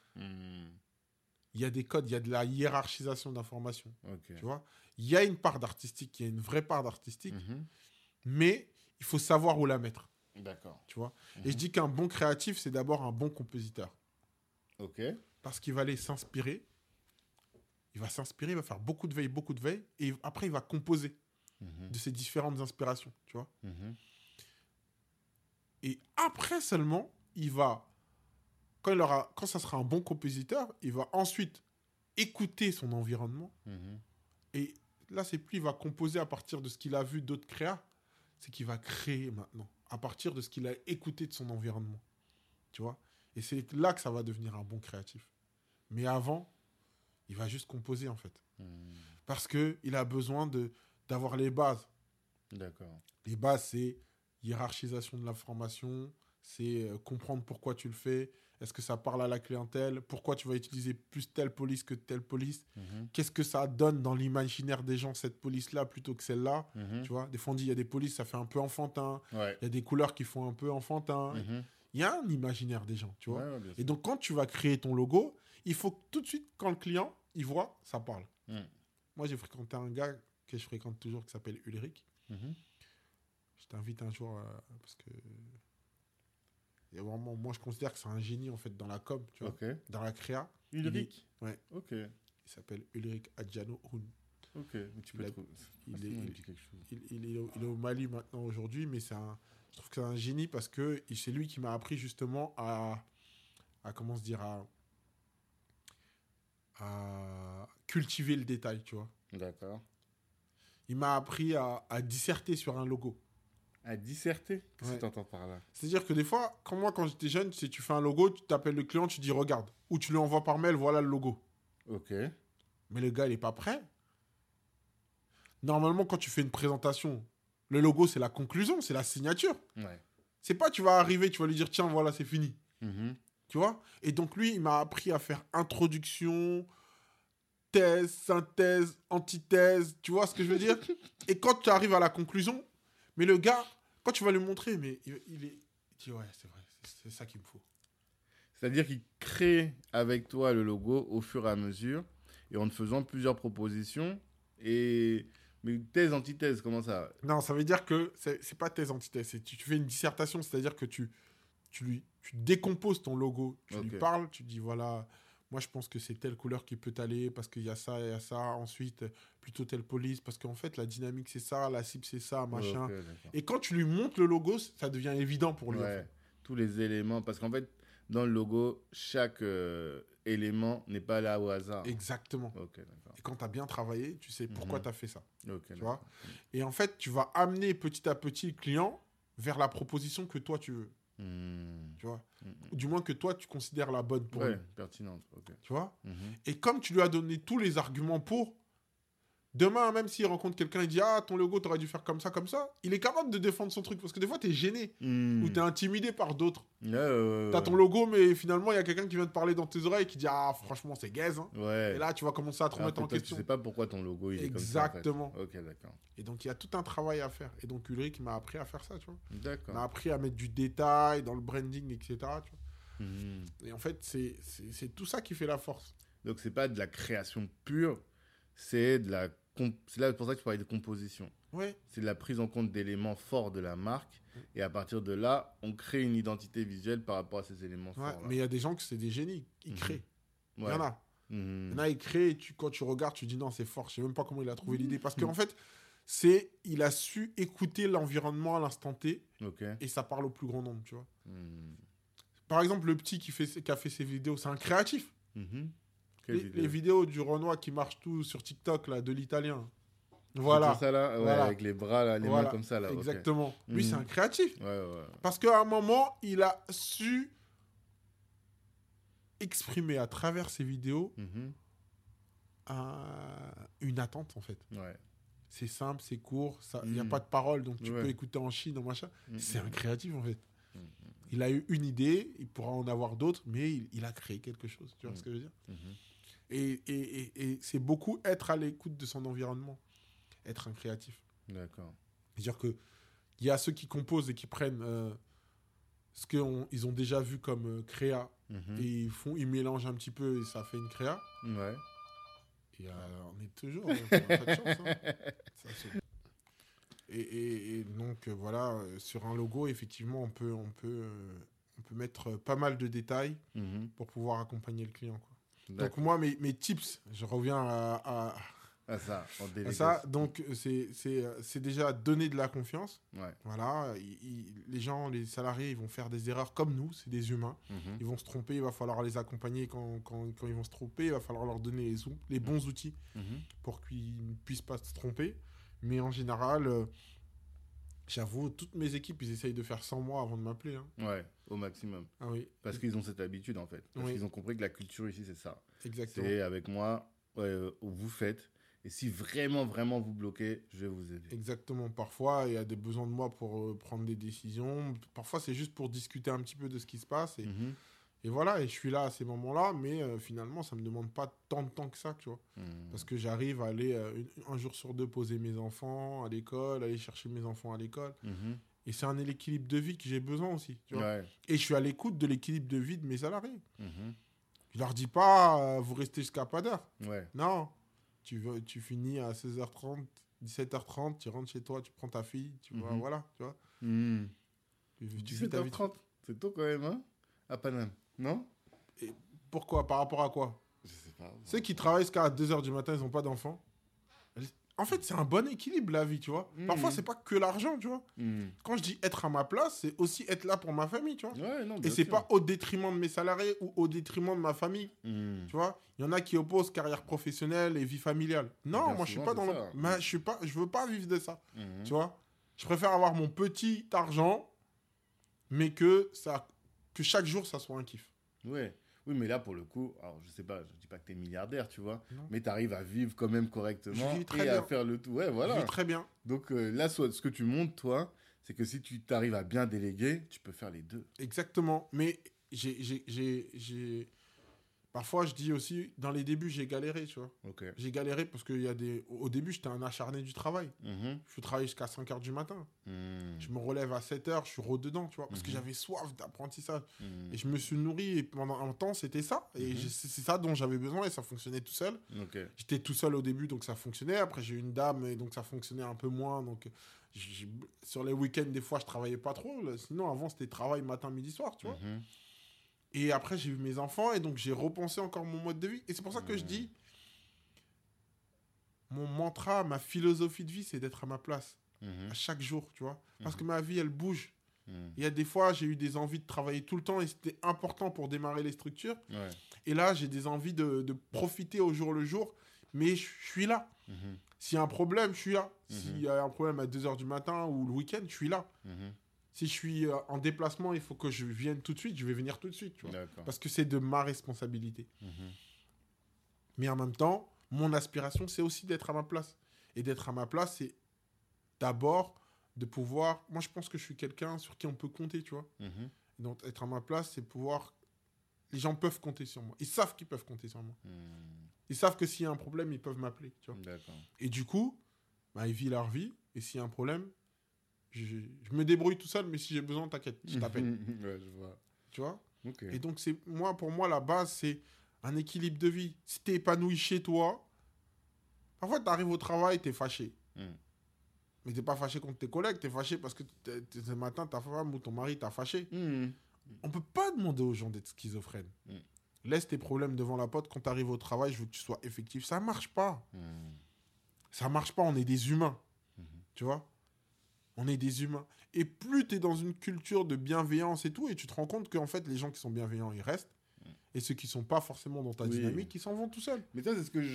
Il y a des codes, il y a de la hiérarchisation d'informations. Tu vois, il y a une part d'artistique, il y a une vraie part d'artistique, mais il faut savoir où la mettre. D'accord. Tu vois. Et je dis qu'un bon créatif, c'est d'abord un bon compositeur. Parce qu'il va aller s'inspirer. Il va s'inspirer, il va faire beaucoup de veille, et après, il va composer de ces différentes inspirations, tu vois. Et après seulement, il va, quand ça sera un bon compositeur, il va ensuite écouter son environnement. Et là, c'est plus il va composer à partir de ce qu'il a vu d'autres créas, c'est qu'il va créer maintenant, à partir de ce qu'il a écouté de son environnement, tu vois. Et c'est là que ça va devenir un bon créatif. Mais avant, il va juste composer, en fait. Parce qu'il a besoin d'avoir les bases. D'accord. Les bases, c'est hiérarchisation de l'information, c'est comprendre pourquoi tu le fais, est-ce que ça parle à la clientèle, pourquoi tu vas utiliser plus telle police que telle police, qu'est-ce que ça donne dans l'imaginaire des gens, cette police-là, plutôt que celle-là. Tu vois, des fois, on dit, il y a des polices, ça fait un peu enfantin. Il y a des couleurs qui font un peu enfantin. Il y a un imaginaire des gens, tu vois. Et donc, quand tu vas créer ton logo, il faut que tout de suite, quand le client, il voit, ça parle. Moi, j'ai fréquenté un gars que je fréquente toujours qui s'appelle Ulrich. Je t'invite un jour parce que vraiment, moi, je considère que c'est un génie, en fait, dans la com, tu vois, dans la créa. Ulrich. Ouais. Il s'appelle Ulrich Adjano Hun. Il est au Mali maintenant, aujourd'hui, mais je trouve que c'est un génie parce que c'est lui qui m'a appris justement à comment se dire, à cultiver le détail, tu vois. D'accord. Il m'a appris à disserter sur un logo. À disserter? Qu'est-ce que tu entends par là? C'est-à-dire que des fois, quand j'étais jeune, tu fais un logo, tu t'appelles le client, tu dis regarde. Ou tu lui envoies par mail, voilà le logo. Mais le gars, il n'est pas prêt. Normalement, quand tu fais une présentation, le logo, c'est la conclusion, c'est la signature. C'est pas tu vas arriver, tu vas lui dire tiens, voilà, c'est fini. Tu vois? Et donc, lui, il m'a appris à faire introduction, thèse, synthèse, antithèse. Tu vois ce que je veux dire? Et quand tu arrives à la conclusion, mais le gars, quand tu vas lui montrer, mais il dit ouais, c'est vrai, c'est ça qu'il me faut. C'est-à-dire qu'il crée avec toi le logo au fur et à mesure et en te faisant plusieurs propositions. Mais thèse, antithèse, comment ça? Non, ça veut dire que c'est pas thèse, antithèse. Tu fais une dissertation, c'est-à-dire que tu décomposes ton logo. Tu lui parles, tu dis voilà, moi je pense que c'est telle couleur qui peut t'aller parce qu'il y a ça et il y a ça. Ensuite, plutôt telle police parce qu'en fait, la dynamique c'est ça, la cible c'est ça, machin. Et quand tu lui montres le logo, ça devient évident pour lui. En fait. Tous les éléments. Parce qu'en fait, dans le logo, chaque élément n'est pas là au hasard. Exactement. Et quand tu as bien travaillé, tu sais pourquoi tu as fait ça. Tu vois. Et en fait, tu vas amener petit à petit le client vers la proposition que toi tu veux. Tu vois. Ou du moins que toi, tu considères la bonne pour lui. Pertinente. Ok. Tu vois. Et comme tu lui as donné tous les arguments pour, demain, même s'il rencontre quelqu'un et dit ah, ton logo, t'aurais dû faire comme ça, il est capable de défendre son truc. Parce que des fois, t'es gêné ou t'es intimidé par d'autres. T'as ton logo, mais finalement, il y a quelqu'un qui vient te parler dans tes oreilles et qui dit ah, franchement, c'est gaze. Hein. Et là, tu vas commencer à te remettre en question. Tu sais pas pourquoi ton logo il est comme ça. Exactement. En fait. Ok, d'accord. Et donc, il y a tout un travail à faire. Et donc, Ulrich m'a appris à faire ça, tu vois. D'accord. M'a appris à mettre du détail dans le branding, etc. Tu vois. Et en fait, c'est tout ça qui fait la force. Donc, c'est pas de la création pure, c'est de la... C'est là pour ça que tu parlais de composition. Ouais. C'est de la prise en compte d'éléments forts de la marque. Et à partir de là, on crée une identité visuelle par rapport à ces éléments forts. Mais il y a des gens qui c'est des génies. Ils créent. Il y en a. Il y en a, ils créent. Et quand tu regardes, tu dis non, c'est fort. Je sais même pas comment il a trouvé l'idée. Parce qu'en fait, il a su écouter l'environnement à l'instant T. Et ça parle au plus grand nombre, tu vois. Par exemple, le petit qui a fait ses vidéos, c'est un créatif. Les vidéos du Renoir qui marchent tout sur TikTok, là, de l'italien. Voilà. Tout ça, là, voilà. Avec les bras, là, les mains comme ça. Là, exactement. Lui, c'est un créatif. Ouais. Parce qu'à un moment, il a su exprimer à travers ses vidéos une attente, en fait. C'est simple, c'est court, il n'y a pas de parole, donc tu peux écouter en Chine, en machin. C'est un créatif, en fait. Il a eu une idée, il pourra en avoir d'autres, mais il a créé quelque chose. Tu vois ce que je veux dire et c'est beaucoup être à l'écoute de son environnement. Être un créatif. D'accord. C'est-à-dire qu'il y a ceux qui composent et qui prennent ce qu'ils ont déjà vu comme créa et ils mélangent un petit peu et ça fait une créa. Ouais. Et on est toujours... on a pas de chance. Hein. Et donc, voilà, sur un logo, effectivement, on peut mettre pas mal de détails pour pouvoir accompagner le client. Quoi. Donc, moi, mes tips, je reviens à ça, en délégation. À ça. Donc, c'est déjà donner de la confiance. Voilà, les gens, les salariés, ils vont faire des erreurs comme nous, c'est des humains. Ils vont se tromper, il va falloir les accompagner quand ils vont se tromper. Il va falloir leur donner les bons outils pour qu'ils ne puissent pas se tromper. Mais en général, j'avoue, toutes mes équipes, ils essayent de faire 100 mois avant de m'appeler. Hein. Ouais, au maximum. Ah oui. Parce qu'ils ont cette habitude, en fait. Parce qu'ils ont compris que la culture ici, c'est ça. Exactement. C'est avec moi, vous faites. Et si vraiment, vraiment vous bloquez, je vais vous aider. Exactement. Parfois, il y a des besoins de moi pour prendre des décisions. Parfois, c'est juste pour discuter un petit peu de ce qui se passe. Et voilà, et je suis là à ces moments-là, mais finalement, ça ne me demande pas tant de temps que ça, tu vois. Parce que j'arrive à aller un jour sur deux poser mes enfants à l'école, aller chercher mes enfants à l'école. Et c'est un équilibre de vie que j'ai besoin aussi, tu vois. Et je suis à l'écoute de l'équilibre de vie de mes salariés. Je leur dis pas, vous restez jusqu'à pas d'heure. Non, tu finis à 16h30, 17h30, tu rentres chez toi, tu prends ta fille, tu vois, voilà, tu vois. 17h30, c'est tôt quand même, hein, à Paname. Non? Et pourquoi? Par rapport à quoi? Je sais pas. Ceux qui travaillent jusqu'à 2h du matin, ils n'ont pas d'enfants. En fait, c'est un bon équilibre, la vie, tu vois. Parfois, c'est pas que l'argent, tu vois. Quand je dis être à ma place, c'est aussi être là pour ma famille, tu vois. Et c'est pas au détriment de mes salariés ou au détriment de ma famille, tu vois. Il y en a qui opposent carrière professionnelle et vie familiale. Non, moi, je suis pas dans le... je veux pas vivre de ça, tu vois. Je préfère avoir mon petit argent, mais que chaque jour, ça soit un kiff. Oui, mais là, pour le coup, alors je sais pas, je dis pas que t'es milliardaire, tu vois, mais t'arrives à vivre quand même correctement à faire le tout. Ouais, voilà. Je vis très bien. Donc là, ce que tu montres, toi, c'est que si tu t'arrives à bien déléguer, tu peux faire les deux. Exactement. Mais parfois, je dis aussi, dans les débuts, j'ai galéré, tu vois. J'ai galéré parce au début, j'étais un acharné du travail. Je travaillais jusqu'à 5h du matin. Je me relève à 7h, je suis rededans, tu vois, parce que j'avais soif d'apprentissage. Et je me suis nourri, et pendant un temps, c'était ça. Et c'est ça dont j'avais besoin, et ça fonctionnait tout seul. J'étais tout seul au début, donc ça fonctionnait. Après, j'ai eu une dame, et donc ça fonctionnait un peu moins. Donc, sur les week-ends, des fois, je travaillais pas trop. Sinon, avant, c'était travail matin, midi, soir, tu vois. Et après, j'ai eu mes enfants et donc j'ai repensé encore mon mode de vie. Et c'est pour ça que je dis, mon mantra, ma philosophie de vie, c'est d'être à ma place. À chaque jour, tu vois. Parce que ma vie, elle bouge. Il y a des fois, j'ai eu des envies de travailler tout le temps et c'était important pour démarrer les structures. Et là, j'ai des envies de profiter au jour le jour. Mais je suis là. S'il y a un problème, je suis là. S'il y a un problème à 2h du matin ou le week-end, je suis là. Si je suis en déplacement, il faut que je vienne tout de suite, je vais venir tout de suite, tu vois. D'accord. Parce que c'est de ma responsabilité. Mhm. Mais en même temps, mon aspiration, c'est aussi d'être à ma place. Et d'être à ma place, c'est d'abord de pouvoir... Moi, je pense que je suis quelqu'un sur qui on peut compter, tu vois. Mhm. Donc, être à ma place, c'est pouvoir... Les gens peuvent compter sur moi. Ils savent qu'ils peuvent compter sur moi. Mhm. Ils savent que s'il y a un problème, ils peuvent m'appeler, tu vois. D'accord. Et du coup, bah, ils vivent leur vie. Et s'il y a un problème, je me débrouille tout seul, mais si j'ai besoin, t'inquiète, je t'appelle. Ouais, je vois. Tu vois. Ok. Et donc, pour moi, la base, c'est un équilibre de vie. Si t'es épanoui chez toi, parfois, t'arrives au travail, t'es fâché. Mhm. Mais t'es pas fâché contre tes collègues, t'es fâché parce que ce matin, ta femme ou ton mari t'a fâché. Mhm. On peut pas demander aux gens d'être schizophrènes. Mhm. Laisse tes problèmes devant la porte. Quand t'arrives au travail, je veux que tu sois effectif. Ça marche pas. Mhm. Ça marche pas, on est des humains. Mhm. Tu vois. On est des humains. Et plus tu es dans une culture de bienveillance et tout, et tu te rends compte qu'en fait, les gens qui sont bienveillants, ils restent. Et ceux qui sont pas forcément dans ta Oui. dynamique, ils s'en vont tout seuls. Mais ça, c'est ce que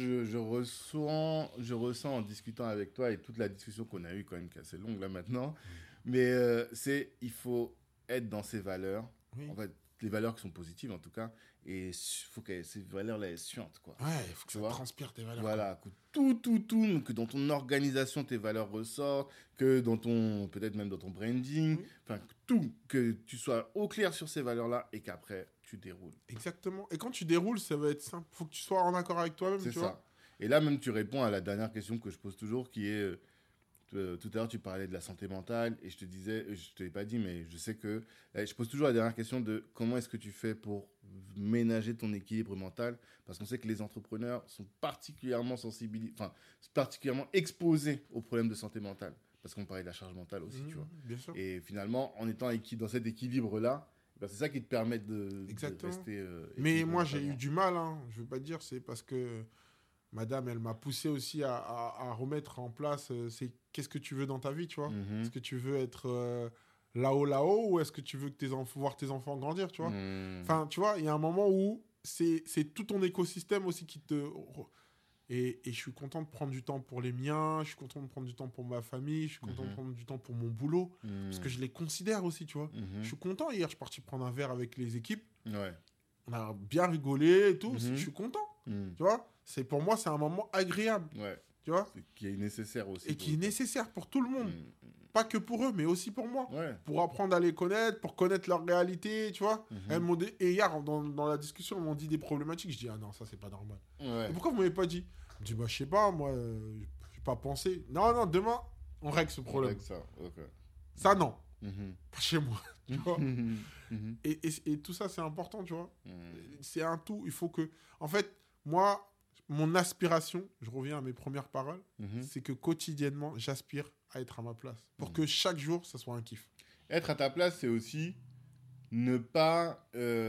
je ressens en discutant avec toi et toute la discussion qu'on a eue, quand même, qui est assez longue là maintenant. Mais il faut être dans ses valeurs. Oui. En fait, les valeurs qui sont positives en tout cas. Et il faut que ces valeurs-là, elles suintent, quoi. Ouais, il faut que Tu ça vois transpire tes valeurs. Voilà, que que dans ton organisation, tes valeurs ressortent, que dans ton, peut-être même dans ton branding, Oui. enfin, que tu sois au clair sur ces valeurs-là et qu'après, tu déroules. Exactement. Et quand tu déroules, ça va être simple. Faut que tu sois en accord avec toi-même, C'est tu ça. vois. Et là, même, tu réponds à la dernière question que je pose toujours, qui est, tout à l'heure, tu parlais de la santé mentale, et je te disais, je te l'ai pas dit, mais je sais que, je pose toujours la dernière question de comment est-ce que tu fais pour ménager ton équilibre mental, parce qu'on sait que les entrepreneurs sont particulièrement enfin, particulièrement exposés aux problèmes de santé mentale, parce qu'on parlait de la charge mentale aussi, tu vois. Bien sûr. Et finalement, en étant dans cet équilibre-là, ben, c'est ça qui te permet de Exactement. rester Mais équilibré moi, j'ai eu mentalement. du mal, hein. Je veux pas te dire, c'est parce que madame, elle m'a poussé aussi à remettre en place, c'est qu'est-ce que tu veux dans ta vie, tu vois. Mhm. Est-ce que tu veux être là-haut, ou est-ce que tu veux que voir tes enfants grandir, tu vois. Mhm. Enfin, tu vois, il y a un moment où c'est tout ton écosystème aussi qui te... Et je suis content de prendre du temps pour les miens, je suis content de prendre du temps pour ma famille, je suis content de prendre du temps pour mon boulot, parce que je les considère aussi, tu vois. Je suis content, hier, je suis parti prendre un verre avec les équipes, Ouais. on a bien rigolé et tout, Mhm. je suis content, Mhm. tu vois. Pour moi, c'est un moment agréable, Ouais. tu vois, Qui est nécessaire aussi. et qui est nécessaire pour tout le monde. Mhm. Pas que pour eux, mais aussi pour moi. Ouais. Pour apprendre à les connaître, pour connaître leur réalité, tu vois. Mhm. Et hier, dans la discussion, ils m'ont dit des problématiques. Je dis, ah non, ça, c'est pas normal. Ouais. Et pourquoi vous m'avez pas dit? Je dis, bah, je sais pas, moi, j'ai pas pensé. Non, non, demain, on règle ce problème. Avec ça, ok. Ça, non. Mhm. Pas chez moi, tu vois. Mhm. Mhm. Et tout ça, c'est important, tu vois. Mhm. C'est un tout. Il faut que... En fait, moi, mon aspiration, je reviens à mes premières paroles, Mhm. c'est que quotidiennement, j'aspire à être à ma place. Pour que chaque jour, ça soit un kiff. Être à ta place, c'est aussi ne pas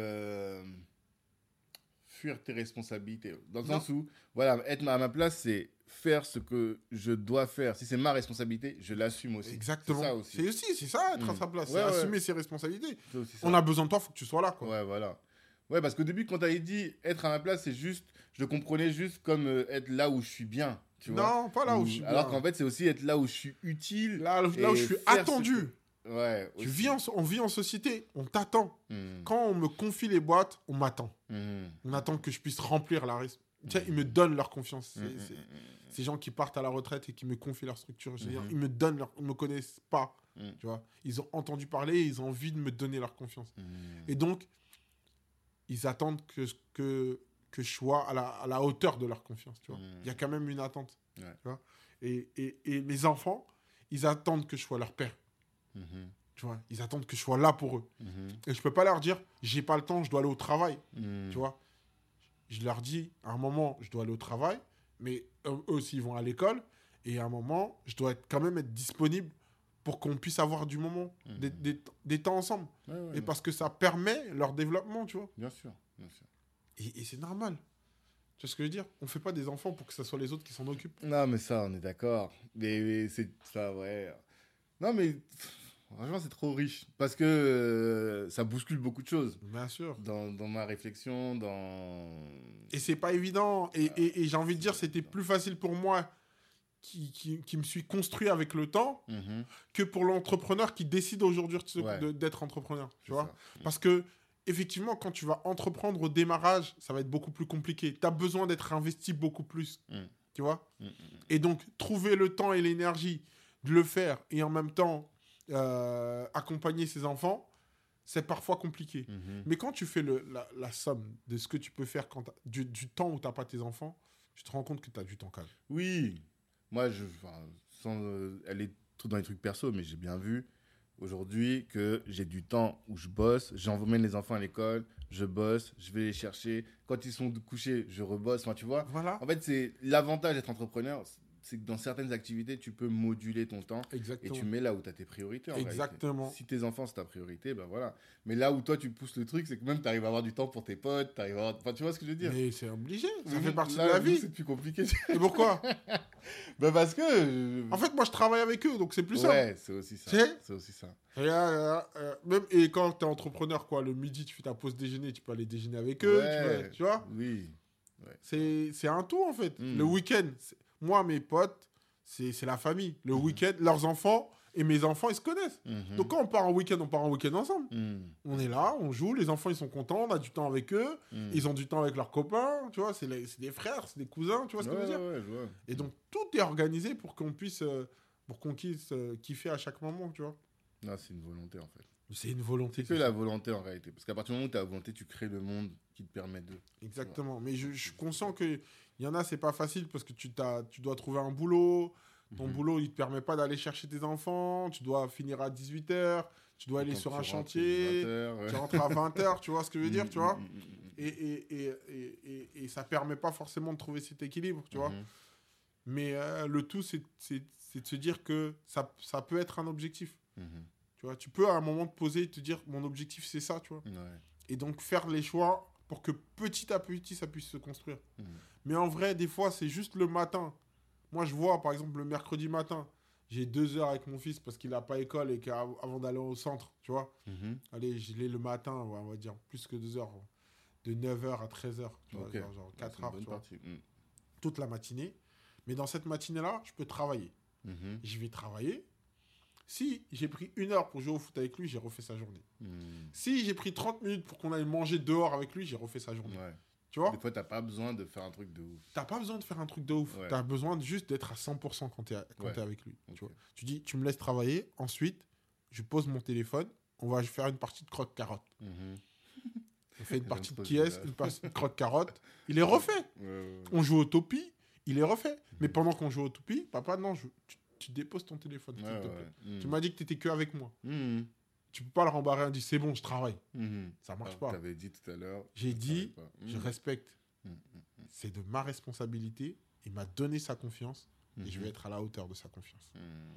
fuir tes responsabilités. Dans le Non. sens où, voilà, être à ma place, c'est faire ce que je dois faire. Si c'est ma responsabilité, je l'assume aussi. Exactement. C'est ça aussi. C'est ça, être à sa place. Ouais, C'est ouais. assumer ses responsabilités. C'est aussi ça. On a besoin de toi, faut que tu sois là, quoi. Ouais, voilà. Ouais, parce qu'au début, quand tu avais dit être à ma place, c'est juste, je le comprenais juste comme être là où je suis bien. Tu vois. Non, pas là où je suis bien. Alors qu'en fait, c'est aussi être là où je suis utile. Là où je suis faire ce attendu. Ouais. Tu aussi. on vit en société, on t'attend. Mhm. Quand on me confie les boîtes, on m'attend. Mhm. On attend que je puisse remplir la Tu sais, ils me donnent leur confiance. Mhm. Ces gens qui partent à la retraite et qui me confient leur structure, je veux dire, Mhm. ils me connaissent pas. Mhm. Tu vois, ils ont entendu parler et ils ont envie de me donner leur confiance. Mhm. Et donc, ils attendent que je sois à la hauteur de leur confiance. Tu vois, il y a quand même une attente. Ouais. Tu vois, et mes enfants, ils attendent que je sois leur père. Mhm. Tu vois, ils attendent que je sois là pour eux. Mhm. Et je peux pas leur dire, j'ai pas le temps, je dois aller au travail. Mhm. Tu vois, je leur dis, à un moment, je dois aller au travail, mais eux aussi, ils vont à l'école. Et à un moment, je dois quand même être disponible pour qu'on puisse avoir du moment, des temps ensemble. Ouais, ouais, Et bien parce que ça permet leur développement, tu vois. Bien sûr, bien sûr. Et c'est normal. Tu vois ce que je veux dire? On fait pas des enfants pour que ce soit les autres qui s'en occupent. Non, mais ça, on est d'accord. Mais c'est ça, ouais. Non, mais franchement, c'est trop riche. Parce que ça bouscule beaucoup de choses. Bien sûr. Dans ma réflexion, dans... Et c'est pas évident. Et j'ai envie de dire, c'était plus facile pour moi qui me suis construit avec le temps Mhm. que pour l'entrepreneur qui décide aujourd'hui Ouais. d'être entrepreneur. Tu C'est vois ça. Parce que, effectivement, quand tu vas entreprendre au démarrage, ça va être beaucoup plus compliqué. Tu as besoin d'être investi beaucoup plus. Mm. Tu vois Mm, mm, Et donc, trouver le temps et l'énergie de le faire et en même temps accompagner ses enfants, c'est parfois compliqué. mhm. Mais quand tu fais la somme de ce que tu peux faire du temps où tu n'as pas tes enfants, tu te rends compte que tu as du temps quand même. Oui, moi, enfin, sans aller trop dans les trucs perso, mais j'ai bien vu aujourd'hui que j'ai du temps où je bosse, j'emmène les enfants à l'école, je bosse, je vais les chercher. Quand ils sont couchés, je rebosse. Enfin, tu vois, Voilà, en fait, c'est l'avantage d'être entrepreneur, c'est que dans certaines activités, tu peux moduler ton temps et exactement. tu mets là où tu as tes priorités. En Exactement. réalité. Si tes enfants, c'est ta priorité, ben voilà. Mais là où toi, tu pousses le truc, c'est que même tu arrives à avoir du temps pour tes potes, t'arrives à avoir... Enfin, tu vois ce que je veux dire. Mais c'est obligé, ça Nous, fait partie là, de la nous, vie. c'est plus compliqué. Et pourquoi Ben parce que... En fait, moi, je travaille avec eux, donc c'est plus simple. Ouais, c'est aussi ça. Tu sais C'est aussi ça. Et quand tu es entrepreneur, quoi, le midi, tu fais ta pause déjeuner, tu peux aller déjeuner avec eux, Ouais, tu vois oui. C'est un tout, en fait. Mm. Le week-end, moi, mes potes, c'est la famille. Le Mhm. week-end, leurs enfants et mes enfants, ils se connaissent. Mhm. Donc, quand on part en week-end ensemble. Mm. On est là, on joue, les enfants, ils sont contents, on a du temps avec eux, Mm. ils ont du temps avec leurs copains, tu vois, c'est des frères, c'est des cousins, tu vois ce que je veux dire. Ouais, je vois. Et donc, tout est organisé pour qu'on puisse, kiffer à chaque moment, tu vois. Non, c'est une volonté en fait. C'est une volonté. C'est que la volonté en réalité. Parce qu'à partir du moment où tu as la volonté, tu crées le monde qui te permet de. Exactement. Mais je suis conscient qu'il y en a, c'est pas facile parce que tu dois trouver un boulot. Ton Mhm. boulot, il te permet pas d'aller chercher tes enfants. Tu dois finir à 18h. Tu dois aller Quand sur tu un rentres, chantier. 20h, ouais. Tu rentres à 20h. Tu vois ce que je veux dire, tu vois. Mm. Et ça permet pas forcément de trouver cet équilibre, tu vois. Mhm. Mais le tout, c'est de se dire que ça peut être un objectif. Mhm. Tu vois, tu peux à un moment te poser et te dire, mon objectif, c'est ça, tu vois. Ouais. Et donc faire les choix pour que petit à petit, ça puisse se construire. Mhm. Mais en vrai, des fois, c'est juste le matin. Moi, je vois, par exemple, le mercredi matin, j'ai 2 heures avec mon fils parce qu'il n'a pas école et qu'avant d'aller au centre, tu vois. Mhm. Allez, je l'ai le matin, ouais, on va dire, plus que 2 heures. De 9h à 13h, tu vois, Ok. genre Ouais, 4 c'est une heures, bonne tu vois. partie. Mm. Toute la matinée. Mais dans cette matinée-là, je peux travailler. Mhm. Je vais travailler. Si j'ai pris 1 heure pour jouer au foot avec lui, j'ai refait sa journée. Mm. Si j'ai pris 30 minutes pour qu'on aille manger dehors avec lui, j'ai refait sa journée. Ouais. Tu vois Des fois, t'as pas besoin de faire un truc de ouf. T'as pas besoin de faire un truc de ouf. Ouais. T'as besoin juste d'être à 100% quand t'es Ouais. avec lui. Tu Ok. vois. Tu dis, tu me laisses travailler. Ensuite, je pose mon téléphone. On va faire une partie de croque-carotte. Mhm. On fait une J'aime partie de trop ce qui est, jeu-là. une partie de croque-carotte. Il est refait. Ouais. On joue au topi. Il est refait. Mais pendant qu'on joue au topi, papa, non, tu déposes ton téléphone, s'il Ouais, te plaît. ouais. Mm. Tu m'as dit que t'étais que avec moi. Mhm. Tu peux pas le rembarrer et dire, c'est bon, je travaille. Mhm. Ça marche Alors, pas. T'avais dit tout à l'heure. J'ai je dit, travaille pas. je Mhm. respecte. Mhm. C'est de ma responsabilité. Il m'a donné sa confiance. Et je vais Mhm. être à la hauteur de sa confiance.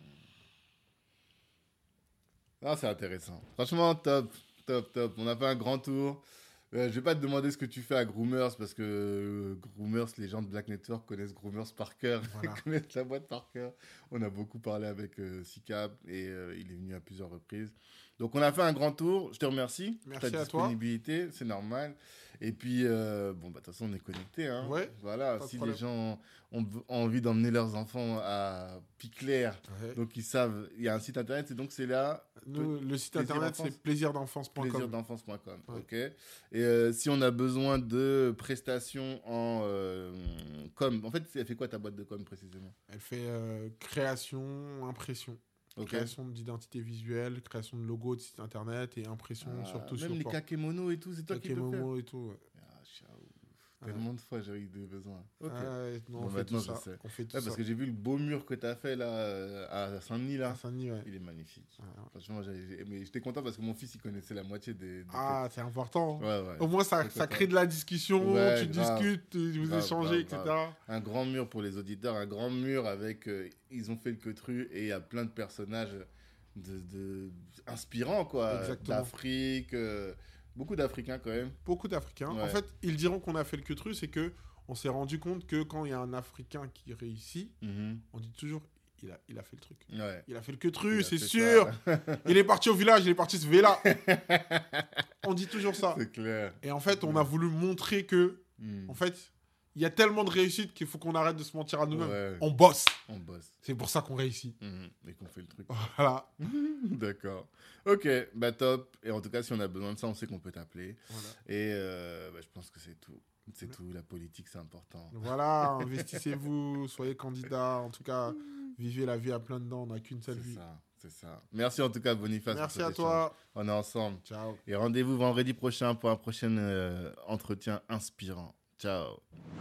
Ah, c'est intéressant. Franchement, top, top, top. On a fait un grand tour. Je vais pas te demander ce que tu fais à Groomers parce que Groomers, les gens de Black Network connaissent Groomers par cœur, Voilà. connaissent la boîte par cœur. On a beaucoup parlé avec Sicap et il est venu à plusieurs reprises. Donc on a fait un grand tour. Je te remercie. Merci ta à toi. disponibilité, c'est normal. Et puis bon, bah de toute façon on est connectés. Hein. Ouais, Voilà. pas de Si problème. les gens ont envie d'emmener leurs enfants à Piclair, Ouais. donc ils savent, il y a un site internet. Et donc c'est là. Le site Plaisir internet, d'enfance. c'est plaisirdenfance.com. Plaisirdenfance.com. Ouais. Ok. Et si on a besoin de prestations en com, en fait, elle fait quoi ta boîte de com précisément? Elle fait création, impression. Ok. Création d'identité visuelle, création de logo de site internet et impression Ah, surtout même sur les port. kakémonos et tout, c'est toi qui peux faire. Kakemono et tout. Ouais. Ah, tellement de fois j'ai eu des besoins. Ok. Ouais, non, Bon, on fait maintenant, tout ça. je sais. On fait tout Ouais, ça. parce que j'ai vu le beau mur que tu as fait là à Saint-Denis là. À Saint-Denis, ouais. Il est magnifique. Ouais. Franchement, mais j'étais content parce que mon fils il connaissait la moitié des Ah, c'est important. ouais, ouais. Au moins, ça C'est content. crée de la discussion, Ouais, tu grave. discutes, vous Grave, échangez, grave, etc. Un grand mur pour les auditeurs, un grand mur avec ils ont fait le queutru et il y a plein de personnages inspirants quoi, Exactement. d'Afrique, beaucoup d'Africains quand même. Beaucoup d'Africains. Ouais. En fait, ils diront qu'on a fait le queutru, c'est que on s'est rendu compte que quand il y a un Africain qui réussit, Mhm. on dit toujours il a fait le truc. Ouais. Il a fait le Il queutru, a c'est fait sûr. ça. Il est parti au village, il est parti se véla. On dit toujours ça. C'est clair. Et en fait, on a voulu montrer que, Mhm. en fait, il y a tellement de réussite qu'il faut qu'on arrête de se mentir à nous-mêmes. Ouais. On bosse. On bosse. C'est pour ça qu'on réussit. Et qu'on fait le truc. Voilà. D'accord. Ok, bah top. Et en tout cas, si on a besoin de ça, on sait qu'on peut t'appeler. Voilà. Et je pense que c'est tout. C'est tout. La politique, c'est important. Voilà, investissez-vous, soyez candidat. En tout cas, vivez la vie à plein dedans. On n'a qu'une seule vie. C'est ça. Merci en tout cas, Boniface. Merci à toi. On est ensemble. Ciao. Et rendez-vous vendredi prochain pour un prochain entretien inspirant. Ciao.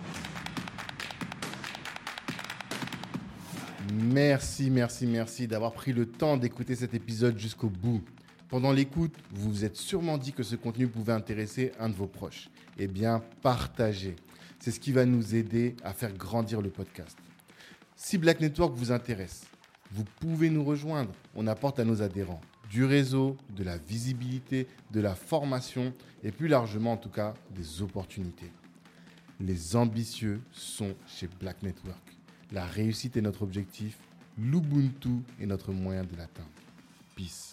Merci d'avoir pris le temps d'écouter cet épisode jusqu'au bout. Pendant l'écoute, vous vous êtes sûrement dit que ce contenu pouvait intéresser un de vos proches. Eh bien, partagez. C'est ce qui va nous aider à faire grandir le podcast. Si Black Network vous intéresse, vous pouvez nous rejoindre. On apporte à nos adhérents du réseau, de la visibilité, de la formation et plus largement en tout cas des opportunités. Les ambitieux sont chez Black Network. La réussite est notre objectif, l'Ubuntu est notre moyen de l'atteindre. Peace.